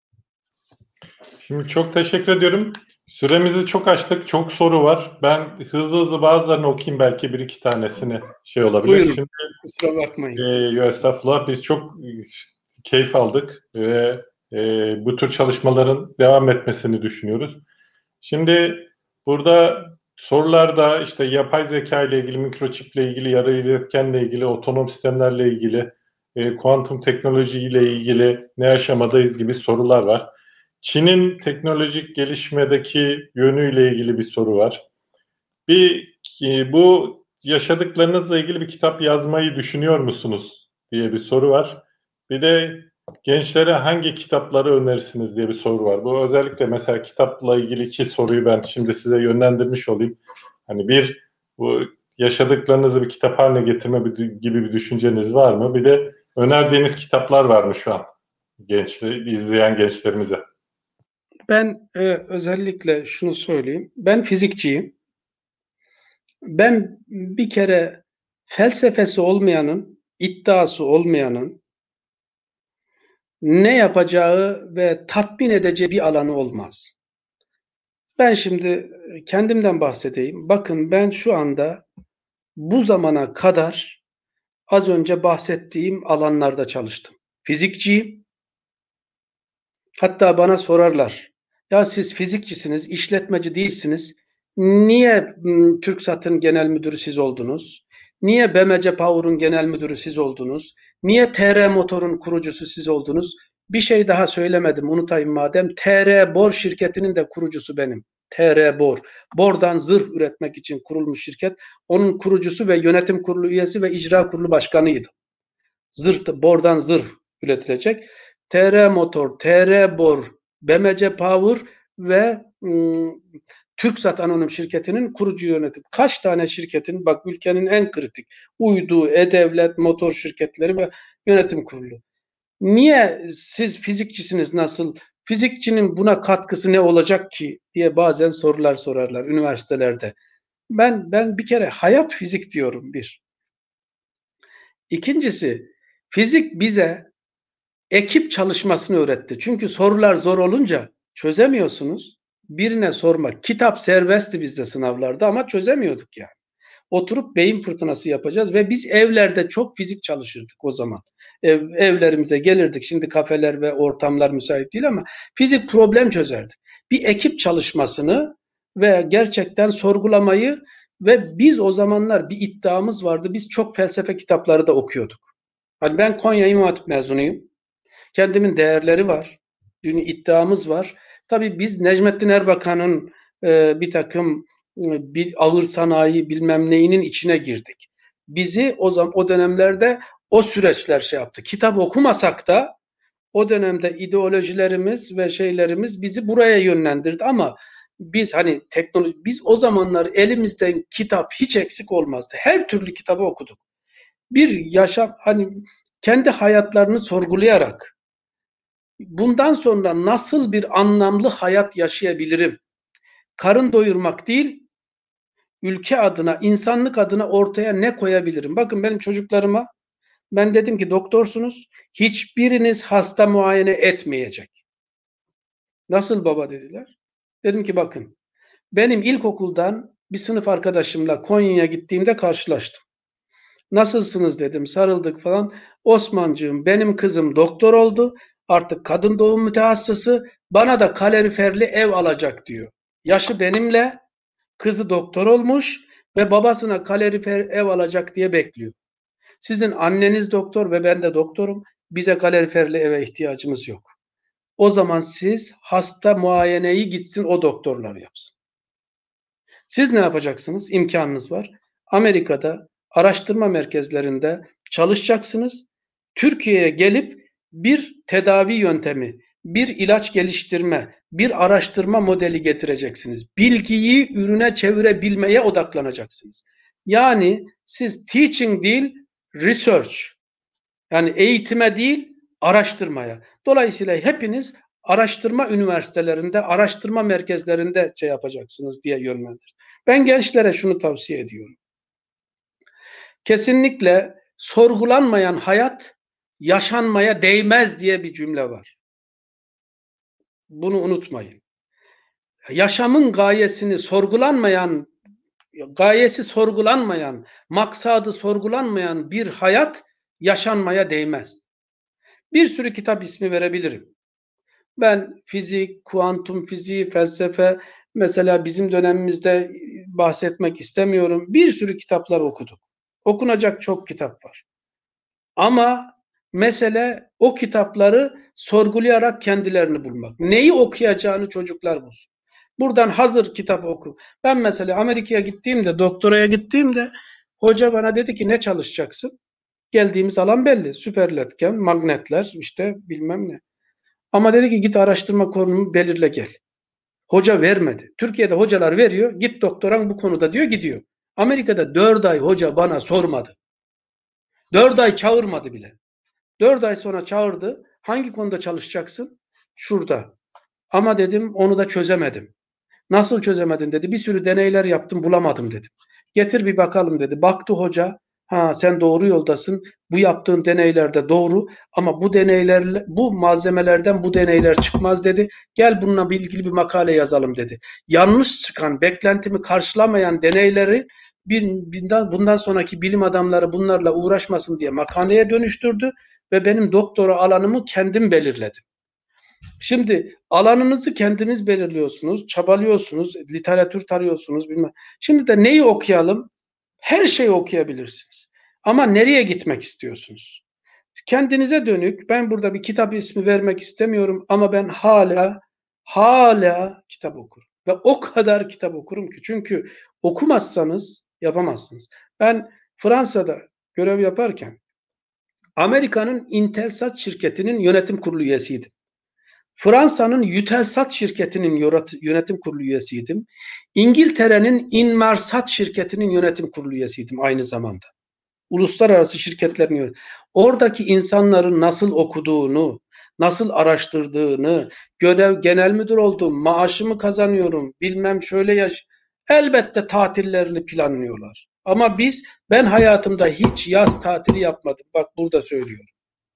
Şimdi çok teşekkür ediyorum. Süremizi çok açtık. Çok soru var. Ben hızlı hızlı bazılarını okuyayım. Belki bir iki tanesini şey olabilir. Buyurun. Şimdi, kusura bakmayın. E, estağfurullah. Biz çok keyif aldık ve e, bu tür çalışmaların devam etmesini düşünüyoruz. Şimdi burada sorularda işte yapay zeka ile ilgili, mikroçip ile ilgili, yarı iletkenle ilgili, otonom sistemlerle ilgili, e, kuantum teknoloji ile ilgili ne aşamadayız gibi sorular var. Çin'in teknolojik gelişmedeki yönüyle ilgili bir soru var. Bir e, bu yaşadıklarınızla ilgili bir kitap yazmayı düşünüyor musunuz diye bir soru var. Bir de gençlere hangi kitapları önerirsiniz diye bir soru var. Bu özellikle mesela kitapla ilgili iki soruyu ben şimdi size yönlendirmiş olayım. Hani bir, bu yaşadıklarınızı bir kitap haline getirme gibi bir düşünceniz var mı? Bir de önerdiğiniz kitaplar var mı şu an gençleri, izleyen gençlerimize? Ben e, özellikle şunu söyleyeyim. Ben fizikçiyim. Ben bir kere felsefesi olmayanın, iddiası olmayanın ne yapacağı ve tatmin edeceği bir alanı olmaz. Ben şimdi kendimden bahsedeyim. Bakın ben şu anda bu zamana kadar az önce bahsettiğim alanlarda çalıştım. Fizikçiyim. Hatta bana sorarlar. Ya siz fizikçisiniz, işletmeci değilsiniz. Niye m, TürkSat'ın genel müdürü siz oldunuz? Niye B M C Power'un genel müdürü siz oldunuz? Niye T R Motor'un kurucusu siz oldunuz? Bir şey daha söylemedim, unutayım madem. T R Bor şirketinin de kurucusu benim. T R Bor. Bordan zırh üretmek için kurulmuş şirket. Onun kurucusu ve yönetim kurulu üyesi ve icra kurulu başkanıydım. Zırh, bordan zırh üretilecek. T R Motor, T R Bor, B M C Power ve ım, TürkSat Anonim şirketinin kurucu yönetim. Kaç tane şirketin, bak ülkenin en kritik uydu, E-Devlet, motor şirketleri ve yönetim kurulu. Niye siz fizikçisiniz nasıl? Fizikçinin buna katkısı ne olacak ki diye bazen sorular sorarlar üniversitelerde. Ben ben bir kere hayat fizik diyorum bir. İkincisi fizik bize ekip çalışmasını öğretti. Çünkü sorular zor olunca çözemiyorsunuz. Birine sormak. Kitap serbestti bizde sınavlarda ama çözemiyorduk yani. Oturup beyin fırtınası yapacağız ve biz evlerde çok fizik çalışırdık o zaman. Ev, evlerimize gelirdik. Şimdi kafeler ve ortamlar müsait değil ama fizik problem çözerdi. Bir ekip çalışmasını ve gerçekten sorgulamayı ve biz o zamanlar bir iddiamız vardı. Biz çok felsefe kitapları da okuyorduk. Hani ben Konya İmam Hatip mezunuyum. Kendimin değerleri var. Dün iddiamız var. Tabii biz Necmettin Erbakan'ın e, bir takım e, bir ağır sanayi bilmem neyinin içine girdik. Bizi o zaman o dönemlerde o süreçler şey yaptı. Kitap okumasak da o dönemde ideolojilerimiz ve şeylerimiz bizi buraya yönlendirdi ama biz hani teknoloji biz o zamanlar elimizden kitap hiç eksik olmazdı. Her türlü kitabı okuduk. Bir yaşam hani kendi hayatlarını sorgulayarak bundan sonra nasıl bir anlamlı hayat yaşayabilirim? Karın doyurmak değil, ülke adına, insanlık adına ortaya ne koyabilirim? Bakın benim çocuklarıma ben dedim ki doktorsunuz, hiçbiriniz hasta muayene etmeyecek. Nasıl baba dediler. Dedim ki bakın, benim ilkokuldan bir sınıf arkadaşımla Konya'ya gittiğimde karşılaştım. Nasılsınız dedim, sarıldık falan. Osmancığım benim kızım doktor oldu. Artık kadın doğum mütehassısı. Bana da kaloriferli ev alacak diyor. Yaşı benimle, kızı doktor olmuş ve babasına kalorifer ev alacak diye bekliyor. Sizin anneniz doktor ve ben de doktorum. Bize kaloriferli eve ihtiyacımız yok. O zaman siz hasta muayeneyi gitsin o doktorlar yapsın. Siz ne yapacaksınız? İmkanınız var. Amerika'da araştırma merkezlerinde çalışacaksınız. Türkiye'ye gelip bir tedavi yöntemi, bir ilaç geliştirme, bir araştırma modeli getireceksiniz. Bilgiyi ürüne çevirebilmeye odaklanacaksınız. Yani siz teaching değil, research. Yani eğitime değil, araştırmaya. Dolayısıyla hepiniz araştırma üniversitelerinde, araştırma merkezlerinde şey yapacaksınız diye yönlendir. Ben gençlere şunu tavsiye ediyorum. Kesinlikle sorgulanmayan hayat yaşanmaya değmez diye bir cümle var. Bunu unutmayın. Yaşamın gayesini sorgulanmayan, gayesi sorgulanmayan, maksadı sorgulanmayan bir hayat yaşanmaya değmez. Bir sürü kitap ismi verebilirim. Ben fizik, kuantum fiziği, felsefe, mesela bizim dönemimizde bahsetmek istemiyorum. Bir sürü kitaplar okuduk. Okunacak çok kitap var. Ama mesele o kitapları sorgulayarak kendilerini bulmak. Neyi okuyacağını çocuklar bulsun. Buradan hazır kitap oku. Ben mesela Amerika'ya gittiğimde, doktoraya gittiğimde hoca bana dedi ki ne çalışacaksın? Geldiğimiz alan belli. Süperletken, magnetler, işte bilmem ne. Ama dedi ki git araştırma konunu belirle gel. Hoca vermedi. Türkiye'de hocalar veriyor. Git doktoran bu konuda diyor gidiyor. Amerika'da dört ay hoca bana sormadı. Dört ay çağırmadı bile. Dört ay sonra çağırdı. Hangi konuda çalışacaksın? Şurada. Ama dedim onu da çözemedim. Nasıl çözemedin dedi. Bir sürü deneyler yaptım bulamadım dedim. Getir bir bakalım dedi. Baktı hoca. Ha sen doğru yoldasın. Bu yaptığın deneylerde doğru ama bu deneylerle bu malzemelerden bu deneyler çıkmaz dedi. Gel bununla ilgili bir makale yazalım dedi. Yanlış çıkan, beklentimi karşılamayan deneyleri bundan sonraki bilim adamları bunlarla uğraşmasın diye makaleye dönüştürdü ve benim doktora alanımı kendim belirledim. Şimdi alanınızı kendiniz belirliyorsunuz, çabalıyorsunuz, literatür tarıyorsunuz bilmem. Şimdi de neyi okuyalım? Her şeyi okuyabilirsiniz. Ama nereye gitmek istiyorsunuz? Kendinize dönük, ben burada bir kitap ismi vermek istemiyorum ama ben hala hala kitap okurum. Ve o kadar kitap okurum ki. Çünkü okumazsanız yapamazsınız. Ben Fransa'da görev yaparken Amerika'nın Intelsat şirketinin yönetim kurulu üyesiydim. Fransa'nın Eutelsat şirketinin yönetim kurulu üyesiydim. İngiltere'nin Inmarsat şirketinin yönetim kurulu üyesiydim aynı zamanda. Uluslararası şirketlerin yönetimi. Oradaki insanların nasıl okuduğunu, nasıl araştırdığını, görev genel müdür oldum, maaşımı kazanıyorum, bilmem şöyle yaş. Elbette tatillerini planlıyorlar. Ama biz, ben hayatımda hiç yaz tatili yapmadım. Bak burada söylüyorum.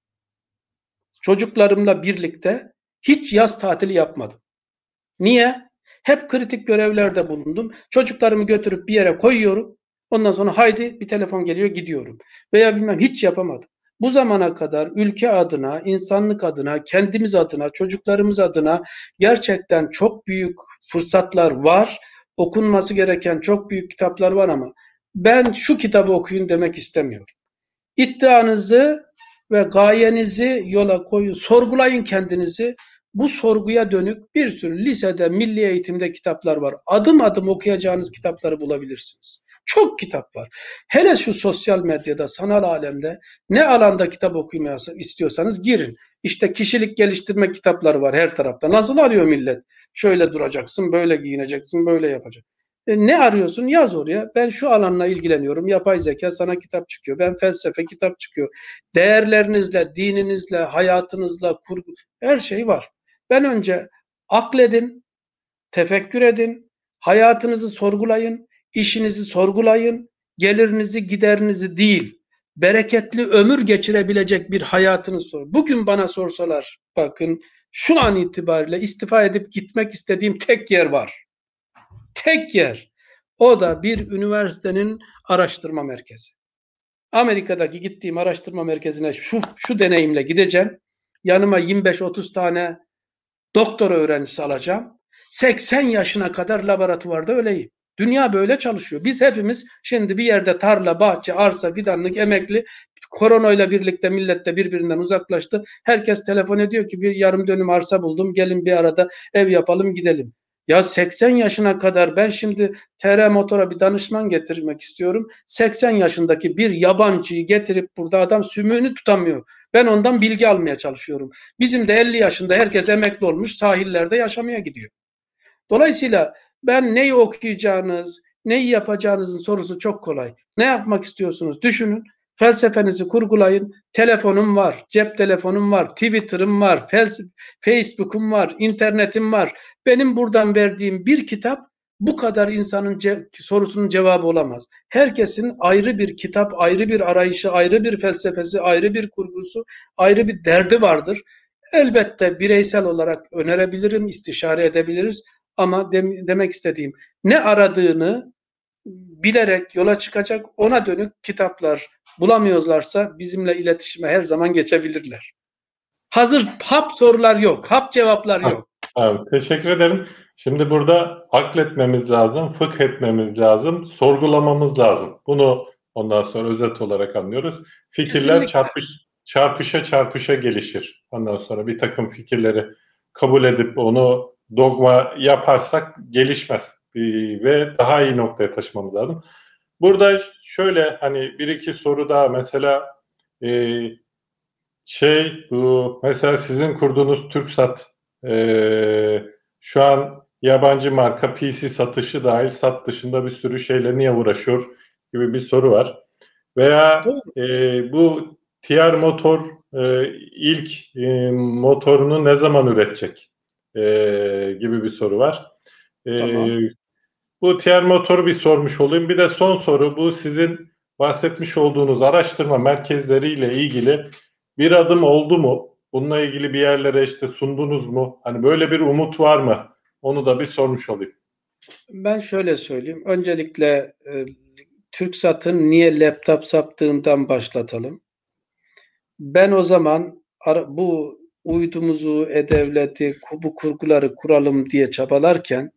Çocuklarımla birlikte hiç yaz tatili yapmadım. Niye? Hep kritik görevlerde bulundum. Çocuklarımı götürüp bir yere koyuyorum. Ondan sonra haydi bir telefon geliyor gidiyorum. Veya bilmem hiç yapamadım. Bu zamana kadar ülke adına, insanlık adına, kendimiz adına, çocuklarımız adına gerçekten çok büyük fırsatlar var. Okunması gereken çok büyük kitaplar var ama ben şu kitabı okuyun demek istemiyorum. İddianızı ve gayenizi yola koyun, sorgulayın kendinizi. Bu sorguya dönük bir sürü lisede, milli eğitimde kitaplar var. Adım adım okuyacağınız kitapları bulabilirsiniz. Çok kitap var. Hele şu sosyal medyada, sanal alemde ne alanda kitap okumaya istiyorsanız girin. İşte kişilik geliştirme kitapları var her tarafta. Nasıl arıyor millet? Şöyle duracaksın, böyle giyineceksin, böyle yapacaksın. E, ne arıyorsun? Yaz oraya. Ben şu alanla ilgileniyorum. Yapay zeka sana kitap çıkıyor. Ben felsefe kitap çıkıyor. Değerlerinizle, dininizle, hayatınızla, kurgu, her şey var. Ben önce akledin, tefekkür edin, hayatınızı sorgulayın, işinizi sorgulayın, gelirinizi, giderinizi değil, bereketli ömür geçirebilecek bir hayatınız sor. Bugün bana sorsalar, bakın şu an itibariyle istifa edip gitmek istediğim tek yer var. Tek yer. O da bir üniversitenin araştırma merkezi. Amerika'daki gittiğim araştırma merkezine şu, şu deneyimle gideceğim. Yanıma yirmi beş otuz tane doktora öğrencisi alacağım. seksen yaşına kadar laboratuvarda öleyim. Dünya böyle çalışıyor. Biz hepimiz şimdi bir yerde tarla, bahçe, arsa, fidanlık, emekli, koronayla birlikte millet de birbirinden uzaklaştı. Herkes telefon ediyor ki bir yarım dönüm arsa buldum. Gelin bir arada ev yapalım gidelim. Ya seksen yaşına kadar ben şimdi T R Motor'a bir danışman getirmek istiyorum. seksen yaşındaki bir yabancıyı getirip burada adam sümüğünü tutamıyor. Ben ondan bilgi almaya çalışıyorum. Bizim de elli yaşında herkes emekli olmuş sahillerde yaşamaya gidiyor. Dolayısıyla ben neyi okuyacağınız, neyi yapacağınızın sorusu çok kolay. Ne yapmak istiyorsunuz? Düşünün. Felsefenizi kurgulayın. Telefonum var, cep telefonum var, Twitter'ım var, Facebook'um var, internetim var. Benim buradan verdiğim bir kitap bu kadar insanın ce- sorusunun cevabı olamaz. Herkesin ayrı bir kitap, ayrı bir arayışı, ayrı bir felsefesi, ayrı bir kurgusu, ayrı bir derdi vardır. Elbette bireysel olarak önerebilirim, istişare edebiliriz. Ama dem- demek istediğim ne aradığını bilerek yola çıkacak, ona dönük kitaplar bulamıyorlarsa bizimle iletişime her zaman geçebilirler. Hazır hap sorular yok, hap cevaplar yok. Evet, teşekkür ederim. Şimdi burada akletmemiz lazım, fıkh etmemiz lazım, sorgulamamız lazım. Bunu ondan sonra özet olarak anlıyoruz. Fikirler Kesinlikle. çarpış, çarpışa çarpışa gelişir. Ondan sonra bir takım fikirleri kabul edip onu dogma yaparsak gelişmez. Ee, ve daha iyi noktaya taşımamız lazım. Burada şöyle hani bir iki soru daha mesela e, şey bu mesela sizin kurduğunuz TürkSat e, şu an yabancı marka P C satışı dahil sat dışında bir sürü şeyle niye uğraşıyor gibi bir soru var. Veya e, bu T R Motor e, ilk e, motorunu ne zaman üretecek e, gibi bir soru var. E, Tamam. Bu T R Motor'u bir sormuş olayım. Bir de son soru bu sizin bahsetmiş olduğunuz araştırma merkezleriyle ilgili bir adım oldu mu? Bununla ilgili bir yerlere işte sundunuz mu? Hani böyle bir umut var mı? Onu da bir sormuş olayım. Ben şöyle söyleyeyim. Öncelikle e, TürkSat'ın niye laptop sattığından başlatalım. Ben o zaman bu uydumuzu, e-devleti, bu kurguları kuralım diye çabalarken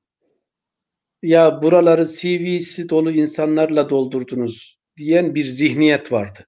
ya buraları C V'si dolu insanlarla doldurdunuz diyen bir zihniyet vardı.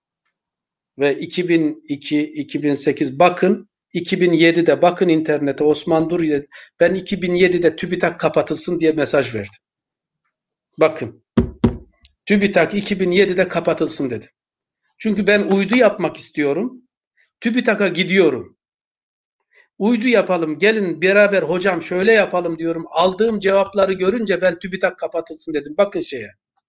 Ve iki bin iki iki bin sekiz bakın iki bin yedide bakın internete Osman Dur ben iki bin yedide TÜBİTAK kapatılsın diye mesaj verdim. Bakın TÜBİTAK iki bin yedide kapatılsın dedim. Çünkü ben uydu yapmak istiyorum. TÜBİTAK'a gidiyorum. Uydu yapalım gelin beraber hocam şöyle yapalım diyorum. Aldığım cevapları görünce ben TÜBİTAK kapatılsın dedim. Bakın şeye.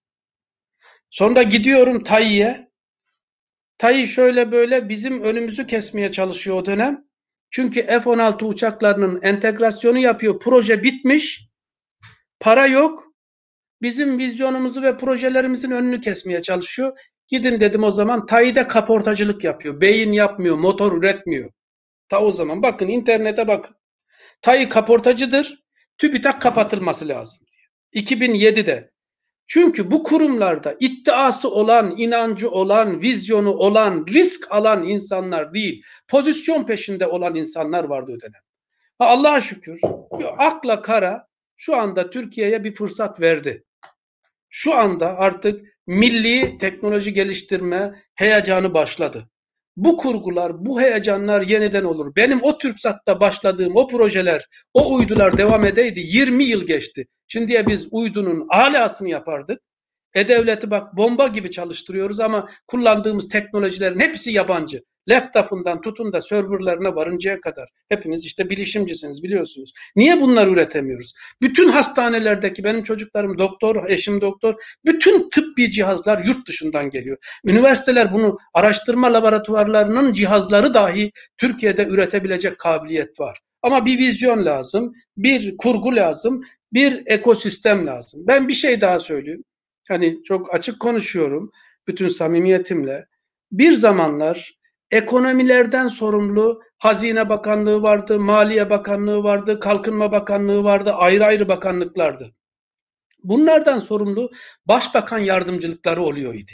Sonra gidiyorum TAİ'ye. TAİ şöyle böyle bizim önümüzü kesmeye çalışıyor o dönem. Çünkü F on altı uçaklarının entegrasyonu yapıyor. Proje bitmiş. Para yok. Bizim vizyonumuzu ve projelerimizin önünü kesmeye çalışıyor. Gidin dedim o zaman TAİ'de kaportacılık yapıyor. Beyin yapmıyor, motor üretmiyor. Ta o zaman bakın internete bakın. TAİ kaportacıdır. TÜBİTAK kapatılması lazım diye. iki bin yedide Çünkü bu kurumlarda iddiası olan, inancı olan, vizyonu olan, risk alan insanlar değil, pozisyon peşinde olan insanlar vardı o dönem. Ha, Allah'a şükür akla kara şu anda Türkiye'ye bir fırsat verdi. Şu anda artık milli teknoloji geliştirme heyecanı başladı. Bu kurgular, bu heyecanlar yeniden olur. Benim o TürkSat'ta başladığım o projeler, o uydular devam edeydi. yirmi yıl geçti. Şimdiye biz uydunun alasını yapardık. E-Devlet'i bak bomba gibi çalıştırıyoruz ama kullandığımız teknolojilerin hepsi yabancı. Laptopundan tutun da serverlarına varıncaya kadar. Hepiniz işte bilişimcisiniz biliyorsunuz. Niye bunları üretemiyoruz? Bütün hastanelerdeki benim çocuklarım doktor, eşim doktor. Bütün tıbbi cihazlar yurt dışından geliyor. Üniversiteler bunu araştırma laboratuvarlarının cihazları dahi Türkiye'de üretebilecek kabiliyet var. Ama bir vizyon lazım, bir kurgu lazım, bir ekosistem lazım. Ben bir şey daha söyleyeyim. Hani çok açık konuşuyorum bütün samimiyetimle. Bir zamanlar ekonomilerden sorumlu Hazine Bakanlığı vardı, Maliye Bakanlığı vardı, Kalkınma Bakanlığı vardı, ayrı ayrı bakanlıklardı. Bunlardan sorumlu başbakan yardımcılıkları oluyor idi.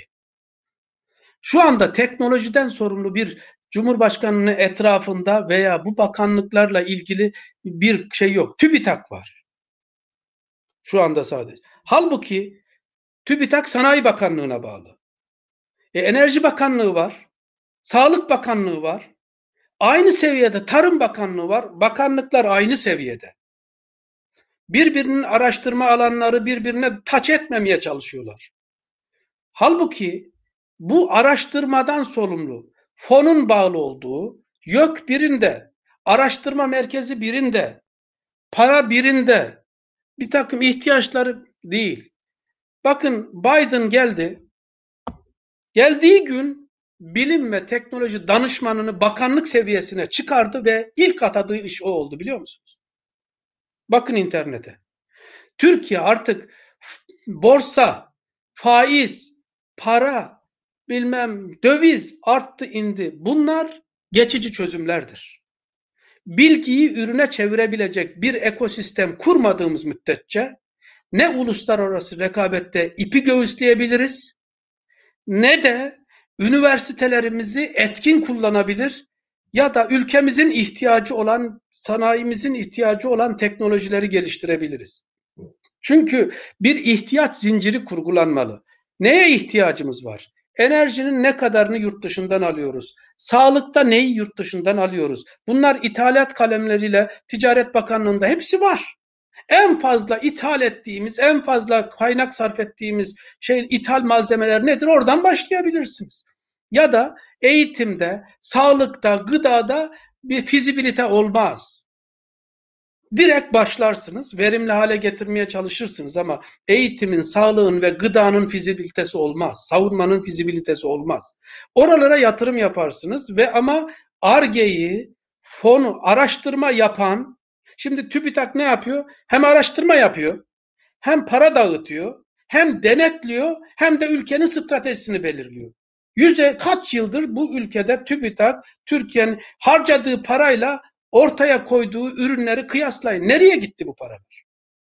Şu anda teknolojiden sorumlu bir Cumhurbaşkanı'nın etrafında veya bu bakanlıklarla ilgili bir şey yok. TÜBİTAK var. Şu anda sadece. Halbuki TÜBİTAK Sanayi Bakanlığı'na bağlı. E, Enerji Bakanlığı var. Sağlık Bakanlığı var. Aynı seviyede Tarım Bakanlığı var. Bakanlıklar aynı seviyede. Birbirinin araştırma alanları birbirine taç etmemeye çalışıyorlar. Halbuki bu araştırmadan sorumlu, fonun bağlı olduğu, YÖK birinde, araştırma merkezi birinde, para birinde, bir takım ihtiyaçları değil. Bakın Biden geldi, geldiği gün bilim ve teknoloji danışmanını bakanlık seviyesine çıkardı ve ilk atadığı iş o oldu biliyor musunuz? Bakın internete. Türkiye artık borsa, faiz, para, bilmem döviz arttı indi. Bunlar geçici çözümlerdir. Bilgiyi ürüne çevirebilecek bir ekosistem kurmadığımız müddetçe ne uluslararası rekabette ipi göğüsleyebiliriz ne de üniversitelerimizi etkin kullanabilir ya da ülkemizin ihtiyacı olan, sanayimizin ihtiyacı olan teknolojileri geliştirebiliriz. Çünkü bir ihtiyaç zinciri kurgulanmalı. Neye ihtiyacımız var? Enerjinin ne kadarını yurt dışından alıyoruz? Sağlıkta neyi yurt dışından alıyoruz? Bunlar ithalat kalemleriyle Ticaret Bakanlığı'nda hepsi var. En fazla ithal ettiğimiz, en fazla kaynak sarf ettiğimiz şey ithal malzemeler nedir? Oradan başlayabilirsiniz. Ya da eğitimde, sağlıkta, gıdada bir fizibilite olmaz. Direkt başlarsınız, verimli hale getirmeye çalışırsınız ama eğitimin, sağlığın ve gıdanın fizibilitesi olmaz. Savunmanın fizibilitesi olmaz. Oralara yatırım yaparsınız ve ama Ar-Ge'yi, fonu, araştırma yapan, şimdi TÜBİTAK ne yapıyor? Hem araştırma yapıyor, hem para dağıtıyor, hem denetliyor, hem de ülkenin stratejisini belirliyor. Yüze kaç yıldır bu ülkede TÜBİTAK, Türkiye'nin harcadığı parayla ortaya koyduğu ürünleri kıyaslayın. Nereye gitti bu paralar?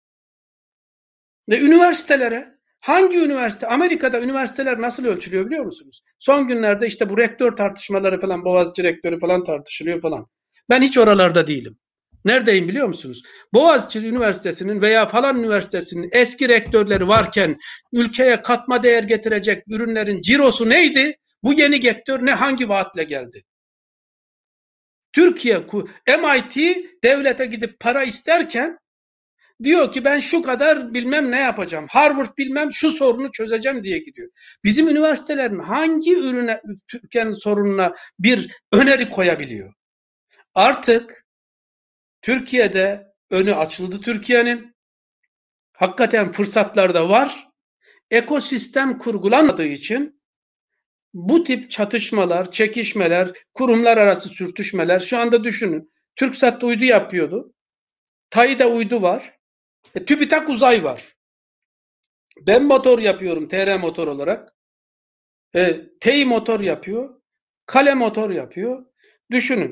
Ve üniversitelere, hangi üniversite? Amerika'da üniversiteler nasıl ölçülüyor biliyor musunuz? Son günlerde işte bu rektör tartışmaları falan, Boğaziçi rektörü falan tartışılıyor falan. Ben hiç oralarda değilim. Neredeyim biliyor musunuz? Boğaziçi Üniversitesi'nin veya falan üniversitesinin eski rektörleri varken ülkeye katma değer getirecek ürünlerin cirosu neydi? Bu yeni rektör ne hangi vaatle geldi? Türkiye, M I T devlete gidip para isterken diyor ki ben şu kadar bilmem ne yapacağım. Harvard bilmem şu sorunu çözeceğim diye gidiyor. Bizim üniversitelerin hangi ürüne, Türkiye'nin sorununa bir öneri koyabiliyor? Artık Türkiye'de önü açıldı Türkiye'nin. Hakikaten fırsatlar da var. Ekosistem kurgulanmadığı için bu tip çatışmalar, çekişmeler, kurumlar arası sürtüşmeler şu anda düşünün. TürkSat uydu yapıyordu. TAİ'de uydu var. E, TÜBİTAK uzay var. Ben motor yapıyorum T R motor olarak. E, T İ motor yapıyor. Kale motor yapıyor. Düşünün.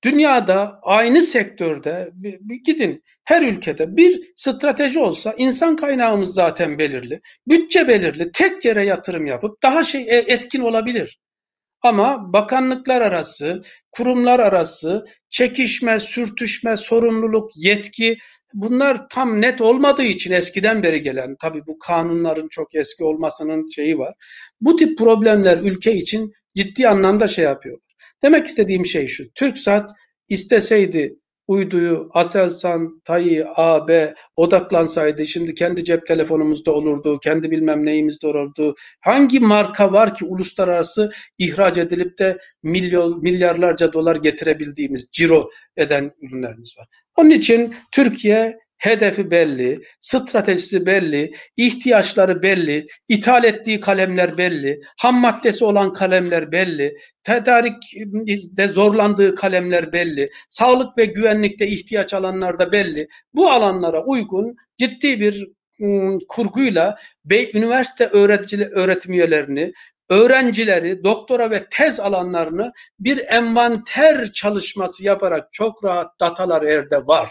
Dünyada aynı sektörde bir, bir gidin, her ülkede bir strateji olsa, insan kaynağımız zaten belirli, bütçe belirli, tek yere yatırım yapıp daha şey e, etkin olabilir. Ama bakanlıklar arası, kurumlar arası çekişme, sürtüşme, sorumluluk, yetki, bunlar tam net olmadığı için eskiden beri gelen, tabii bu kanunların çok eski olmasının şeyi var. Bu tip problemler ülke için ciddi anlamda şey yapıyor. Demek istediğim şey şu: TürkSat isteseydi uyduyu Aselsan, TAİ, A, B odaklansaydı şimdi kendi cep telefonumuzda olurdu, kendi bilmem neyimizde olurdu. Hangi marka var ki uluslararası ihraç edilip de milyon, milyarlarca dolar getirebildiğimiz, ciro eden ürünlerimiz var. Onun için Türkiye hedefi belli, stratejisi belli, ihtiyaçları belli, ithal ettiği kalemler belli, ham maddesi olan kalemler belli, tedarikte zorlandığı kalemler belli, sağlık ve güvenlikte ihtiyaç alanlarda belli. Bu alanlara uygun ciddi bir ım, kurguyla be, üniversite öğretici, öğretim üyelerini, öğrencileri, doktora ve tez alanlarını bir envanter çalışması yaparak çok rahat datalar elde var.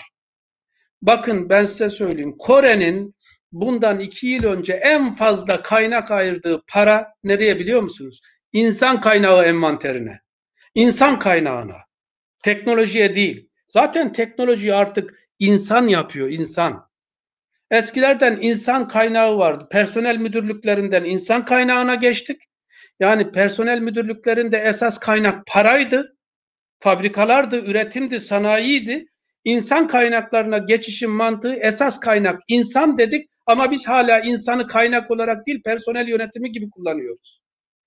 Bakın ben size söyleyeyim, Kore'nin bundan iki yıl önce en fazla kaynak ayırdığı para nereye biliyor musunuz? İnsan kaynağı envanterine, insan kaynağına, teknolojiye değil. Zaten teknolojiyi artık insan yapıyor, insan. Eskilerden insan kaynağı vardı. Personel müdürlüklerinden insan kaynağına geçtik. Yani personel müdürlüklerinde esas kaynak paraydı, fabrikalardı, üretimdi, sanayiydi. İnsan kaynaklarına geçişin mantığı esas kaynak insan dedik ama biz hala insanı kaynak olarak değil personel yönetimi gibi kullanıyoruz.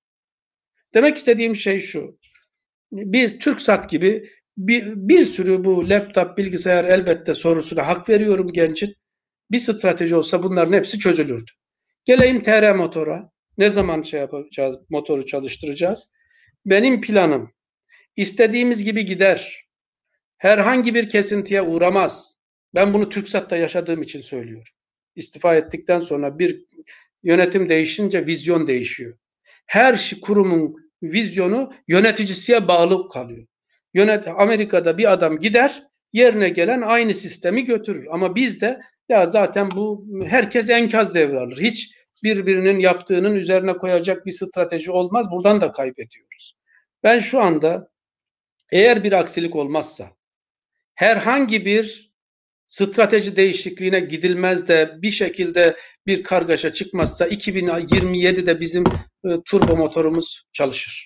Demek istediğim şey şu: biz TürkSat gibi bir, bir sürü bu laptop, bilgisayar elbette sorusuna hak veriyorum gençin. Bir strateji olsa bunların hepsi çözülürdü. Geleyim T R motora. Ne zaman şey yapacağız, motoru çalıştıracağız? Benim planım istediğimiz gibi gider. Herhangi bir kesintiye uğramaz. Ben bunu TürkSat'ta yaşadığım için söylüyorum. İstifa ettikten sonra bir yönetim değişince vizyon değişiyor. Her kurumun vizyonu yöneticisiye bağlı kalıyor. Yönet Amerika'da bir adam gider, yerine gelen aynı sistemi götürür. Ama bizde ya zaten bu herkes enkaz devralır. Hiç birbirinin yaptığının üzerine koyacak bir strateji olmaz. Buradan da kaybediyoruz. Ben şu anda eğer bir aksilik olmazsa, herhangi bir strateji değişikliğine gidilmez de bir şekilde bir kargaşa çıkmazsa iki bin yirmi yedide bizim e, turbo motorumuz çalışır.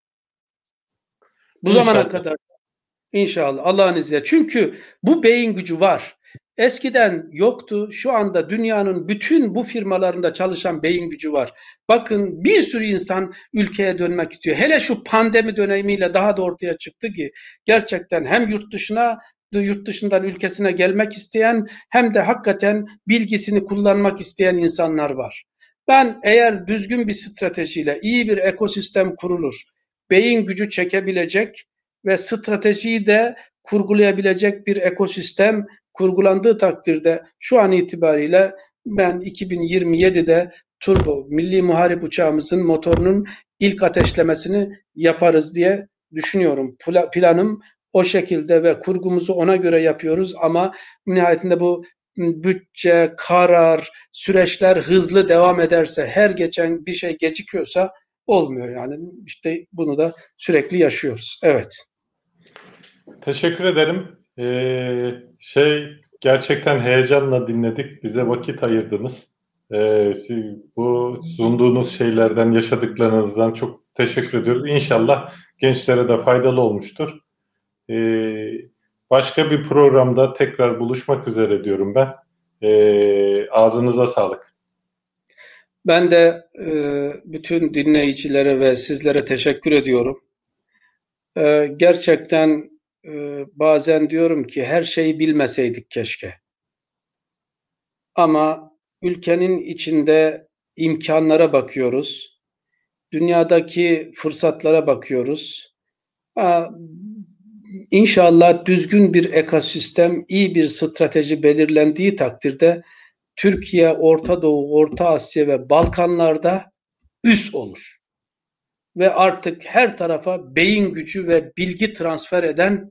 Bu İnşallah. Zamana kadar inşallah Allah'ın izniyle. Çünkü bu beyin gücü var. Eskiden yoktu. Şu anda dünyanın bütün bu firmalarında çalışan beyin gücü var. Bakın bir sürü insan ülkeye dönmek istiyor. Hele şu pandemi dönemiyle daha da ortaya çıktı ki gerçekten hem yurt dışına yurt dışından ülkesine gelmek isteyen hem de hakikaten bilgisini kullanmak isteyen insanlar var. Ben eğer düzgün bir stratejiyle iyi bir ekosistem kurulur, beyin gücü çekebilecek ve stratejiyi de kurgulayabilecek bir ekosistem kurgulandığı takdirde şu an itibariyle ben iki bin yirmi yedide turbo milli muharip uçağımızın motorunun ilk ateşlemesini yaparız diye düşünüyorum. Planım o şekilde ve kurgumuzu ona göre yapıyoruz ama nihayetinde bu bütçe, karar, süreçler hızlı devam ederse, her geçen bir şey gecikiyorsa olmuyor yani. İşte bunu da sürekli yaşıyoruz. Evet. Teşekkür ederim. Ee, şey gerçekten heyecanla dinledik. Bize vakit ayırdınız. Ee, bu sunduğunuz şeylerden, yaşadıklarınızdan çok teşekkür ediyoruz. İnşallah gençlere de faydalı olmuştur. Ee, başka bir programda tekrar buluşmak üzere diyorum ben. Ee, ağzınıza sağlık. Ben de e, bütün dinleyicilere ve sizlere teşekkür ediyorum. E, gerçekten e, bazen diyorum ki her şeyi bilmeseydik keşke. Ama ülkenin içinde imkanlara bakıyoruz. Dünyadaki fırsatlara bakıyoruz. Ha, İnşallah düzgün bir ekosistem, iyi bir strateji belirlendiği takdirde Türkiye, Orta Doğu, Orta Asya ve Balkanlarda üs olur. Ve artık her tarafa beyin gücü ve bilgi transfer eden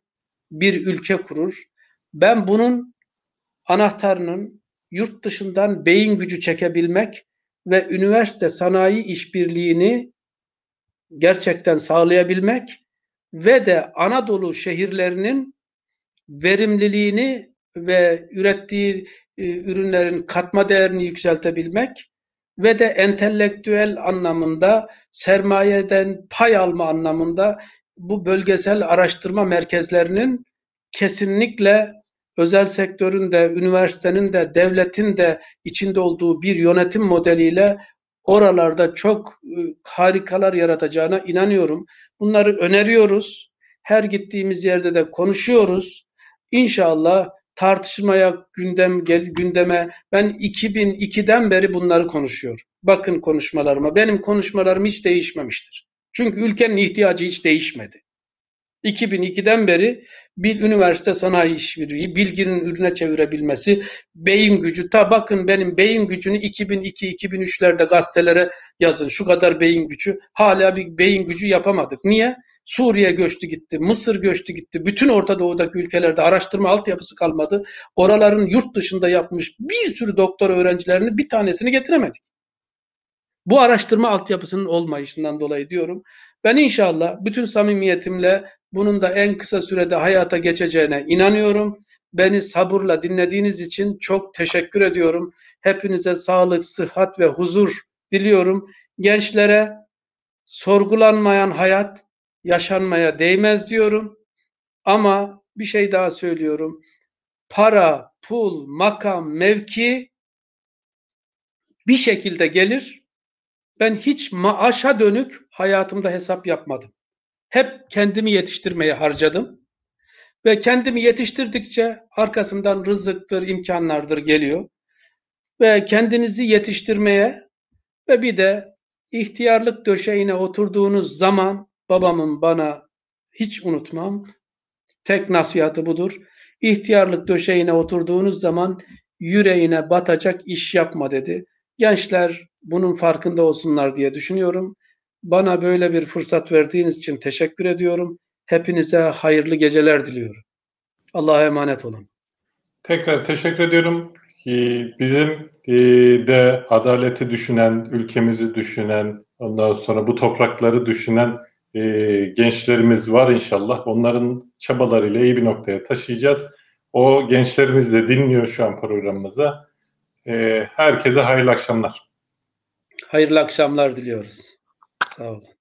bir ülke kurur. Ben bunun anahtarının yurt dışından beyin gücü çekebilmek ve üniversite sanayi işbirliğini gerçekten sağlayabilmek ve de Anadolu şehirlerinin verimliliğini ve ürettiği e, ürünlerin katma değerini yükseltebilmek ve de entelektüel anlamında sermayeden pay alma anlamında bu bölgesel araştırma merkezlerinin kesinlikle özel sektörün de, üniversitenin de, devletin de içinde olduğu bir yönetim modeliyle oralarda çok e, harikalar yaratacağına inanıyorum. Bunları öneriyoruz. Her gittiğimiz yerde de konuşuyoruz. İnşallah tartışmaya gündem gel gündeme ben iki bin ikiden beri bunları konuşuyorum. Bakın konuşmalarıma. Benim konuşmalarım hiç değişmemiştir. Çünkü ülkenin ihtiyacı hiç değişmedi. iki bin ikiden beri bir üniversite sanayi işbirliği, bilginin ürüne çevirebilmesi, beyin gücü. Ta bakın benim beyin gücünü iki bin iki iki bin üçlerde gazetelere yazın. Şu kadar beyin gücü. Hala bir beyin gücü yapamadık. Niye? Suriye göçtü gitti, Mısır göçtü gitti. Bütün Orta Doğu'daki ülkelerde araştırma altyapısı kalmadı. Oraların yurt dışında yapmış bir sürü doktor öğrencilerini bir tanesini getiremedik. Bu araştırma altyapısının olmayışından dolayı diyorum. Ben inşallah bütün samimiyetimle bunun da en kısa sürede hayata geçeceğine inanıyorum. Beni sabırla dinlediğiniz için çok teşekkür ediyorum. Hepinize sağlık, sıhhat ve huzur diliyorum. Gençlere sorgulanmayan hayat yaşanmaya değmez diyorum. Ama bir şey daha söylüyorum. Para, pul, makam, mevki bir şekilde gelir. Ben hiç maaşa dönük hayatımda hesap yapmadım. Hep kendimi yetiştirmeye harcadım. Ve kendimi yetiştirdikçe arkasından rızıktır, imkanlardır geliyor. Ve kendinizi yetiştirmeye ve bir de ihtiyarlık döşeğine oturduğunuz zaman babamın bana hiç unutmam tek nasihatı budur. İhtiyarlık döşeğine oturduğunuz zaman yüreğine batacak iş yapma dedi. Gençler bunun farkında olsunlar diye düşünüyorum. Bana böyle bir fırsat verdiğiniz için teşekkür ediyorum. Hepinize hayırlı geceler diliyorum. Allah'a emanet olun. Tekrar teşekkür ediyorum. Ee, Bizim e, de adaleti düşünen, ülkemizi düşünen, ondan sonra bu toprakları düşünen e, gençlerimiz var inşallah. Onların çabalarıyla iyi bir noktaya taşıyacağız. O gençlerimiz de dinliyor şu an programımıza. E, Herkese hayırlı akşamlar. Hayırlı akşamlar diliyoruz. Sağ olun.